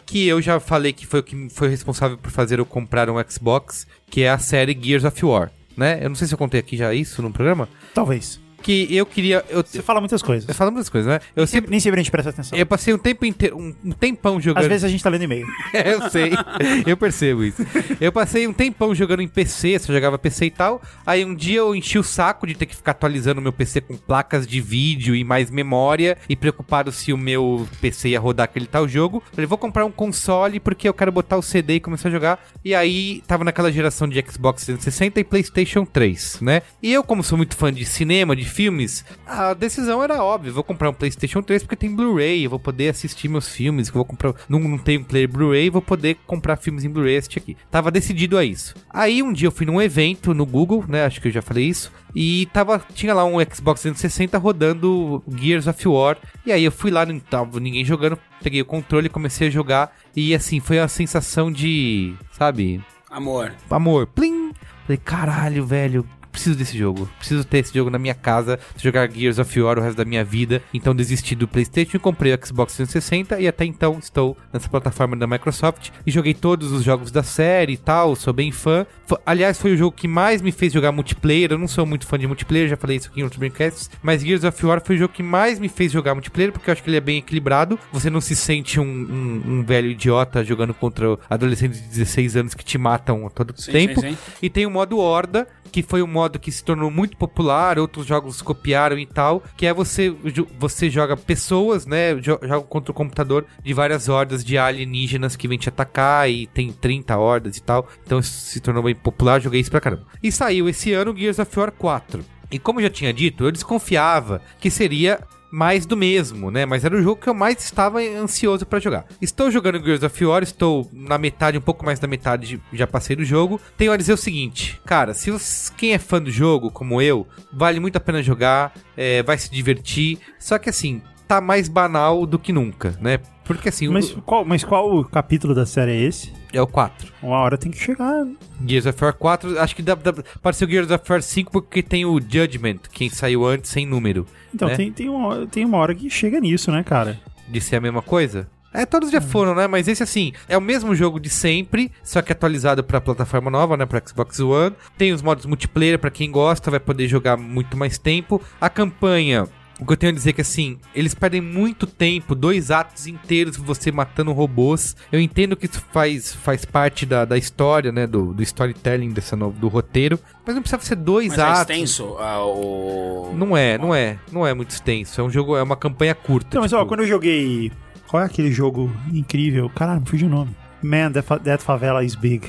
[SPEAKER 2] que eu já falei que foi o que foi responsável por fazer eu comprar um Xbox, que é a série Gears of War, né? Eu não sei se eu contei aqui já isso no programa.
[SPEAKER 3] Talvez.
[SPEAKER 2] Que eu queria... Eu,
[SPEAKER 3] Você fala muitas coisas.
[SPEAKER 2] eu falo muitas coisas, né? Eu sempre,
[SPEAKER 3] Nem sempre a gente presta atenção.
[SPEAKER 2] eu passei um tempo inteiro, um, um tempão jogando...
[SPEAKER 3] Às vezes a gente tá lendo e-mail.
[SPEAKER 2] É, eu sei, eu percebo isso. Eu passei um tempão jogando em P C, só jogava P C e tal. Aí um dia eu enchi o saco de ter que ficar atualizando o meu P C com placas de vídeo e mais memória, e preocupado se o meu P C ia rodar aquele tal jogo. Falei, vou comprar um console porque eu quero botar o C D e começar a jogar. E aí tava naquela geração de Xbox trezentos e sessenta e PlayStation três, né? E eu, como sou muito fã de cinema, de filmes, a decisão era óbvia. Vou comprar um PlayStation três porque tem Blu-ray, eu vou poder assistir meus filmes, que eu vou comprar, não, não tenho um player Blu-ray, vou poder comprar filmes em Blu-ray e assistir aqui. Tava decidido a isso. Aí um dia eu fui num evento no Google, né, acho que eu já falei isso, e tava, tinha lá um Xbox trezentos e sessenta rodando Gears of War, e aí eu fui lá, não tava ninguém jogando, peguei o controle e comecei a jogar, e assim, foi uma sensação de, sabe...
[SPEAKER 4] Amor.
[SPEAKER 2] Amor, plim! Falei, caralho, velho... Preciso desse jogo, preciso ter esse jogo na minha casa, jogar Gears of War o resto da minha vida. Então desisti do PlayStation e comprei o Xbox trezentos e sessenta e até então estou nessa plataforma da Microsoft e joguei todos os jogos da série e tal, sou bem fã. F- Aliás, foi o jogo que mais me fez jogar multiplayer. Eu não sou muito fã de multiplayer, já falei isso aqui em outros Braincasts, mas Gears of War foi o jogo que mais me fez jogar multiplayer, porque eu acho que ele é bem equilibrado. Você não se sente um, um, um velho idiota jogando contra adolescentes de dezesseis anos que te matam a todo
[SPEAKER 4] Sim,
[SPEAKER 2] tempo.
[SPEAKER 4] sim, sim.
[SPEAKER 2] E tem o modo Horda, que foi um modo que se tornou muito popular, outros jogos copiaram e tal, que é você, você joga pessoas, né, joga contra o computador de várias hordas de alienígenas que vêm te atacar e tem trinta hordas e tal, então isso se tornou bem popular, joguei isso pra caramba. E saiu esse ano Gears of War quatro. E como eu já tinha dito, eu desconfiava que seria mais do mesmo, né? Mas era o jogo que eu mais estava ansioso pra jogar. Estou jogando Gears of War, estou na metade, um pouco mais da metade, já passei do jogo. Tenho a dizer o seguinte, cara, se você, quem é fã do jogo, como eu, vale muito a pena jogar, é, vai se divertir, só que assim, tá mais banal do que nunca, né? Porque assim...
[SPEAKER 3] Mas,
[SPEAKER 2] o,
[SPEAKER 3] qual, mas qual capítulo da série é esse?
[SPEAKER 2] é o quatro.
[SPEAKER 3] Uma hora tem que chegar.
[SPEAKER 2] Gears of War quatro, acho que dá, dá, pode ser o Gears of War cinco porque tem o Judgment, quem saiu antes sem número.
[SPEAKER 3] Então,
[SPEAKER 2] né?
[SPEAKER 3] tem, tem, uma, tem uma hora que chega nisso, né, cara?
[SPEAKER 2] De ser a mesma coisa? É, todos já foram, né? Mas esse, assim, é o mesmo jogo de sempre, só que atualizado pra plataforma nova, né? Pra Xbox One. Tem os modos multiplayer, pra quem gosta, vai poder jogar muito mais tempo. A campanha... O que eu tenho a dizer é que, assim, eles perdem muito tempo, dois atos inteiros você matando robôs. Eu entendo que isso faz, faz parte da, da história, né, do, do storytelling dessa no, do roteiro, mas não precisa ser dois
[SPEAKER 4] Mas
[SPEAKER 2] atos.
[SPEAKER 4] é extenso ah, o...
[SPEAKER 2] Não é, não é, não é muito extenso. É um jogo, é uma campanha curta.
[SPEAKER 3] Então, mas
[SPEAKER 2] tipo...
[SPEAKER 3] ó, quando eu joguei... Qual é aquele jogo incrível? Caralho, me fugiu o nome. Man, that, fa- that favela is big.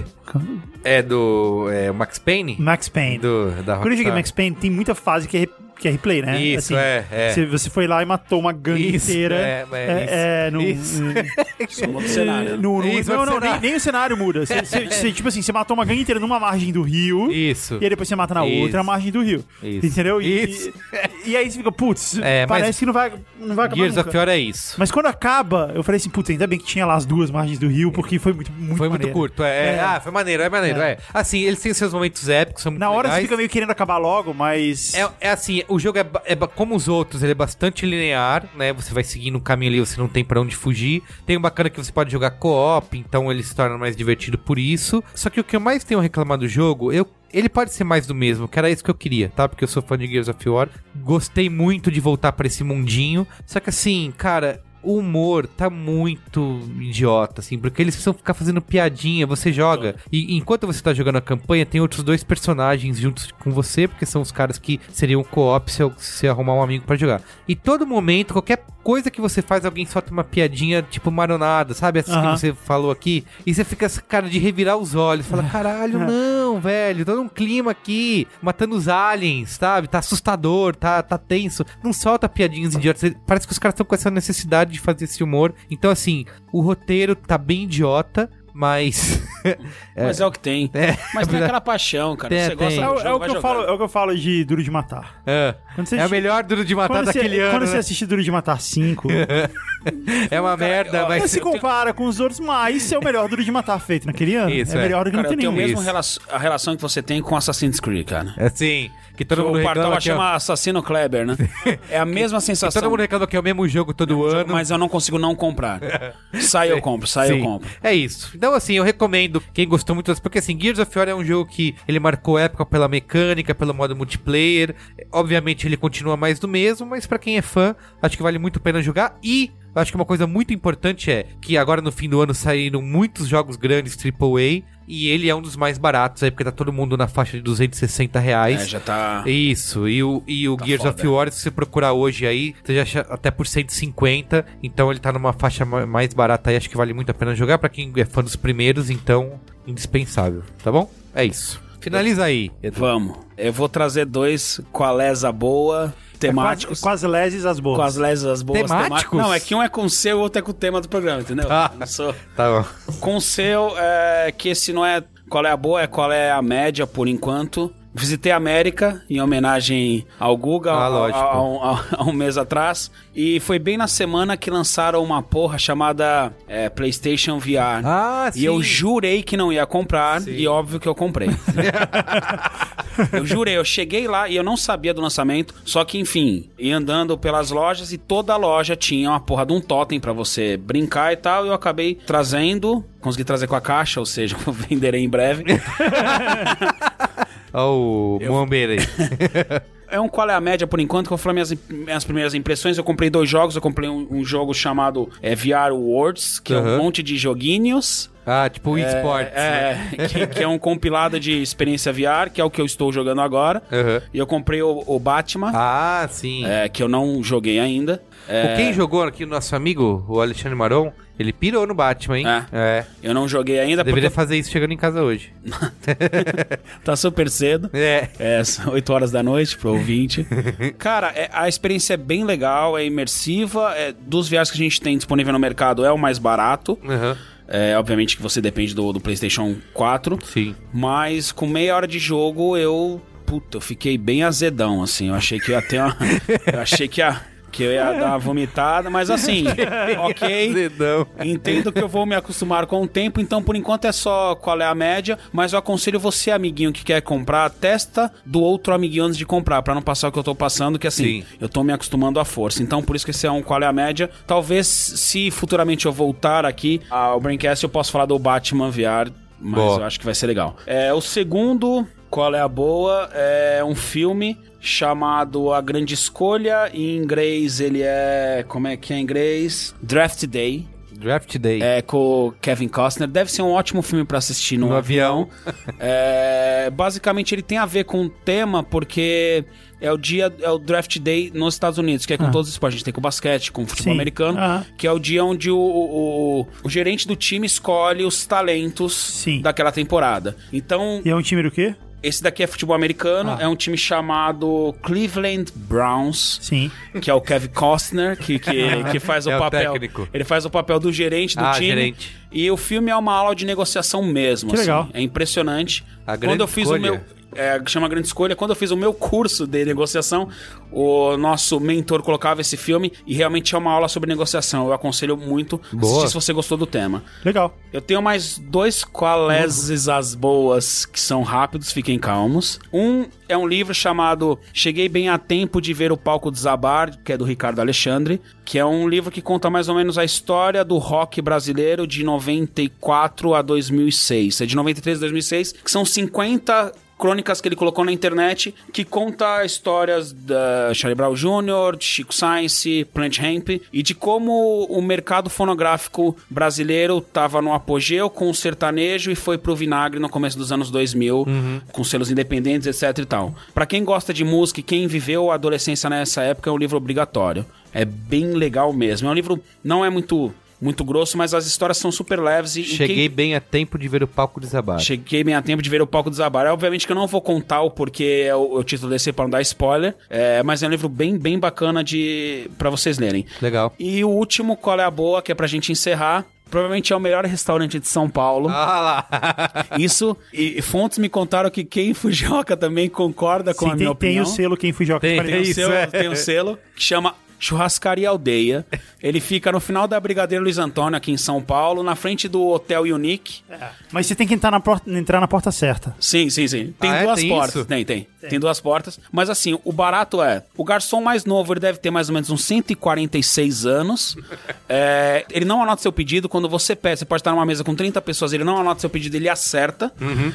[SPEAKER 2] É do é, Max Payne?
[SPEAKER 3] Max Payne.
[SPEAKER 2] Do, da
[SPEAKER 3] Quando eu joguei
[SPEAKER 2] Rockstar.
[SPEAKER 3] Max Payne, tem muita fase que é, re- que é replay, né?
[SPEAKER 2] Isso,
[SPEAKER 3] Assim,
[SPEAKER 2] é, é.
[SPEAKER 3] Você, você foi lá e matou uma gangue
[SPEAKER 2] Isso,
[SPEAKER 3] inteira.
[SPEAKER 2] é, é,
[SPEAKER 3] é, é, no,
[SPEAKER 2] isso.
[SPEAKER 4] Só muda o cenário.
[SPEAKER 3] no, no,
[SPEAKER 2] Isso,
[SPEAKER 3] não,
[SPEAKER 2] outro
[SPEAKER 3] não, nem,
[SPEAKER 2] cenário.
[SPEAKER 3] nem o cenário muda. Você, você- você, tipo assim, você matou uma gangue inteira numa margem do rio.
[SPEAKER 2] Isso.
[SPEAKER 3] E aí depois você mata na
[SPEAKER 2] Isso.
[SPEAKER 3] outra margem do rio.
[SPEAKER 2] Isso.
[SPEAKER 3] Entendeu? E,
[SPEAKER 2] Isso.
[SPEAKER 3] E, e aí você fica, putz,
[SPEAKER 2] É, mas-
[SPEAKER 3] parece que não vai, não vai acabar
[SPEAKER 2] Gears
[SPEAKER 3] nunca.
[SPEAKER 2] of War é isso.
[SPEAKER 3] Mas quando acaba, eu falei assim, putz, ainda bem que tinha lá as duas margens do rio, porque foi muito, muito
[SPEAKER 2] Foi muito
[SPEAKER 3] maneiro.
[SPEAKER 2] curto, é, é.
[SPEAKER 3] É.
[SPEAKER 2] Ah, foi maneiro, é maneiro, é.
[SPEAKER 3] É.
[SPEAKER 2] Assim, eles têm seus momentos épicos, são muito
[SPEAKER 3] Na hora
[SPEAKER 2] legais.
[SPEAKER 3] você fica meio querendo acabar logo, mas...
[SPEAKER 2] É, é assim, o jogo é, ba- é ba- como os outros, ele é bastante linear, né? Você vai seguindo um caminho ali, você não tem pra onde fugir. Tem um bacana que você pode jogar co-op, então ele se torna mais divertido por isso. Só que o que eu mais tenho reclamado do jogo, eu ele pode ser mais do mesmo, que era isso que eu queria, tá? Porque eu sou fã de Gears of War. Gostei muito de voltar pra esse mundinho. Só que assim, cara... O humor tá muito idiota, assim, porque eles precisam ficar fazendo piadinha, você joga, e enquanto você tá jogando a campanha, tem outros dois personagens juntos com você, porque são os caras que seriam co-op se você arrumar um amigo pra jogar. E todo momento, qualquer coisa que você faz, alguém solta uma piadinha, tipo maronada, sabe? Essas
[SPEAKER 3] Aham.
[SPEAKER 2] que você falou aqui, e você fica essa cara de revirar os olhos, fala, caralho, não, velho, tô num clima aqui, matando os aliens, sabe? Tá assustador, tá, tá tenso. Não solta piadinhas idiotas, parece que os caras estão com essa necessidade de fazer esse humor. Então, assim, o roteiro tá bem idiota, Mas...
[SPEAKER 4] Mas é o que tem.
[SPEAKER 2] É.
[SPEAKER 4] Mas tem aquela paixão, cara.
[SPEAKER 2] Tem,
[SPEAKER 4] Você
[SPEAKER 2] tem.
[SPEAKER 4] gosta
[SPEAKER 3] É,
[SPEAKER 4] do
[SPEAKER 3] o-
[SPEAKER 4] jogo,
[SPEAKER 3] é o
[SPEAKER 4] vai
[SPEAKER 3] que eu
[SPEAKER 4] jogar.
[SPEAKER 3] falo, é o que eu falo de Duro de Matar.
[SPEAKER 2] É,
[SPEAKER 3] Quando você
[SPEAKER 2] é o
[SPEAKER 3] assiste-
[SPEAKER 2] melhor Duro de Matar
[SPEAKER 3] Quando, você,
[SPEAKER 2] daquele ano,
[SPEAKER 3] quando
[SPEAKER 2] né?
[SPEAKER 3] você assiste Duro de Matar cinco,
[SPEAKER 2] É uma merda,
[SPEAKER 4] ó,
[SPEAKER 2] mas...
[SPEAKER 3] você se compara com os outros, mas é o melhor Duro de Matar feito naquele ano.
[SPEAKER 2] Isso,
[SPEAKER 3] é
[SPEAKER 2] é.
[SPEAKER 3] melhor do que
[SPEAKER 4] Cara,
[SPEAKER 3] não
[SPEAKER 4] eu
[SPEAKER 3] tem
[SPEAKER 4] tenho
[SPEAKER 3] nenhum.
[SPEAKER 4] mesmo
[SPEAKER 2] Isso.
[SPEAKER 4] relação, a relação que você tem com Assassin's Creed, cara.
[SPEAKER 2] Assim, que todo mundo
[SPEAKER 4] o
[SPEAKER 2] reclama
[SPEAKER 4] Partola
[SPEAKER 2] que é...
[SPEAKER 4] chama Assassino Kleber, né? É a mesma
[SPEAKER 2] que
[SPEAKER 4] sensação.
[SPEAKER 2] todo mundo reclama que é o mesmo jogo todo ano.
[SPEAKER 4] Mas eu não consigo não comprar. Sai eu compro, sai eu
[SPEAKER 2] Sim,
[SPEAKER 4] compro.
[SPEAKER 2] É isso. Então, assim, eu recomendo quem gostou muito, porque assim, Gears of War é um jogo que ele marcou época pela mecânica, pelo modo multiplayer. Obviamente ele continua mais do mesmo, mas pra quem é fã, acho que vale muito a pena jogar. E eu acho que uma coisa muito importante é que agora no fim do ano saíram muitos jogos grandes triplo A, e ele é um dos mais baratos aí, porque tá todo mundo na faixa de duzentos e sessenta reais.
[SPEAKER 4] É, já tá...
[SPEAKER 2] Isso, e o, e o
[SPEAKER 4] Tá
[SPEAKER 2] Gears
[SPEAKER 4] foda.
[SPEAKER 2] of War, se você procurar hoje aí, você já acha até por cento e cinquenta, então ele tá numa faixa ma- mais barata aí, acho que vale muito a pena jogar, pra quem é fã dos primeiros, então, indispensável, tá bom? É isso. Finaliza aí, Edu.
[SPEAKER 4] Vamos. Eu vou trazer dois qualesa boa, temáticos.
[SPEAKER 3] É quase, quase leses as boas.
[SPEAKER 4] Com as lesas boas
[SPEAKER 2] Temáticos?
[SPEAKER 4] temáticas. Não, é que um é com o seu e o outro é com o tema do programa, entendeu?
[SPEAKER 2] Ah.
[SPEAKER 4] Não sou...
[SPEAKER 2] Tá bom.
[SPEAKER 4] Com o seu, é, que esse não é qual é a boa, é qual é a média por enquanto. Visitei a América em homenagem ao Guga
[SPEAKER 2] Ah,
[SPEAKER 4] há-
[SPEAKER 2] lógico.
[SPEAKER 4] há, há- há um mês atrás. E foi bem na semana que lançaram uma porra chamada é, PlayStation V R.
[SPEAKER 2] Ah,
[SPEAKER 4] E eu jurei que não ia comprar,
[SPEAKER 2] Sim.
[SPEAKER 4] e óbvio que eu comprei. Eu jurei, eu cheguei lá e eu não sabia do lançamento, só que enfim, ia andando pelas lojas e toda loja tinha uma porra de um totem pra você brincar e tal, e eu acabei trazendo, consegui trazer com a caixa, ou seja, eu venderei em breve.
[SPEAKER 2] Olha o Muambeira aí.
[SPEAKER 4] É um qual é a média por enquanto, que eu falei minhas, minhas primeiras impressões. Eu comprei dois jogos, eu comprei um, um jogo chamado é, V R Worlds, que é
[SPEAKER 2] Uhum.
[SPEAKER 4] um monte de joguinhos.
[SPEAKER 2] Ah, tipo o eSports, né?
[SPEAKER 4] É, que, que é um compilado de experiência V R, que é o que eu estou jogando agora.
[SPEAKER 2] Uhum.
[SPEAKER 4] E eu comprei o, o Batman,
[SPEAKER 2] Ah, sim.
[SPEAKER 4] é, que eu não joguei ainda. É,
[SPEAKER 2] O quem jogou aqui, o nosso amigo, o Alexandre Maron, ele pirou no Batman, hein?
[SPEAKER 4] É. Eu não joguei ainda
[SPEAKER 2] Deveria
[SPEAKER 4] porque
[SPEAKER 2] fazer isso chegando em casa hoje.
[SPEAKER 4] tá super cedo.
[SPEAKER 2] É.
[SPEAKER 4] É, são oito horas da noite pro ouvinte. Cara, é, a experiência é bem legal, é imersiva. É, dos V Rs que a gente tem disponível no mercado, é o mais barato.
[SPEAKER 2] Uhum.
[SPEAKER 4] É, obviamente que você depende do, do PlayStation quatro.
[SPEAKER 2] Sim.
[SPEAKER 4] Mas com meia hora de jogo, eu... Puta, eu fiquei bem azedão, assim. Eu achei que ia ter uma... eu achei que ia... que eu ia dar uma vomitada, mas assim, ok,
[SPEAKER 2] Zedão.
[SPEAKER 4] entendo que eu vou me acostumar com o tempo, então por enquanto é só qual é a média, mas eu aconselho você, amiguinho que quer comprar, testa do outro amiguinho antes de comprar, pra não passar o que eu tô passando, que assim,
[SPEAKER 2] Sim.
[SPEAKER 4] eu tô me acostumando à força, então por isso que esse é um qual é a média. Talvez, se futuramente eu voltar aqui ao Braincast, eu possa falar do Batman V R, mas
[SPEAKER 2] Boa.
[SPEAKER 4] eu acho que vai ser legal. É, o segundo, qual é a boa, é um filme chamado A Grande Escolha. Em inglês ele é... Como é que é em inglês? Draft Day.
[SPEAKER 2] Draft Day.
[SPEAKER 4] É, com o Kevin Costner. Deve ser um ótimo filme pra assistir no,
[SPEAKER 2] No avião.
[SPEAKER 4] É, basicamente ele tem a ver com o tema porque é o dia, é o Draft Day nos Estados Unidos, que é com
[SPEAKER 3] Ah.
[SPEAKER 4] todos os esportes. A gente tem com o basquete, com o futebol
[SPEAKER 3] Sim.
[SPEAKER 4] americano,
[SPEAKER 3] Ah.
[SPEAKER 4] que é o dia onde o, o, o, o gerente do time escolhe os talentos
[SPEAKER 3] Sim.
[SPEAKER 4] daquela temporada. Então,
[SPEAKER 3] E é um time do quê?
[SPEAKER 4] esse daqui é futebol americano,
[SPEAKER 3] Ah.
[SPEAKER 4] é um time chamado Cleveland Browns,
[SPEAKER 3] Sim.
[SPEAKER 4] que é o Kevin Costner, que, que, que faz o
[SPEAKER 2] É o
[SPEAKER 4] papel.
[SPEAKER 2] técnico.
[SPEAKER 4] Ele faz o papel do gerente do
[SPEAKER 2] Ah,
[SPEAKER 4] time.
[SPEAKER 2] gerente.
[SPEAKER 4] E o filme é uma aula de negociação mesmo.
[SPEAKER 3] Que
[SPEAKER 4] assim.
[SPEAKER 3] legal.
[SPEAKER 4] É impressionante.
[SPEAKER 2] A Grande
[SPEAKER 4] Quando eu fiz
[SPEAKER 2] Escolha.
[SPEAKER 4] o meu. É, chama Grande Escolha. Quando eu fiz o meu curso de negociação, o nosso mentor colocava esse filme e realmente é uma aula sobre negociação. Eu aconselho muito
[SPEAKER 2] Boa.
[SPEAKER 4] assistir se você gostou do tema.
[SPEAKER 3] Legal.
[SPEAKER 4] Eu tenho mais dois qualeses as boas que são rápidos, fiquem calmos. Um é um livro chamado Cheguei Bem a Tempo de Ver o Palco Desabar, que é do Ricardo Alexandre, que é um livro que conta mais ou menos a história do rock brasileiro de noventa e quatro a dois mil e seis. É de noventa e três a dois mil e seis, que são cinquenta crônicas que ele colocou na internet, que conta histórias da Charlie Brown Júnior, de Chico Science, Planet Hemp, e de como o mercado fonográfico brasileiro estava no apogeu com o sertanejo e foi pro vinagre no começo dos anos dois mil, com selos independentes, etc e tal. Pra quem gosta de música e quem viveu a adolescência nessa época, é um livro obrigatório. É bem legal mesmo. É um livro, não é muito... muito grosso, mas as histórias são super leves. E, e
[SPEAKER 2] Cheguei
[SPEAKER 4] quem...
[SPEAKER 2] bem a tempo de ver o palco desabar.
[SPEAKER 4] Cheguei bem a tempo de ver o palco desabar. Obviamente que eu não vou contar o porquê é o, o título desse para não dar spoiler, é, mas é um livro bem, bem bacana de para vocês lerem.
[SPEAKER 2] Legal.
[SPEAKER 4] E o último, qual é a boa, que é pra gente encerrar, Provavelmente é o melhor restaurante de São Paulo.
[SPEAKER 2] Ah lá.
[SPEAKER 4] Isso, e, e fontes me contaram que quem Fujioka também concorda com
[SPEAKER 3] Sim,
[SPEAKER 4] a
[SPEAKER 3] tem,
[SPEAKER 4] minha opinião.
[SPEAKER 3] tem o selo quem Fujioka.
[SPEAKER 2] Tem,
[SPEAKER 3] Tem,
[SPEAKER 4] Tem, um
[SPEAKER 2] isso,
[SPEAKER 4] selo,
[SPEAKER 2] é.
[SPEAKER 4] tem um selo que chama Churrascaria Aldeia. Ele fica no final da Brigadeiro Luiz Antônio, aqui em São Paulo, na frente do Hotel Unique.
[SPEAKER 3] Mas você tem que entrar na, porta, entrar na porta certa.
[SPEAKER 4] Sim, sim, sim. Tem
[SPEAKER 2] Ah, é?
[SPEAKER 4] duas
[SPEAKER 2] Tem
[SPEAKER 4] portas.
[SPEAKER 2] isso?
[SPEAKER 4] Tem, tem, tem. Tem duas portas. Mas assim, o barato é... O garçom mais novo, ele deve ter mais ou menos uns cento e quarenta e seis anos. É, ele não anota seu pedido. Quando você pede, você pode estar numa mesa com trinta pessoas, ele não anota seu pedido, ele acerta.
[SPEAKER 2] Uhum.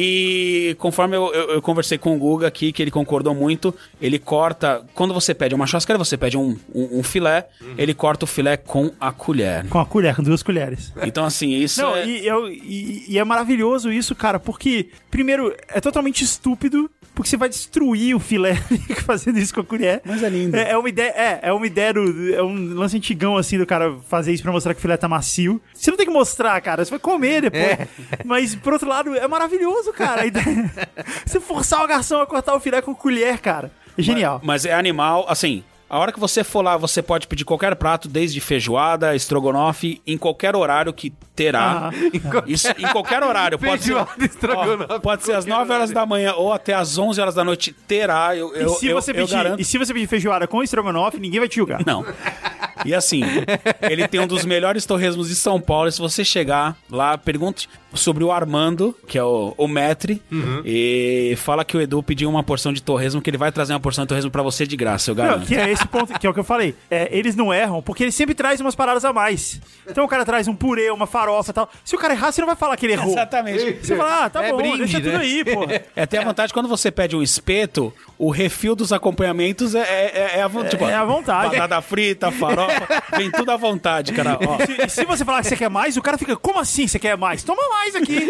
[SPEAKER 4] E conforme eu, eu, eu conversei com o Guga aqui, que ele concordou muito, ele corta... Quando você pede uma churrascaria, você pede um, um, um filé, uhum. ele corta o filé com a colher.
[SPEAKER 3] Com a colher, com duas colheres.
[SPEAKER 4] Então assim, isso
[SPEAKER 3] Não,
[SPEAKER 4] é...
[SPEAKER 3] e, eu- e- e é maravilhoso isso, cara, porque, primeiro, é totalmente estúpido, porque você vai destruir o filé fazendo isso com a colher.
[SPEAKER 4] Mas é lindo.
[SPEAKER 3] É, é uma ideia, é, é uma ideia do, é um lance antigão, assim, do cara fazer isso pra mostrar que o filé tá macio. Você não tem que mostrar, cara, você vai comer depois.
[SPEAKER 2] É.
[SPEAKER 3] Mas, por outro lado, é maravilhoso, cara. A ideia- você forçar o garçom a cortar o filé com colher, cara. É genial.
[SPEAKER 4] Mas é animal, assim... A hora que você for lá, você pode pedir qualquer prato, desde feijoada, estrogonofe, em qualquer horário que terá.
[SPEAKER 3] Ah.
[SPEAKER 4] Isso, em qualquer horário. Pode ser,
[SPEAKER 2] Feijoada, estrogonofe,
[SPEAKER 4] ó, pode ser às
[SPEAKER 2] qualquer
[SPEAKER 4] nove horas
[SPEAKER 2] horário.
[SPEAKER 4] da manhã ou até às onze horas da noite, terá. Eu, eu,
[SPEAKER 3] E se,
[SPEAKER 4] eu,
[SPEAKER 3] você
[SPEAKER 4] eu
[SPEAKER 3] pedir,
[SPEAKER 4] garanto.
[SPEAKER 3] e se você pedir feijoada com estrogonofe, ninguém vai te julgar.
[SPEAKER 4] Não. E assim, ele tem um dos melhores torresmos de São Paulo. E se você chegar lá, pergunte sobre o Armando, que é o, o maître,
[SPEAKER 2] Uhum.
[SPEAKER 4] e fala que o Edu pediu uma porção de torresmo, que ele vai trazer uma porção de torresmo pra você de graça, eu
[SPEAKER 3] Não,
[SPEAKER 4] garanto.
[SPEAKER 3] que é esse ponto, que é o que eu falei. É, eles não erram, porque eles sempre trazem umas paradas a mais. Então o cara traz um purê, uma farofa e tal. Se o cara errar, você não vai falar que ele errou.
[SPEAKER 4] Exatamente.
[SPEAKER 3] Você fala, ah, tá
[SPEAKER 2] É
[SPEAKER 3] bom,
[SPEAKER 2] brinde,
[SPEAKER 3] deixa tudo
[SPEAKER 2] né?
[SPEAKER 3] aí, pô.
[SPEAKER 4] É até a vantagem, quando você pede um espeto, o refil dos acompanhamentos é, é, é, a, vo- tipo,
[SPEAKER 3] é à vontade.
[SPEAKER 4] Batata frita, farofa, vem tudo à vontade, cara. Ó,
[SPEAKER 3] Se, e se você falar que você quer mais, o cara fica, como assim você quer mais? Toma mais aqui.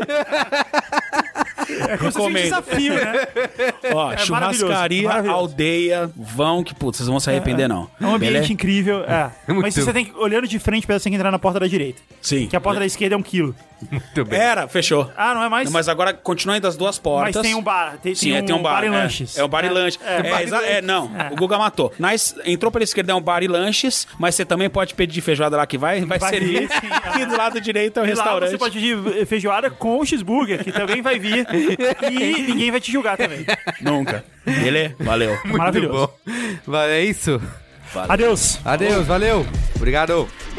[SPEAKER 3] É como se fosse um
[SPEAKER 4] Recomendo.
[SPEAKER 3] desafio, né?
[SPEAKER 4] ó
[SPEAKER 3] maravilhoso,
[SPEAKER 4] churrascaria,
[SPEAKER 3] maravilhoso.
[SPEAKER 4] aldeia, vão que, putz, vocês vão se arrepender, não.
[SPEAKER 3] É um ambiente
[SPEAKER 4] Beleza?
[SPEAKER 3] incrível, é.
[SPEAKER 2] Muito
[SPEAKER 3] Mas se você tem que, olhando de frente, você tem que entrar na porta da direita.
[SPEAKER 4] Sim.
[SPEAKER 3] Que a porta da esquerda é um quilo.
[SPEAKER 2] Muito bem.
[SPEAKER 4] Era, fechou.
[SPEAKER 3] Ah, não é mais?
[SPEAKER 4] Mas agora continua indo as duas portas.
[SPEAKER 3] Mas tem um bar. Tem,
[SPEAKER 4] Sim,
[SPEAKER 3] tem
[SPEAKER 4] é, tem um bar.
[SPEAKER 3] e
[SPEAKER 4] é.
[SPEAKER 3] lanches.
[SPEAKER 4] É, o bar e lanche.
[SPEAKER 3] É,
[SPEAKER 4] É,
[SPEAKER 3] bar e
[SPEAKER 4] exa-
[SPEAKER 3] lanches.
[SPEAKER 4] é, não,
[SPEAKER 3] É.
[SPEAKER 4] o Guga matou. Nas, entrou pela esquerda é um bar e lanches, mas você também pode pedir feijoada lá que vai, vai,
[SPEAKER 3] Vai
[SPEAKER 4] servir.
[SPEAKER 3] vir, sim.
[SPEAKER 4] E do lado direito é o
[SPEAKER 3] E lá
[SPEAKER 4] restaurante.
[SPEAKER 3] você pode pedir feijoada com o cheeseburger, que também vai vir. E ninguém vai te julgar também.
[SPEAKER 4] Nunca. Ele, valeu.
[SPEAKER 2] Muito
[SPEAKER 3] Maravilhoso.
[SPEAKER 2] bom. Vai, é isso.
[SPEAKER 3] Adeus.
[SPEAKER 2] Adeus, valeu. Obrigado.